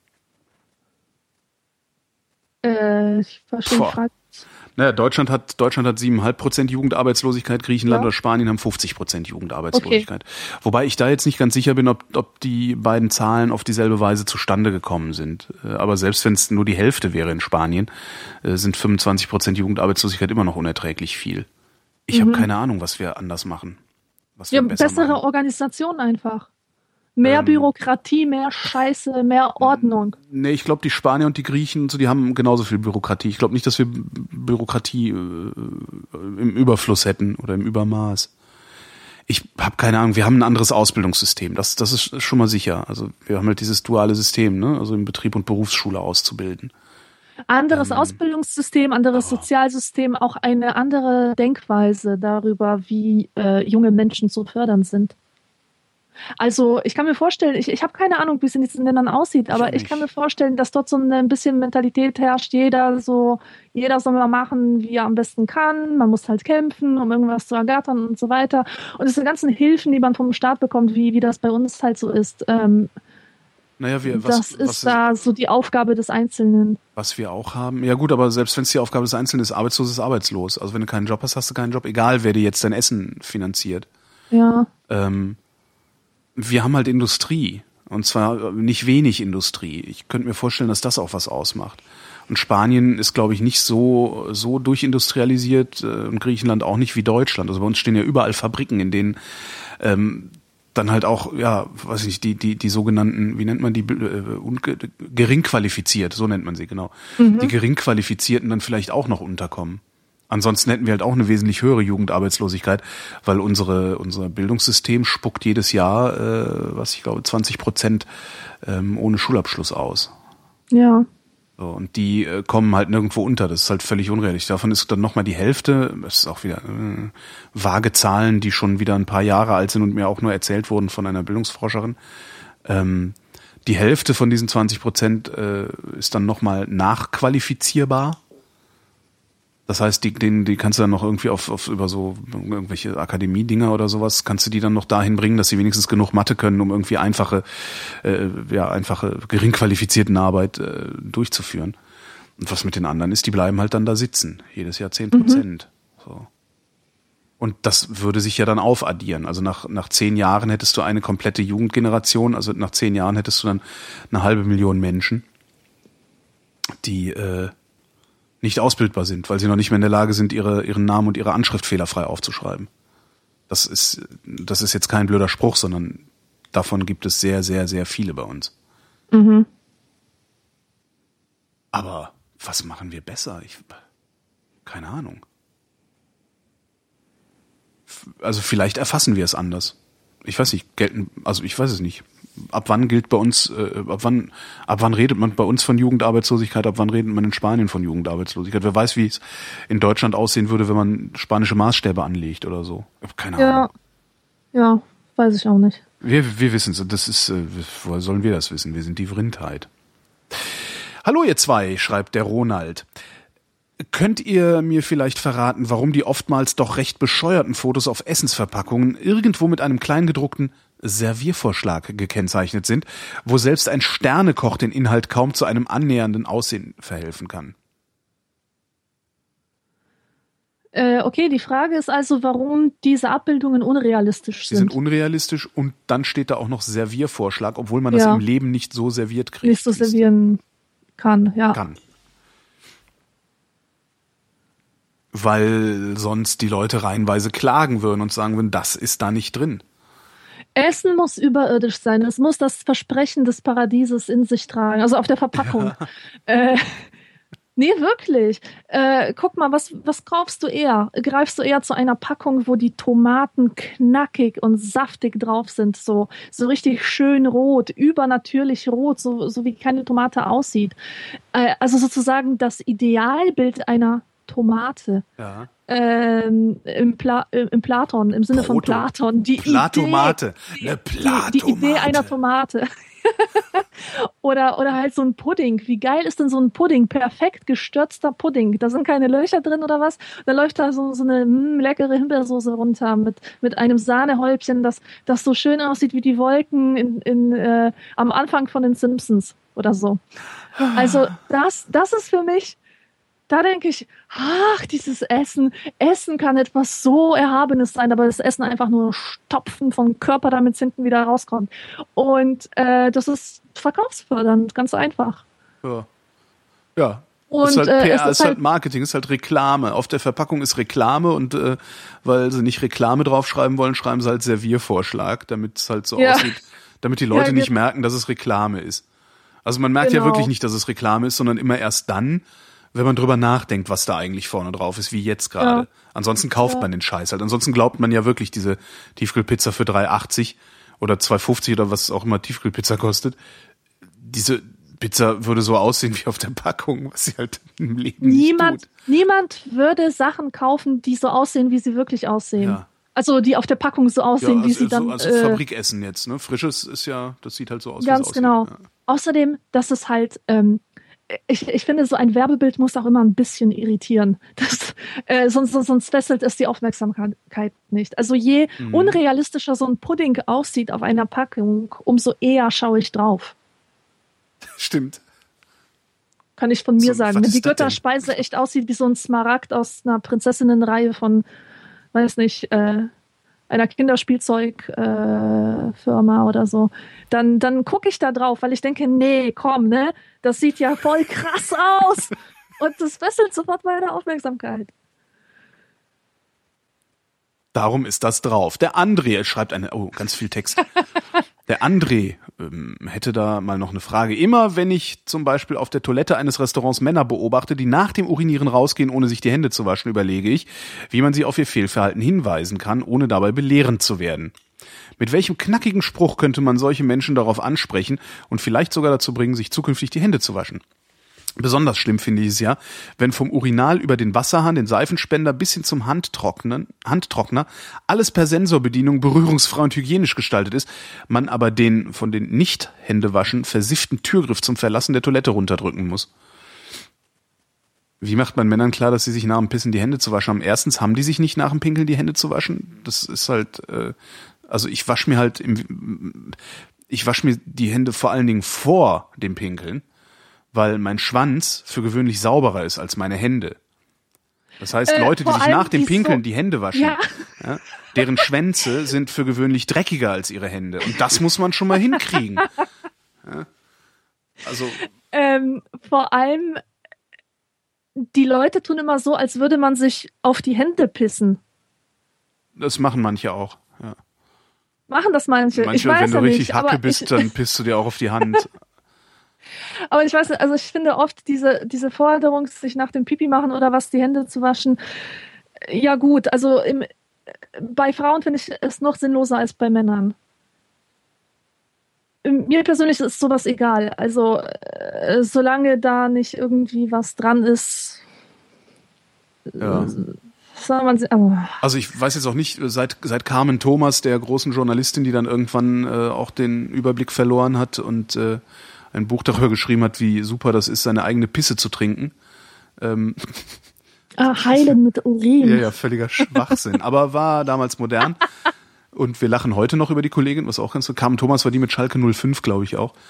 Ich verstehe die Boah. Frage. Naja, Deutschland hat 7,5% Jugendarbeitslosigkeit, Griechenland Ja. oder Spanien haben 50% Jugendarbeitslosigkeit. Wobei ich da jetzt nicht ganz sicher bin, ob die beiden Zahlen auf dieselbe Weise zustande gekommen sind. Aber selbst wenn es nur die Hälfte wäre in Spanien, sind 25% Jugendarbeitslosigkeit immer noch unerträglich viel. Ich habe keine Ahnung, was wir anders machen. Was wir Ja, besser bessere machen. Organisation einfach. Mehr Bürokratie, mehr Scheiße, mehr Ordnung. Nee, ich glaube, die Spanier und die Griechen, so, die haben genauso viel Bürokratie. Ich glaube nicht, dass wir Bürokratie im Überfluss hätten oder im Übermaß. Ich habe keine Ahnung, wir haben ein anderes Ausbildungssystem. Das ist schon mal sicher. Also wir haben halt dieses duale System, ne? Also im Betrieb und Berufsschule auszubilden. Anderes Ausbildungssystem, anderes Sozialsystem, auch eine andere Denkweise darüber, wie junge Menschen zu fördern sind. Also ich kann mir vorstellen, ich habe keine Ahnung, wie es in diesen Ländern aussieht, aber auch ich kann mir nicht. vorstellen, dass dort so ein bisschen Mentalität herrscht, jeder soll mal machen, wie er am besten kann, man muss halt kämpfen, um irgendwas zu ergattern und so weiter. Und diese ganzen Hilfen, die man vom Staat bekommt, wie das bei uns halt so ist, Naja, das ist da so die Aufgabe des Einzelnen. was wir auch haben. Ja gut, aber selbst wenn es die Aufgabe des Einzelnen ist, arbeitslos ist arbeitslos. Also wenn du keinen Job hast, hast du keinen Job, egal wer dir jetzt dein Essen finanziert. Ja. Wir haben halt Industrie. Und zwar nicht wenig Industrie. Ich könnte mir vorstellen, dass das auch was ausmacht. Und Spanien ist, glaube ich, nicht so durchindustrialisiert und Griechenland auch nicht wie Deutschland. Also bei uns stehen ja überall Fabriken, in denen dann halt auch, ja, weiß ich nicht, die sogenannten, wie nennt man die, gering qualifiziert, so nennt man sie, genau. Die gering Qualifizierten dann vielleicht auch noch unterkommen. Ansonsten hätten wir halt auch eine wesentlich höhere Jugendarbeitslosigkeit, weil unser Bildungssystem spuckt jedes Jahr, was ich glaube, 20% ohne Schulabschluss aus. Ja. So, und die kommen halt nirgendwo unter. Das ist halt völlig unrealistisch. Davon ist dann nochmal die Hälfte, das ist auch wieder vage Zahlen, die schon wieder ein paar Jahre alt sind und mir auch nur erzählt wurden von einer Bildungsforscherin. Die Hälfte von diesen 20% ist dann nochmal nachqualifizierbar. Das heißt, die kannst du dann noch irgendwie auf über so irgendwelche Akademie-Dinger oder sowas, kannst du die dann noch dahin bringen, dass sie wenigstens genug Mathe können, um irgendwie einfache gering qualifizierten Arbeit durchzuführen. Und was mit den anderen ist, die bleiben halt dann da sitzen. Jedes Jahr 10%. So. Und das würde sich ja dann aufaddieren. Also nach 10 Jahren hättest du eine komplette Jugendgeneration, also nach 10 Jahren hättest du dann 500.000 Menschen, die nicht ausbildbar sind, weil sie noch nicht mehr in der Lage sind, ihren Namen und ihre Anschrift fehlerfrei aufzuschreiben. Das ist jetzt kein blöder Spruch, sondern davon gibt es sehr, sehr, sehr viele bei uns. Mhm. Aber was machen wir besser? Keine Ahnung. Also vielleicht erfassen wir es anders. Ich weiß nicht, ich weiß es nicht. Ab wann gilt bei uns, ab wann redet man bei uns von Jugendarbeitslosigkeit, ab wann redet man in Spanien von Jugendarbeitslosigkeit? Wer weiß, wie es in Deutschland aussehen würde, wenn man spanische Maßstäbe anlegt oder so. Ich hab keine Ahnung. Ja, weiß ich auch nicht. Wir wissen es, das ist, woher sollen wir das wissen? Wir sind die Vrindheit. Hallo ihr zwei, schreibt der Ronald. Könnt ihr mir vielleicht verraten, warum die oftmals doch recht bescheuerten Fotos auf Essensverpackungen irgendwo mit einem kleingedruckten Serviervorschlag gekennzeichnet sind, wo selbst ein Sternekoch den Inhalt kaum zu einem annähernden Aussehen verhelfen kann? Okay, die Frage ist also, warum diese Abbildungen unrealistisch sind. Sie sind unrealistisch und dann steht da auch noch Serviervorschlag, obwohl man das im Leben nicht so serviert kriegt. Nicht so servieren kann, ja. Weil sonst die Leute reihenweise klagen würden und sagen würden, das ist da nicht drin. Essen muss überirdisch sein. Es muss das Versprechen des Paradieses in sich tragen. Also auf der Verpackung. Ja. Nee, wirklich. Guck mal, was kaufst du eher? Greifst du eher zu einer Packung, wo die Tomaten knackig und saftig drauf sind, so richtig schön rot, übernatürlich rot, so wie keine Tomate aussieht. Also sozusagen das Idealbild einer Tomate. Ja. Im Platon, im Sinne von Platon. Platomate. Die Idee einer Tomate. oder halt so ein Pudding. Wie geil ist denn so ein Pudding? Perfekt gestürzter Pudding. Da sind keine Löcher drin oder was? Da läuft da so eine leckere Himbeersoße runter mit einem Sahnehäubchen, das so schön aussieht wie die Wolken am Anfang von den Simpsons oder so. Also das ist für mich. Da denke ich, dieses Essen kann etwas so Erhabenes sein, aber das Essen einfach nur Stopfen vom Körper, damit es hinten wieder rauskommt. Und das ist verkaufsfördernd, ganz einfach. Ja. Und ist halt PR, ist halt Marketing, ist halt Reklame. Auf der Verpackung ist Reklame und weil sie nicht Reklame draufschreiben wollen, schreiben sie halt Serviervorschlag, damit es halt so aussieht, damit die Leute nicht merken, dass es Reklame ist. Also man merkt ja wirklich nicht, dass es Reklame ist, sondern immer erst dann, wenn man drüber nachdenkt, was da eigentlich vorne drauf ist, wie jetzt gerade. Ja. Ansonsten kauft man den Scheiß halt. Ansonsten glaubt man ja wirklich diese Tiefkühlpizza für 3,80 oder 2,50 oder was auch immer Tiefkühlpizza kostet. Diese Pizza würde so aussehen wie auf der Packung, was sie halt im Leben nicht tut. Niemand würde Sachen kaufen, die so aussehen, wie sie wirklich aussehen. Ja. Also die auf der Packung so aussehen, wie sie dann... Also Fabrikessen jetzt, ne? Frisches ist ja, das sieht halt so aus, wie es aussieht. Ganz genau. Ja. Außerdem, dass es halt... Ich finde, so ein Werbebild muss auch immer ein bisschen irritieren. Sonst fesselt es die Aufmerksamkeit nicht. Also je unrealistischer so ein Pudding aussieht auf einer Packung, umso eher schaue ich drauf. Stimmt. Kann ich von mir sagen. Wenn die Götterspeise echt aussieht wie so ein Smaragd aus einer Prinzessinnenreihe von, weiß nicht, einer Kinderspielzeugfirma oder so, dann gucke ich da drauf, weil ich denke, nee, komm, ne, das sieht ja voll krass aus und das fesselt sofort meine Aufmerksamkeit. Darum ist das drauf. Der André schreibt ganz viel Text. Der André hätte da mal noch eine Frage. Immer wenn ich zum Beispiel auf der Toilette eines Restaurants Männer beobachte, die nach dem Urinieren rausgehen, ohne sich die Hände zu waschen, überlege ich, wie man sie auf ihr Fehlverhalten hinweisen kann, ohne dabei belehrend zu werden. Mit welchem knackigen Spruch könnte man solche Menschen darauf ansprechen und vielleicht sogar dazu bringen, sich zukünftig die Hände zu waschen? Besonders schlimm finde ich es ja, wenn vom Urinal über den Wasserhahn, den Seifenspender bis hin zum Handtrockner alles per Sensorbedienung berührungsfrei und hygienisch gestaltet ist, man aber den von den Nicht-Händewaschen versifften Türgriff zum Verlassen der Toilette runterdrücken muss. Wie macht man Männern klar, dass sie sich nach dem Pissen die Hände zu waschen haben? Erstens haben die sich nicht nach dem Pinkeln die Hände zu waschen. Das ist halt, also ich wasche mir die Hände vor allen Dingen vor dem Pinkeln, weil mein Schwanz für gewöhnlich sauberer ist als meine Hände. Das heißt, Leute, die sich nach dem Pinkeln die Hände waschen, ja, deren Schwänze sind für gewöhnlich dreckiger als ihre Hände. Und das muss man schon mal hinkriegen. Ja. Also vor allem, die Leute tun immer so, als würde man sich auf die Hände pissen. Das machen manche auch, ja. Machen das manche? Manche, ich weiß wenn du ja richtig nicht, Hacke bist, dann pisst du dir auch auf die Hand. Aber ich weiß nicht, also ich finde oft diese Forderung, sich nach dem Pipi machen oder was die Hände zu waschen, ja gut, also bei Frauen finde ich es noch sinnloser als bei Männern. Mir persönlich ist sowas egal, also solange da nicht irgendwie was dran ist, ja. Soll man Also ich weiß jetzt auch nicht, seit Carmen Thomas, der großen Journalistin, die dann irgendwann auch den Überblick verloren hat und ein Buch darüber geschrieben hat, wie super das ist, seine eigene Pisse zu trinken. Heilen mit Urin. Ja, völliger Schwachsinn. Aber war damals modern. Und wir lachen heute noch über die Kollegin, was auch ganz so. Carmen Thomas war die mit Schalke 05, glaube ich auch.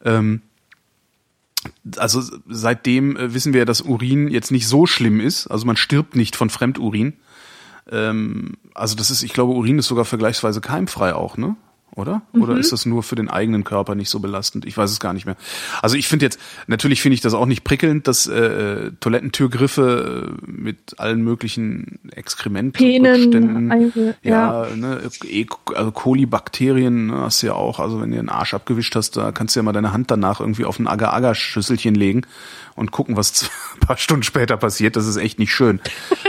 Also seitdem wissen wir, dass Urin jetzt nicht so schlimm ist. Also man stirbt nicht von Fremdurin. Also das ist, ich glaube, Urin ist sogar vergleichsweise keimfrei auch, ne? Oder? Oder ist das nur für den eigenen Körper nicht so belastend? Ich weiß es gar nicht mehr. Also ich finde natürlich finde ich das auch nicht prickelnd, dass Toilettentürgriffe mit allen möglichen Exkrementrückständen, also Kolibakterien, ne, hast du ja auch, also wenn du den Arsch abgewischt hast, da kannst du ja mal deine Hand danach irgendwie auf ein Agar-Agar-Schüsselchen legen und gucken, was ein paar Stunden später passiert. Das ist echt nicht schön.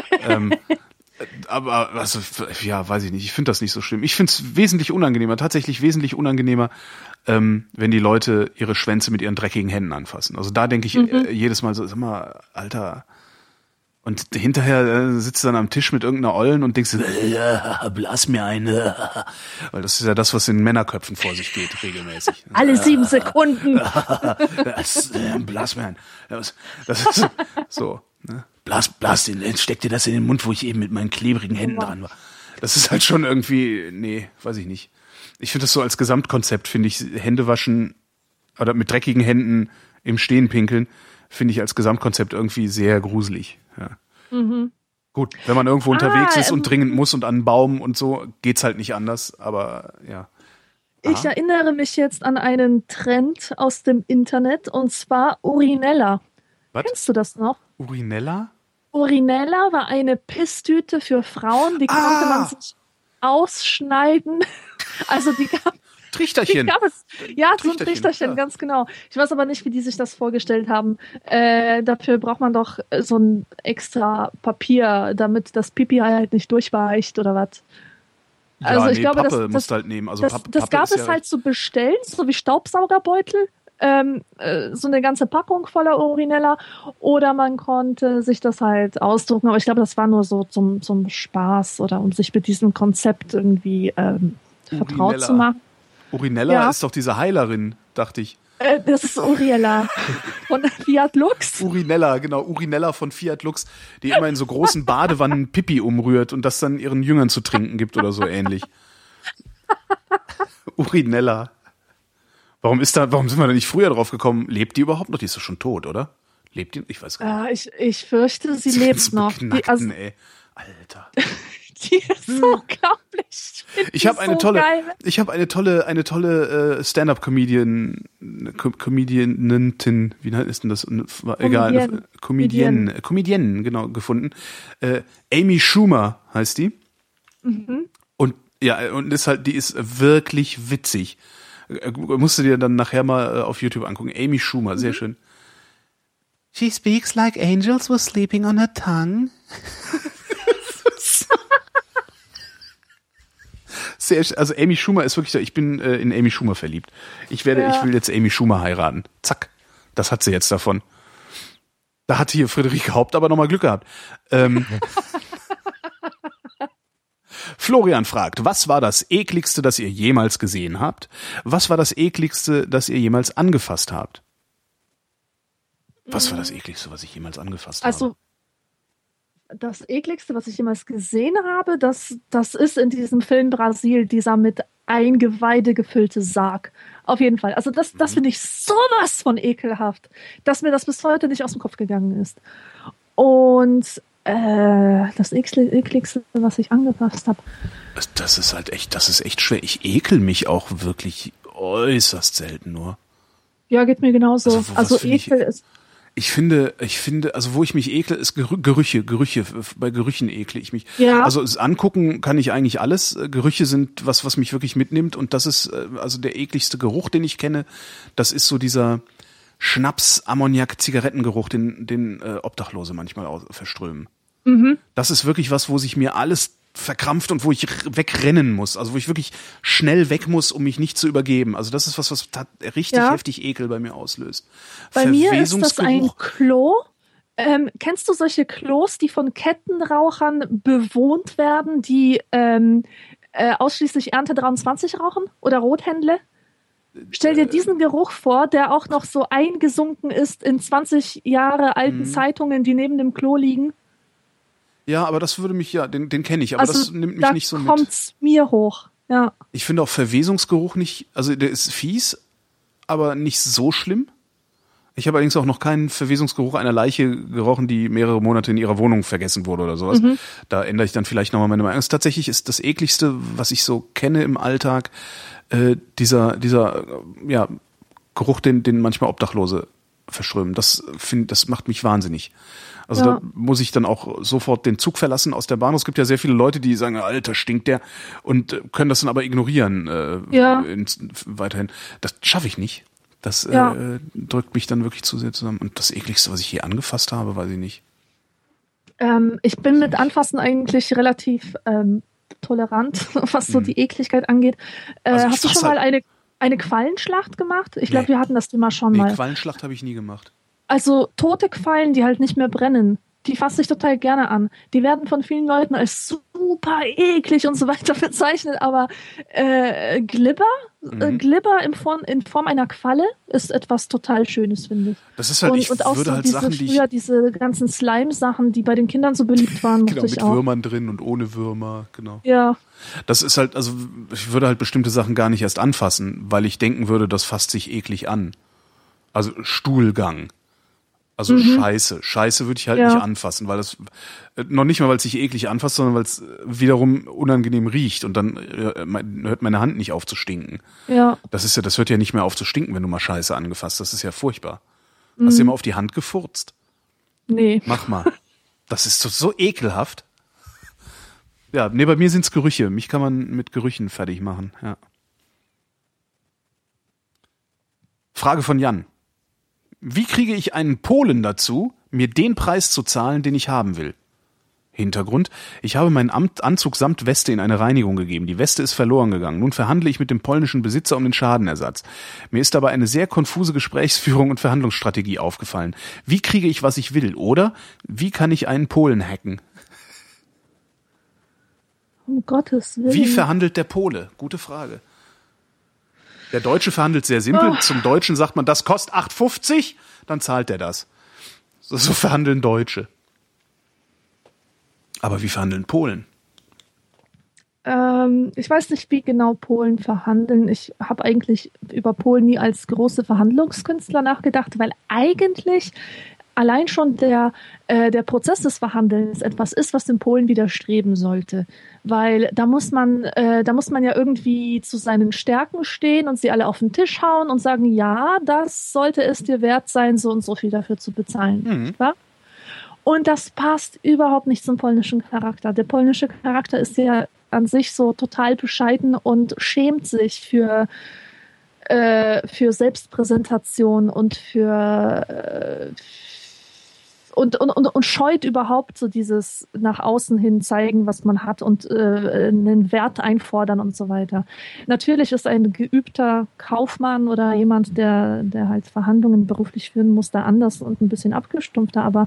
Aber also, ja, weiß ich nicht. Ich finde das nicht so schlimm. Ich finde es tatsächlich wesentlich unangenehmer, wenn die Leute ihre Schwänze mit ihren dreckigen Händen anfassen. Also da denke ich jedes Mal so, sag mal, Alter. Und hinterher sitzt du dann am Tisch mit irgendeiner Ollen und denkst, blas mir eine. Weil das ist ja das, was in Männerköpfen vor sich geht, regelmäßig. Alle 7 Sekunden. Blas mir ein. Das ist so, ne? Steck dir das in den Mund, wo ich eben mit meinen klebrigen Händen dran war. Das ist halt schon irgendwie, nee, weiß ich nicht. Ich finde das so als Gesamtkonzept, finde ich, Hände waschen oder mit dreckigen Händen im Stehen pinkeln, finde ich als Gesamtkonzept irgendwie sehr gruselig. Ja. Gut, wenn man irgendwo unterwegs ist und dringend muss und an einen Baum und so, geht's halt nicht anders, aber ja. Ich erinnere mich jetzt an einen Trend aus dem Internet und zwar Urinella. Was? Kennst du das noch? Urinella? Urinella war eine Pisstüte für Frauen, die konnte man sich ausschneiden. Also die gab Trichterchen. Die gab es. Ja, so ein Trichterchen, ganz genau. Ich weiß aber nicht, wie die sich das vorgestellt haben. Dafür braucht man doch so ein extra Papier, damit das Pipi halt nicht durchweicht oder was. Ja, also ich glaube, Pappe musst du halt nehmen. Also das gab es halt so bestellt, so wie Staubsaugerbeutel. So eine ganze Packung voller Urinella oder man konnte sich das halt ausdrucken, aber ich glaube, das war nur so zum Spaß oder um sich mit diesem Konzept irgendwie vertraut zu machen. Urinella ist doch diese Heilerin, dachte ich. Das ist Uriella von Fiat Lux. Urinella, genau, Urinella von Fiat Lux, die immer in so großen Badewannen Pipi umrührt und das dann ihren Jüngern zu trinken gibt oder so ähnlich. Urinella. Warum sind wir da nicht früher drauf gekommen? Lebt die überhaupt noch? Die ist doch schon tot, oder? Lebt die? Ich weiß gar nicht. Ich fürchte, sie lebt noch. Ey. Alter. Die ist so unglaublich. Ich habe eine tolle Stand-up-Comedianin, wie ist denn das? Egal, Comedienne, genau, gefunden. Amy Schumer heißt die. Mhm. Und ja, und die ist wirklich witzig. Musst du dir dann nachher mal auf YouTube angucken. Amy Schumer, sehr schön. She speaks like angels were sleeping on her tongue. Also Amy Schumer ist wirklich, ich bin in Amy Schumer verliebt. Ich will jetzt Amy Schumer heiraten. Zack. Das hat sie jetzt davon. Da hat hier Friederike Haupt aber nochmal Glück gehabt. Florian fragt, was war das ekligste, das ihr jemals gesehen habt? Was war das ekligste, das ihr jemals angefasst habt? Was war das ekligste, was ich jemals angefasst habe? Also das ekligste, was ich jemals gesehen habe, das ist in diesem Film Brasil, dieser mit Eingeweide gefüllte Sarg. Auf jeden Fall. Also das finde ich sowas von ekelhaft, dass mir das bis heute nicht aus dem Kopf gegangen ist. Und das ekligste, was ich angefasst habe. Das ist echt schwer. Ich ekel mich auch wirklich äußerst selten nur. Ja, geht mir genauso. Also Ekel ist... Ich finde, also wo ich mich ekle, ist Gerüche. Bei Gerüchen ekle ich mich. Ja. Also das Angucken kann ich eigentlich alles. Gerüche sind was mich wirklich mitnimmt. Und das ist also der ekligste Geruch, den ich kenne. Das ist so dieser Schnaps-Ammoniak-Zigarettengeruch, den Obdachlose manchmal verströmen. Mhm. Das ist wirklich was, wo sich mir alles verkrampft und wo ich wegrennen muss. Also wo ich wirklich schnell weg muss, um mich nicht zu übergeben. Also das ist was richtig heftig Ekel bei mir auslöst. Bei mir ist das ein Klo. Kennst du solche Klos, die von Kettenrauchern bewohnt werden, die ausschließlich Ernte 23 rauchen oder Rothändle? Stell dir diesen Geruch vor, der auch noch so eingesunken ist in 20 Jahre alten Zeitungen, die neben dem Klo liegen. Ja, aber das würde mich den kenne ich, aber also das nimmt mich nicht so mit. Da kommt's mir hoch, ja. Ich finde auch Verwesungsgeruch nicht, also der ist fies, aber nicht so schlimm. Ich habe allerdings auch noch keinen Verwesungsgeruch einer Leiche gerochen, die mehrere Monate in ihrer Wohnung vergessen wurde oder sowas. Mhm. Da ändere ich dann vielleicht nochmal meine Meinung. Tatsächlich ist das ekligste, was ich so kenne im Alltag, dieser Geruch, den manchmal Obdachlose verströmen. Das macht mich wahnsinnig. Also da muss ich dann auch sofort den Zug verlassen aus der Bahn. Es gibt ja sehr viele Leute, die sagen, Alter, stinkt der, und können das dann aber ignorieren weiterhin. Das schaffe ich nicht. Das drückt mich dann wirklich zu sehr zusammen. Und das ekligste, was ich je angefasst habe, weiß ich nicht. Ich bin mit Anfassen eigentlich relativ tolerant, was so die Ekligkeit angeht. Also hast du schon mal eine Quallenschlacht gemacht? Ich glaube, wir hatten das Thema schon mal. Quallenschlacht habe ich nie gemacht. Also tote Quallen, die halt nicht mehr brennen, die fasse ich total gerne an. Die werden von vielen Leuten als super eklig und so weiter bezeichnet, aber Glibber in Form einer Qualle ist etwas total Schönes, finde ich. Das ist halt, und auch so diese ganzen Slime-Sachen, die bei den Kindern so beliebt waren, genau, mit Würmern drin und ohne Würmer, genau. Ja. Das ist halt, also ich würde halt bestimmte Sachen gar nicht erst anfassen, weil ich denken würde, das fasst sich eklig an. Also Stuhlgang. Also Scheiße würde ich halt nicht anfassen, weil das noch nicht mal, weil es sich eklig anfasst, sondern weil es wiederum unangenehm riecht und dann hört meine Hand nicht auf zu stinken. Ja. Das hört ja nicht mehr auf zu stinken, wenn du mal Scheiße angefasst hast. Das ist ja furchtbar. Hast du dir mal auf die Hand gefurzt? Nee. Mach mal. Das ist so ekelhaft. Ja, nee, bei mir sind's Gerüche. Mich kann man mit Gerüchen fertig machen, ja. Frage von Jan. Wie kriege ich einen Polen dazu, mir den Preis zu zahlen, den ich haben will? Hintergrund: Ich habe meinen Anzug samt Weste in eine Reinigung gegeben. Die Weste ist verloren gegangen. Nun verhandle ich mit dem polnischen Besitzer um den Schadenersatz. Mir ist dabei eine sehr konfuse Gesprächsführung und Verhandlungsstrategie aufgefallen. Wie kriege ich, was ich will? Oder wie kann ich einen Polen hacken? Um Gottes Willen. Wie verhandelt der Pole? Gute Frage. Der Deutsche verhandelt sehr simpel. Zum Deutschen sagt man, das kostet 8,50, dann zahlt er das. So verhandeln Deutsche. Aber wie verhandeln Polen? Ich weiß nicht, wie genau Polen verhandeln. Ich habe eigentlich über Polen nie als große Verhandlungskünstler nachgedacht, weil eigentlich allein schon der Prozess des Verhandelns etwas ist, was den Polen widerstreben sollte. Weil da muss man ja irgendwie zu seinen Stärken stehen und sie alle auf den Tisch hauen und sagen, ja, das sollte es dir wert sein, so und so viel dafür zu bezahlen. Mhm. Ja? Und das passt überhaupt nicht zum polnischen Charakter. Der polnische Charakter ist ja an sich so total bescheiden und schämt sich für Selbstpräsentation und und scheut überhaupt so dieses nach außen hin zeigen, was man hat und einen Wert einfordern und so weiter. Natürlich ist ein geübter Kaufmann oder jemand, der halt Verhandlungen beruflich führen muss, da anders und ein bisschen abgestumpfter, aber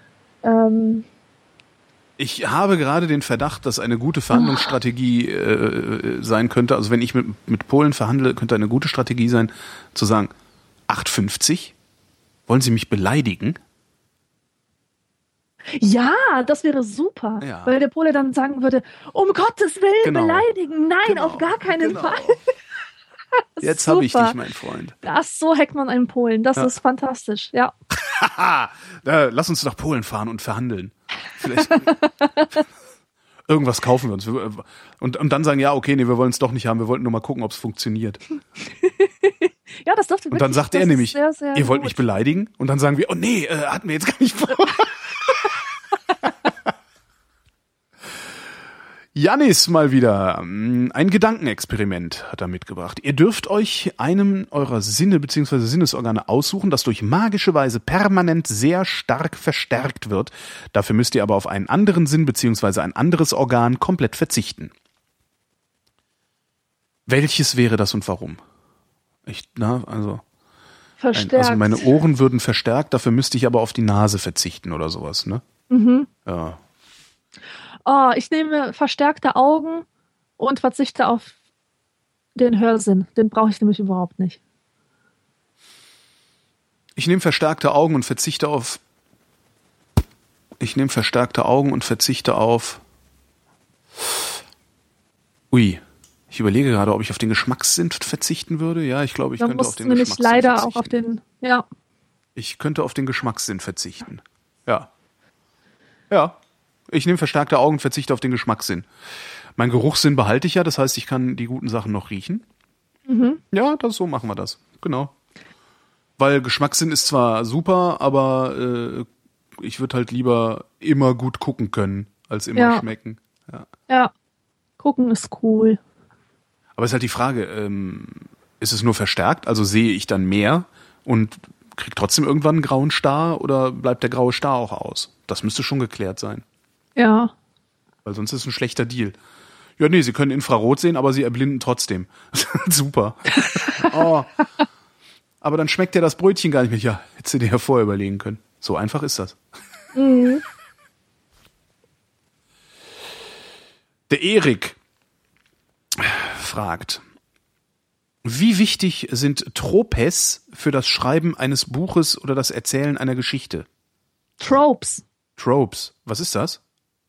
ich habe gerade den Verdacht, dass eine gute Verhandlungsstrategie sein könnte, also wenn ich mit Polen verhandle, könnte eine gute Strategie sein, zu sagen, 8,50? Wollen Sie mich beleidigen? ja, das wäre super, Ja. weil der Pole dann sagen würde, um Gottes Willen Genau. beleidigen, nein, Genau, auf gar keinen genau. Fall. Jetzt habe ich Super. dich, mein Freund. Ach, so hackt man einen Polen, das Ja. ist fantastisch, ja. Haha, lass uns nach Polen fahren und verhandeln. Vielleicht irgendwas kaufen wir uns. Und dann sagen, ja, okay, nee, wir wollen es doch nicht haben, wir wollten nur mal gucken, ob es funktioniert. Ja, das dürfte Und dann wirklich, sagt das er ist nämlich, sehr, sehr ihr wollt gut. mich beleidigen? Und dann sagen wir, oh nee, hatten wir jetzt gar nicht vor. Jannis mal wieder. Ein Gedankenexperiment hat er mitgebracht. Ihr dürft euch einem eurer Sinne bzw. Sinnesorgane aussuchen, das durch magische Weise permanent sehr stark verstärkt wird. Dafür müsst ihr aber auf einen anderen Sinn bzw. ein anderes Organ komplett verzichten. Welches wäre das und warum? Verstärkt. Also meine Ohren würden verstärkt, dafür müsste ich aber auf die Nase verzichten oder sowas, ne? Mhm. Ja. Oh, ich nehme verstärkte Augen und verzichte auf den Hörsinn. Den brauche ich nämlich überhaupt nicht. Ich nehme verstärkte Augen und verzichte auf. Ui. Ich überlege gerade, ob ich auf den Geschmackssinn verzichten würde. Ja, ich glaube, ich könnte auf den nämlich Geschmackssinn leider verzichten. auch auf den, ja. Ich könnte auf den Geschmackssinn verzichten. Ja. Ja. Ich nehme verstärkte Augen und verzichte auf den Geschmackssinn. Mein Geruchssinn behalte ich ja, das heißt, ich kann die guten Sachen noch riechen. Mhm. Ja, so machen wir das. Genau. Weil Geschmackssinn ist zwar super, aber ich würde halt lieber immer gut gucken können, als immer Ja. schmecken. Ja. Ja. Gucken ist cool. Aber es ist halt die Frage, ist es nur verstärkt? Also sehe ich dann mehr und krieg trotzdem irgendwann einen grauen Star oder bleibt der graue Star auch aus? Das müsste schon geklärt sein. Ja. Weil sonst ist es ein schlechter Deal. Ja, nee, sie können Infrarot sehen, aber sie erblinden trotzdem. Super. Oh. Aber dann schmeckt ja das Brötchen gar nicht mehr. Ja, hättest du dir ja vorher überlegen können. So einfach ist das. Mhm. Der Erik fragt, wie wichtig sind Tropes für das Schreiben eines Buches oder das Erzählen einer Geschichte? Tropes. Tropes, was ist das?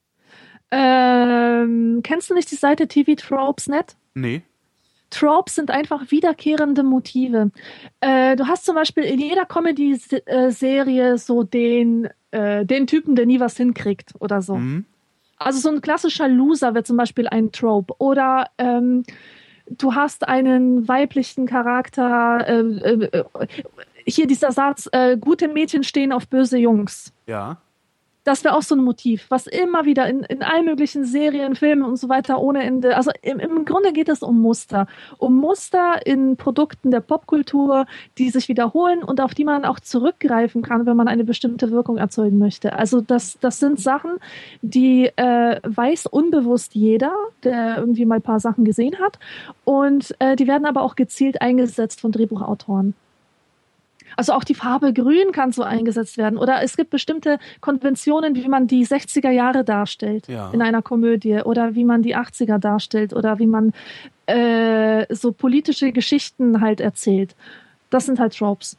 Kennst du nicht die Seite TV-Tropes.net? Nee. Tropes sind einfach wiederkehrende Motive. Du hast zum Beispiel in jeder Comedy-Serie so den Typen, der nie was hinkriegt oder so. Mhm. Also so ein klassischer Loser wäre zum Beispiel ein Trope. Oder du hast einen weiblichen Charakter, hier dieser Satz, gute Mädchen stehen auf böse Jungs. Ja. Das wäre auch so ein Motiv, was immer wieder in allen möglichen Serien, Filmen und so weiter ohne Ende, also im Grunde geht es um Muster. Um Muster in Produkten der Popkultur, die sich wiederholen und auf die man auch zurückgreifen kann, wenn man eine bestimmte Wirkung erzeugen möchte. Also das sind Sachen, die weiß unbewusst jeder, der irgendwie mal ein paar Sachen gesehen hat. Und die werden aber auch gezielt eingesetzt von Drehbuchautoren. Also auch die Farbe Grün kann so eingesetzt werden. Oder es gibt bestimmte Konventionen, wie man die 60er Jahre darstellt in einer Komödie oder wie man die 80er darstellt oder wie man so politische Geschichten halt erzählt. Das sind halt Tropes.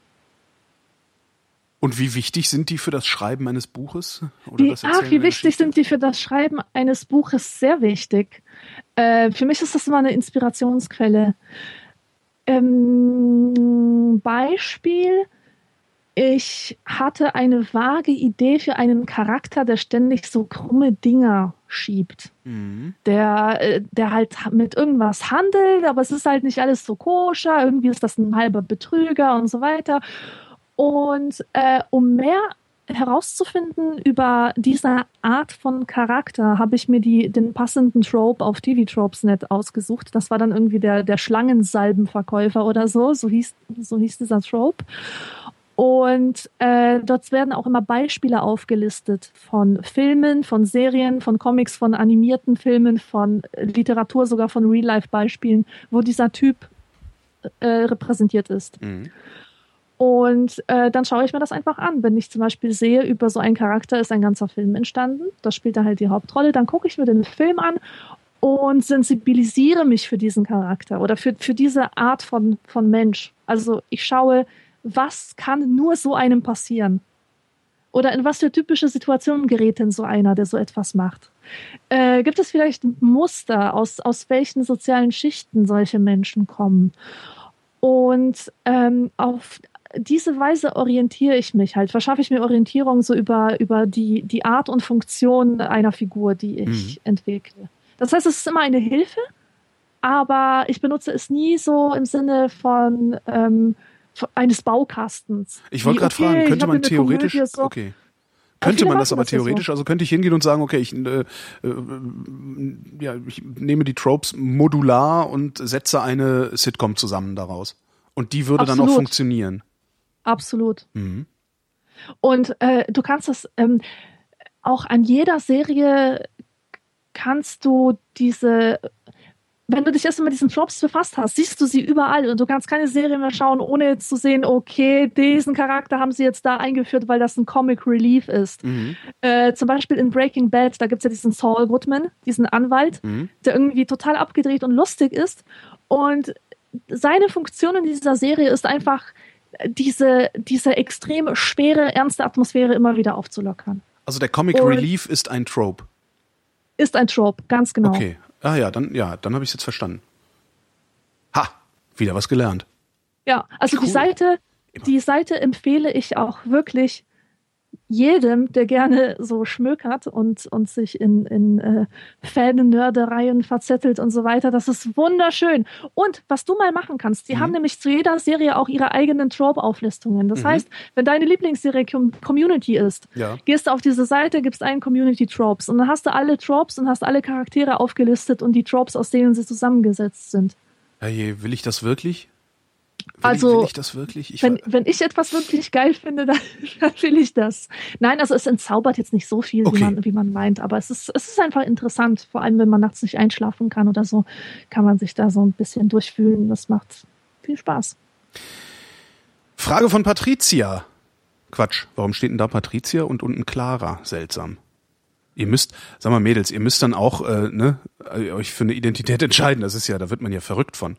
Und wie wichtig sind die für das Schreiben eines Buches? Oder das Erzählen Wie einer wichtig Geschichte? sind die für das Schreiben eines Buches? Sehr wichtig. Für mich ist das immer eine Inspirationsquelle. Beispiel, ich hatte eine vage Idee für einen Charakter, der ständig so krumme Dinger schiebt. Mhm. Der halt mit irgendwas handelt, aber es ist halt nicht alles so koscher, irgendwie ist das ein halber Betrüger und so weiter. Und um mehr herauszufinden über diese Art von Charakter, habe ich mir den passenden Trope auf TV-Tropes.net ausgesucht. Das war dann irgendwie der Schlangensalbenverkäufer oder so. So hieß dieser Trope. Und dort werden auch immer Beispiele aufgelistet von Filmen, von Serien, von Comics, von animierten Filmen, von Literatur, sogar von Real-Life-Beispielen, wo dieser Typ repräsentiert ist. Mhm. Und dann schaue ich mir das einfach an. Wenn ich zum Beispiel sehe, über so einen Charakter ist ein ganzer Film entstanden, da spielt er halt die Hauptrolle, dann gucke ich mir den Film an und sensibilisiere mich für diesen Charakter oder für diese Art von Mensch. Also ich schaue, was kann nur so einem passieren? Oder in was für typische Situationen gerät denn so einer, der so etwas macht? Gibt es vielleicht Muster, aus welchen sozialen Schichten solche Menschen kommen? Und auf diese Weise orientiere ich mich halt, verschaffe ich mir Orientierung so über die Art und Funktion einer Figur, die ich entwickle. Das heißt, es ist immer eine Hilfe, aber ich benutze es nie so im Sinne von eines Baukastens. Ich wollte gerade fragen, könnte man theoretisch, so, okay. Könnte man das aber theoretisch, so. Also könnte ich hingehen und sagen, okay, ich nehme die Tropes modular und setze eine Sitcom zusammen daraus. Und die würde dann auch funktionieren. Absolut. Mhm. Und du kannst das auch an jeder Serie kannst du wenn du dich erst mal mit diesen Tropes befasst hast, siehst du sie überall und du kannst keine Serie mehr schauen, ohne zu sehen, okay, diesen Charakter haben sie jetzt da eingeführt, weil das ein Comic Relief ist. Mhm. Zum Beispiel in Breaking Bad, da gibt es ja diesen Saul Goodman, diesen Anwalt, der irgendwie total abgedreht und lustig ist. Und seine Funktion in dieser Serie ist einfach, diese extrem schwere, ernste Atmosphäre immer wieder aufzulockern. Also der Comic Relief ist ein Trope. Ist ein Trope, ganz genau. Okay. Ah ja, dann habe ich es jetzt verstanden. Ha, wieder was gelernt. Ja, also cool. Die Seite empfehle ich auch wirklich jedem, der gerne so schmökert und sich in Fan-Nördereien verzettelt und so weiter. Das ist wunderschön. Und was du mal machen kannst, die haben nämlich zu jeder Serie auch ihre eigenen Trope-Auflistungen. Das heißt, wenn deine Lieblingsserie Community ist, gehst du auf diese Seite, gibst einen Community-Tropes und dann hast du alle Tropes und hast alle Charaktere aufgelistet und die Tropes, aus denen sie zusammengesetzt sind. Hey, will ich das wirklich? Will ich das wirklich? Wenn ich etwas wirklich geil finde, dann will ich das. Nein, also es entzaubert jetzt nicht so viel, wie man meint, aber es ist einfach interessant. Vor allem, wenn man nachts nicht einschlafen kann oder so, kann man sich da so ein bisschen durchfühlen. Das macht viel Spaß. Frage von Patricia. Quatsch, warum steht denn da Patricia und unten Clara? Seltsam. Ihr müsst, sag mal Mädels, ihr müsst dann auch euch für eine Identität entscheiden. Das ist ja, da wird man ja verrückt von.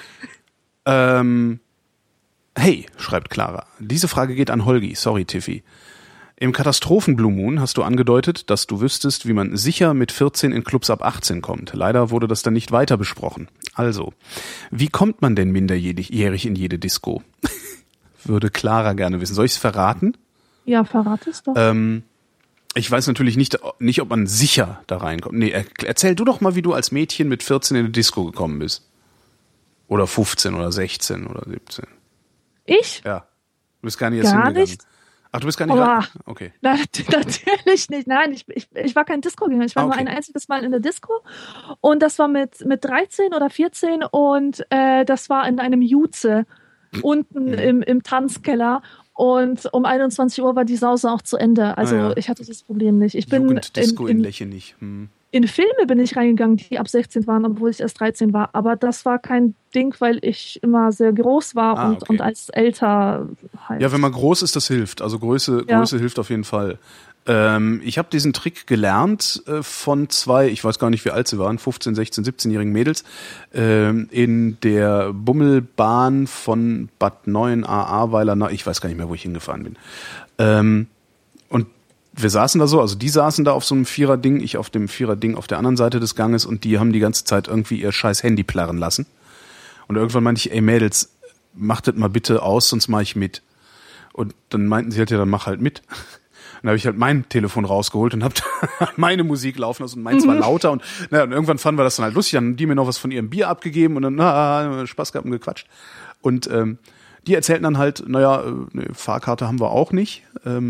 Hey, schreibt Clara. Diese Frage geht an Holgi. Sorry, Tiffy. Im Katastrophen-Blue Moon hast du angedeutet, dass du wüsstest, wie man sicher mit 14 in Clubs ab 18 kommt. Leider wurde das dann nicht weiter besprochen. Also, wie kommt man denn minderjährig in jede Disco? Würde Clara gerne wissen. Soll ich es verraten? Ja, verrate es doch. Ich weiß natürlich nicht, ob man sicher da reinkommt. Nee, erzähl du doch mal, wie du als Mädchen mit 14 in eine Disco gekommen bist. Oder 15 oder 16 oder 17. Ich? Ja. Du bist gar nicht erst hingegangen. Nicht. Ach, du bist gar nicht rein? Okay. Natürlich nicht. Nein, ich war kein Disco-Gänger. Ich war nur ein einziges Mal in der Disco. Und das war mit 13 oder 14 und das war in einem Juze unten im Tanzkeller. Und um 21 Uhr war die Sause auch zu Ende. Also ich hatte das Problem nicht. Ich bin Jugenddisco in Lechenich. In Filme bin ich reingegangen, die ab 16 waren, obwohl ich erst 13 war. Aber das war kein Ding, weil ich immer sehr groß war und als älter halt. Ja, wenn man groß ist, das hilft. Also Größe hilft auf jeden Fall. Ich habe diesen Trick gelernt von zwei, ich weiß gar nicht, wie alt sie waren, 15, 16, 17-jährigen Mädels, in der Bummelbahn von Bad Neuenahr-Ahrweiler, ich weiß gar nicht mehr, wo ich hingefahren bin. Und wir saßen da so, also die saßen da auf so einem Vierer-Ding, ich auf dem Vierer-Ding auf der anderen Seite des Ganges und die haben die ganze Zeit irgendwie ihr scheiß Handy plärren lassen. Und irgendwann meinte ich, ey Mädels, macht das mal bitte aus, sonst mach ich mit. Und dann meinten sie halt, ja, dann mach halt mit. Dann habe ich halt mein Telefon rausgeholt und habe meine Musik laufen lassen und meins war lauter. Und irgendwann fanden wir das dann halt lustig. Dann haben die mir noch was von ihrem Bier abgegeben und dann Spaß gehabt und gequatscht. Und die erzählten dann halt, eine Fahrkarte haben wir auch nicht.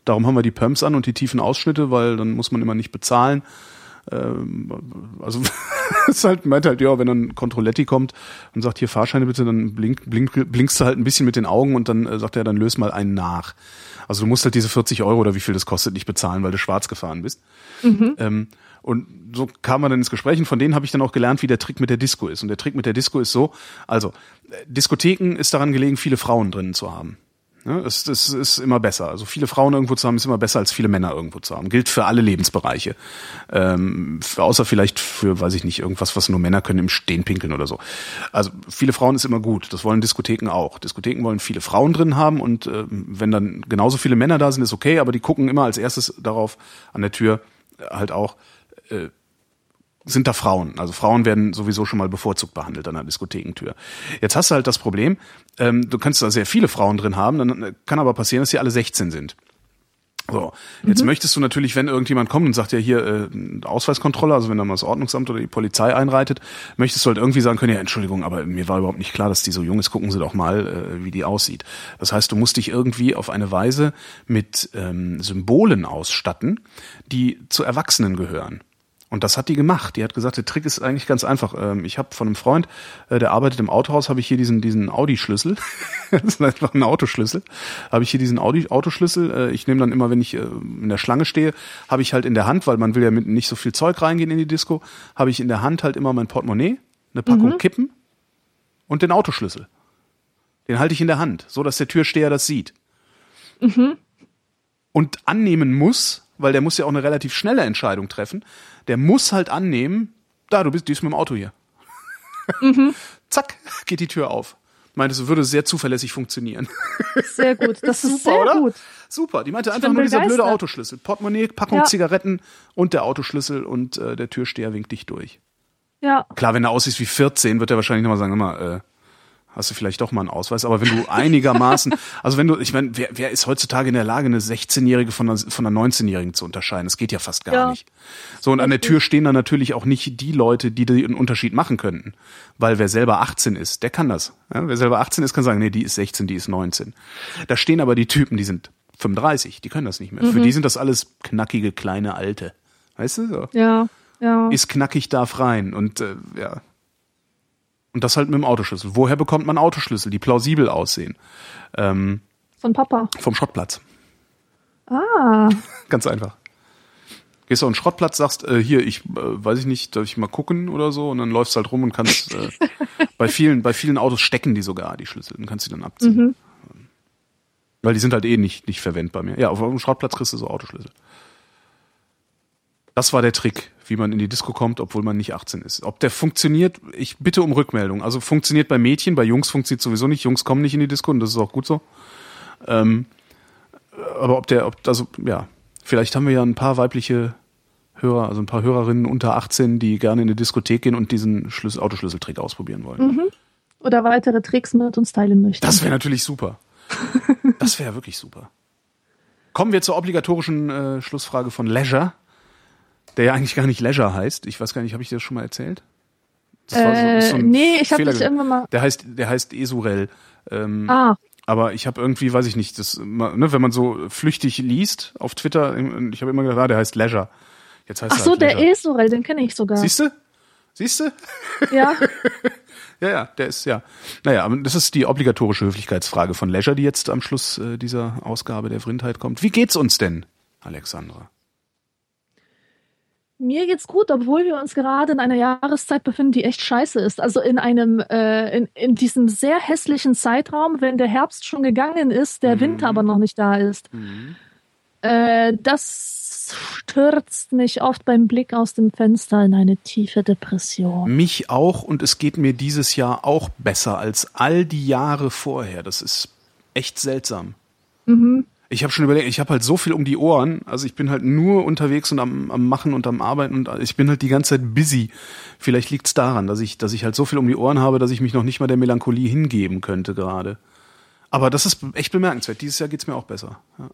Darum haben wir die Pumps an und die tiefen Ausschnitte, weil dann muss man immer nicht bezahlen. Also es halt, meint halt, ja, wenn dann Controletti kommt und sagt, hier Fahrscheine bitte, dann blinkst du halt ein bisschen mit den Augen und dann sagt er, dann löse mal einen nach. Also du musst halt diese 40 Euro oder wie viel das kostet nicht bezahlen, weil du schwarz gefahren bist. Und so kam man dann ins Gespräch und von denen habe ich dann auch gelernt, wie der Trick mit der Disco ist. Und der Trick mit der Disco ist so, also Diskotheken ist daran gelegen, viele Frauen drinnen zu haben. Ja, es ist immer besser. Also viele Frauen irgendwo zu haben, ist immer besser als viele Männer irgendwo zu haben. Gilt für alle Lebensbereiche. Außer vielleicht für, weiß ich nicht, irgendwas, was nur Männer können, im Stehen pinkeln oder so. Also viele Frauen ist immer gut. Das wollen Diskotheken auch. Diskotheken wollen viele Frauen drin haben und wenn dann genauso viele Männer da sind, ist okay, aber die gucken immer als erstes darauf an der Tür halt auch, sind da Frauen. Also Frauen werden sowieso schon mal bevorzugt behandelt an der Diskothekentür. Jetzt hast du halt das Problem, du kannst da sehr viele Frauen drin haben, dann kann aber passieren, dass sie alle 16 sind. So, jetzt möchtest du natürlich, wenn irgendjemand kommt und sagt ja hier Ausweiskontrolle, also wenn dann mal das Ordnungsamt oder die Polizei einreitet, möchtest du halt irgendwie sagen können, ja Entschuldigung, aber mir war überhaupt nicht klar, dass die so jung ist, gucken Sie doch mal, wie die aussieht. Das heißt, du musst dich irgendwie auf eine Weise mit Symbolen ausstatten, die zu Erwachsenen gehören. Und das hat die gemacht. Die hat gesagt, der Trick ist eigentlich ganz einfach. Ich habe von einem Freund, der arbeitet im Autohaus, habe ich hier diesen Audi-Schlüssel. Das ist einfach ein Autoschlüssel. Habe ich hier diesen Autoschlüssel. Ich nehme dann immer, wenn ich in der Schlange stehe, habe ich halt in der Hand, weil man will ja mit nicht so viel Zeug reingehen in die Disco, habe ich in der Hand halt immer mein Portemonnaie, eine Packung Kippen und den Autoschlüssel. Den halte ich in der Hand, so dass der Türsteher das sieht. Und annehmen muss, weil der muss ja auch eine relativ schnelle Entscheidung treffen, der muss halt annehmen, du bist mit dem Auto hier. Zack, geht die Tür auf. Meinte, es würde sehr zuverlässig funktionieren. Sehr gut, das ist super, sehr oder? gut. Super, die meinte einfach nur dieser blöde Autoschlüssel. Portemonnaie, Packung Zigaretten und der Autoschlüssel und der Türsteher winkt dich durch. Ja. Klar, wenn er aussieht wie 14, wird er wahrscheinlich nochmal sagen, immer, hast du vielleicht doch mal einen Ausweis, aber wenn du einigermaßen, also wenn du, ich meine, wer ist heutzutage in der Lage, eine 16-Jährige von einer 19-Jährigen zu unterscheiden? Das geht ja fast gar nicht. So, und an der Tür stehen dann natürlich auch nicht die Leute, die einen Unterschied machen könnten. Weil wer selber 18 ist, der kann das. Ja, wer selber 18 ist, kann sagen, nee, die ist 16, die ist 19. Da stehen aber die Typen, die sind 35, die können das nicht mehr. Für die sind das alles knackige, kleine Alte. Weißt du so? Ja. Ist knackig, darf rein und ja. Und das halt mit dem Autoschlüssel. Woher bekommt man Autoschlüssel, die plausibel aussehen? Von Papa. Vom Schrottplatz. Ah. Ganz einfach. Gehst du auf den Schrottplatz, sagst, hier, weiß ich nicht, darf ich mal gucken oder so? Und dann läufst halt rum und kannst, bei vielen Autos stecken die sogar, die Schlüssel. Dann kannst du die dann abziehen. Weil die sind halt nicht verwendbar mehr. Ja, auf dem Schrottplatz kriegst du so Autoschlüssel. Das war der Trick, wie man in die Disco kommt, obwohl man nicht 18 ist. Ob der funktioniert, ich bitte um Rückmeldung. Also funktioniert bei Mädchen, bei Jungs funktioniert sowieso nicht. Jungs kommen nicht in die Disco und das ist auch gut so. Aber vielleicht haben wir ja ein paar weibliche Hörer, also ein paar Hörerinnen unter 18, die gerne in die Diskothek gehen und diesen Autoschlüsseltrick ausprobieren wollen. Oder weitere Tricks mit uns teilen möchten. Das wäre natürlich super. Das wäre wirklich super. Kommen wir zur obligatorischen Schlussfrage von Leisure. Der ja eigentlich gar nicht Leisure heißt. Ich weiß gar nicht, habe ich dir das schon mal erzählt? Das war so nee, ich habe dich irgendwann mal... Der heißt Esurel. Aber ich habe irgendwie, weiß ich nicht, wenn man so flüchtig liest auf Twitter, ich habe immer gedacht, der heißt Leisure. Jetzt heißt Ach so, halt Leisure. der Esurel, den kenne ich sogar. Siehst du? Ja. Ja, der ist, ja. Naja, aber das ist die obligatorische Höflichkeitsfrage von Leisure, die jetzt am Schluss dieser Ausgabe der Vrindheit kommt. Wie geht's uns denn, Alexandra? Mir geht's gut, obwohl wir uns gerade in einer Jahreszeit befinden, die echt scheiße ist. Also in einem, in diesem sehr hässlichen Zeitraum, wenn der Herbst schon gegangen ist, der Winter aber noch nicht da ist. Das stürzt mich oft beim Blick aus dem Fenster in eine tiefe Depression. Mich auch, und es geht mir dieses Jahr auch besser als all die Jahre vorher. Das ist echt seltsam. Ich habe schon überlegt, ich habe halt so viel um die Ohren, also ich bin halt nur unterwegs und am Machen und am Arbeiten und ich bin halt die ganze Zeit busy. Vielleicht liegt's daran, dass ich halt so viel um die Ohren habe, dass ich mich noch nicht mal der Melancholie hingeben könnte gerade. Aber das ist echt bemerkenswert. Dieses Jahr geht's mir auch besser. Ja.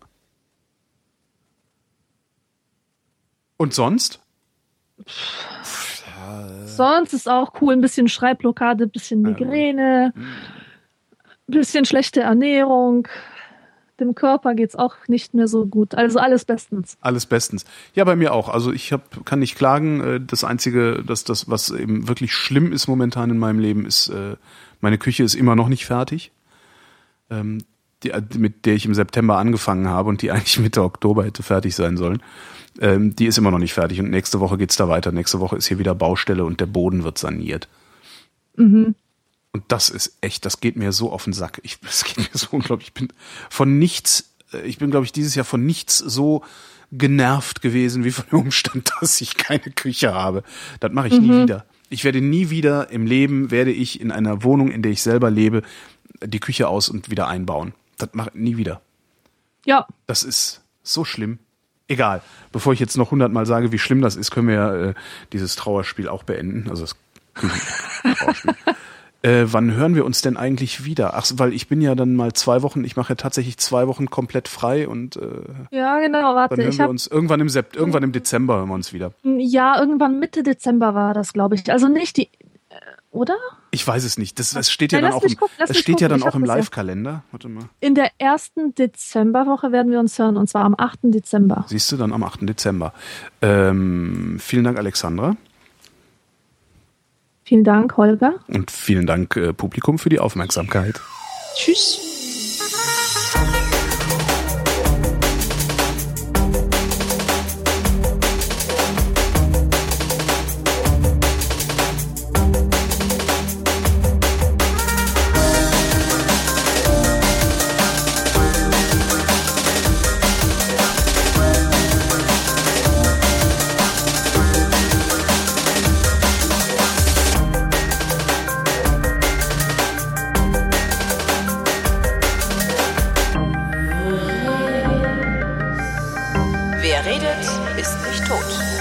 Und sonst? Sonst ist auch cool, ein bisschen Schreibblockade, ein bisschen Migräne, ein bisschen schlechte Ernährung. dem Körper geht's auch nicht mehr so gut. Also alles bestens. Alles bestens. Ja, bei mir auch. Also ich kann nicht klagen. Das Einzige, das, was eben wirklich schlimm ist momentan in meinem Leben, ist, meine Küche ist immer noch nicht fertig. Mit der ich im September angefangen habe und die eigentlich Mitte Oktober hätte fertig sein sollen. Die ist immer noch nicht fertig und nächste Woche geht's da weiter. Nächste Woche ist hier wieder Baustelle und der Boden wird saniert. Mhm. Und das ist echt, das geht mir so auf den Sack. Das geht mir so unglaublich. Ich bin, glaube ich, dieses Jahr von nichts so genervt gewesen wie von dem Umstand, dass ich keine Küche habe. Das mache ich nie wieder. Ich werde nie wieder im Leben, in einer Wohnung, in der ich selber lebe, die Küche aus und wieder einbauen. Das mache ich nie wieder. Ja. Das ist so schlimm. Egal. Bevor ich jetzt noch 100-mal sage, wie schlimm das ist, können wir ja dieses Trauerspiel auch beenden. Also das Trauerspiel. Wann hören wir uns denn eigentlich wieder? Ach, weil ich bin ja dann mal 2 Wochen, ich mache ja tatsächlich 2 Wochen komplett frei und ja, genau, warte. Dann hören wir uns irgendwann im Dezember hören wir uns wieder. Ja, irgendwann Mitte Dezember war das, glaube ich. Also nicht die, oder? Ich weiß es nicht. Das steht ja dann auch im Live-Kalender. Warte mal. In der ersten Dezemberwoche werden wir uns hören, und zwar am 8. Dezember. Siehst du, dann am 8. Dezember. Vielen Dank, Alexandra. Vielen Dank, Holger. Und vielen Dank, Publikum, für die Aufmerksamkeit. Tschüss. Wer redet, ist nicht tot.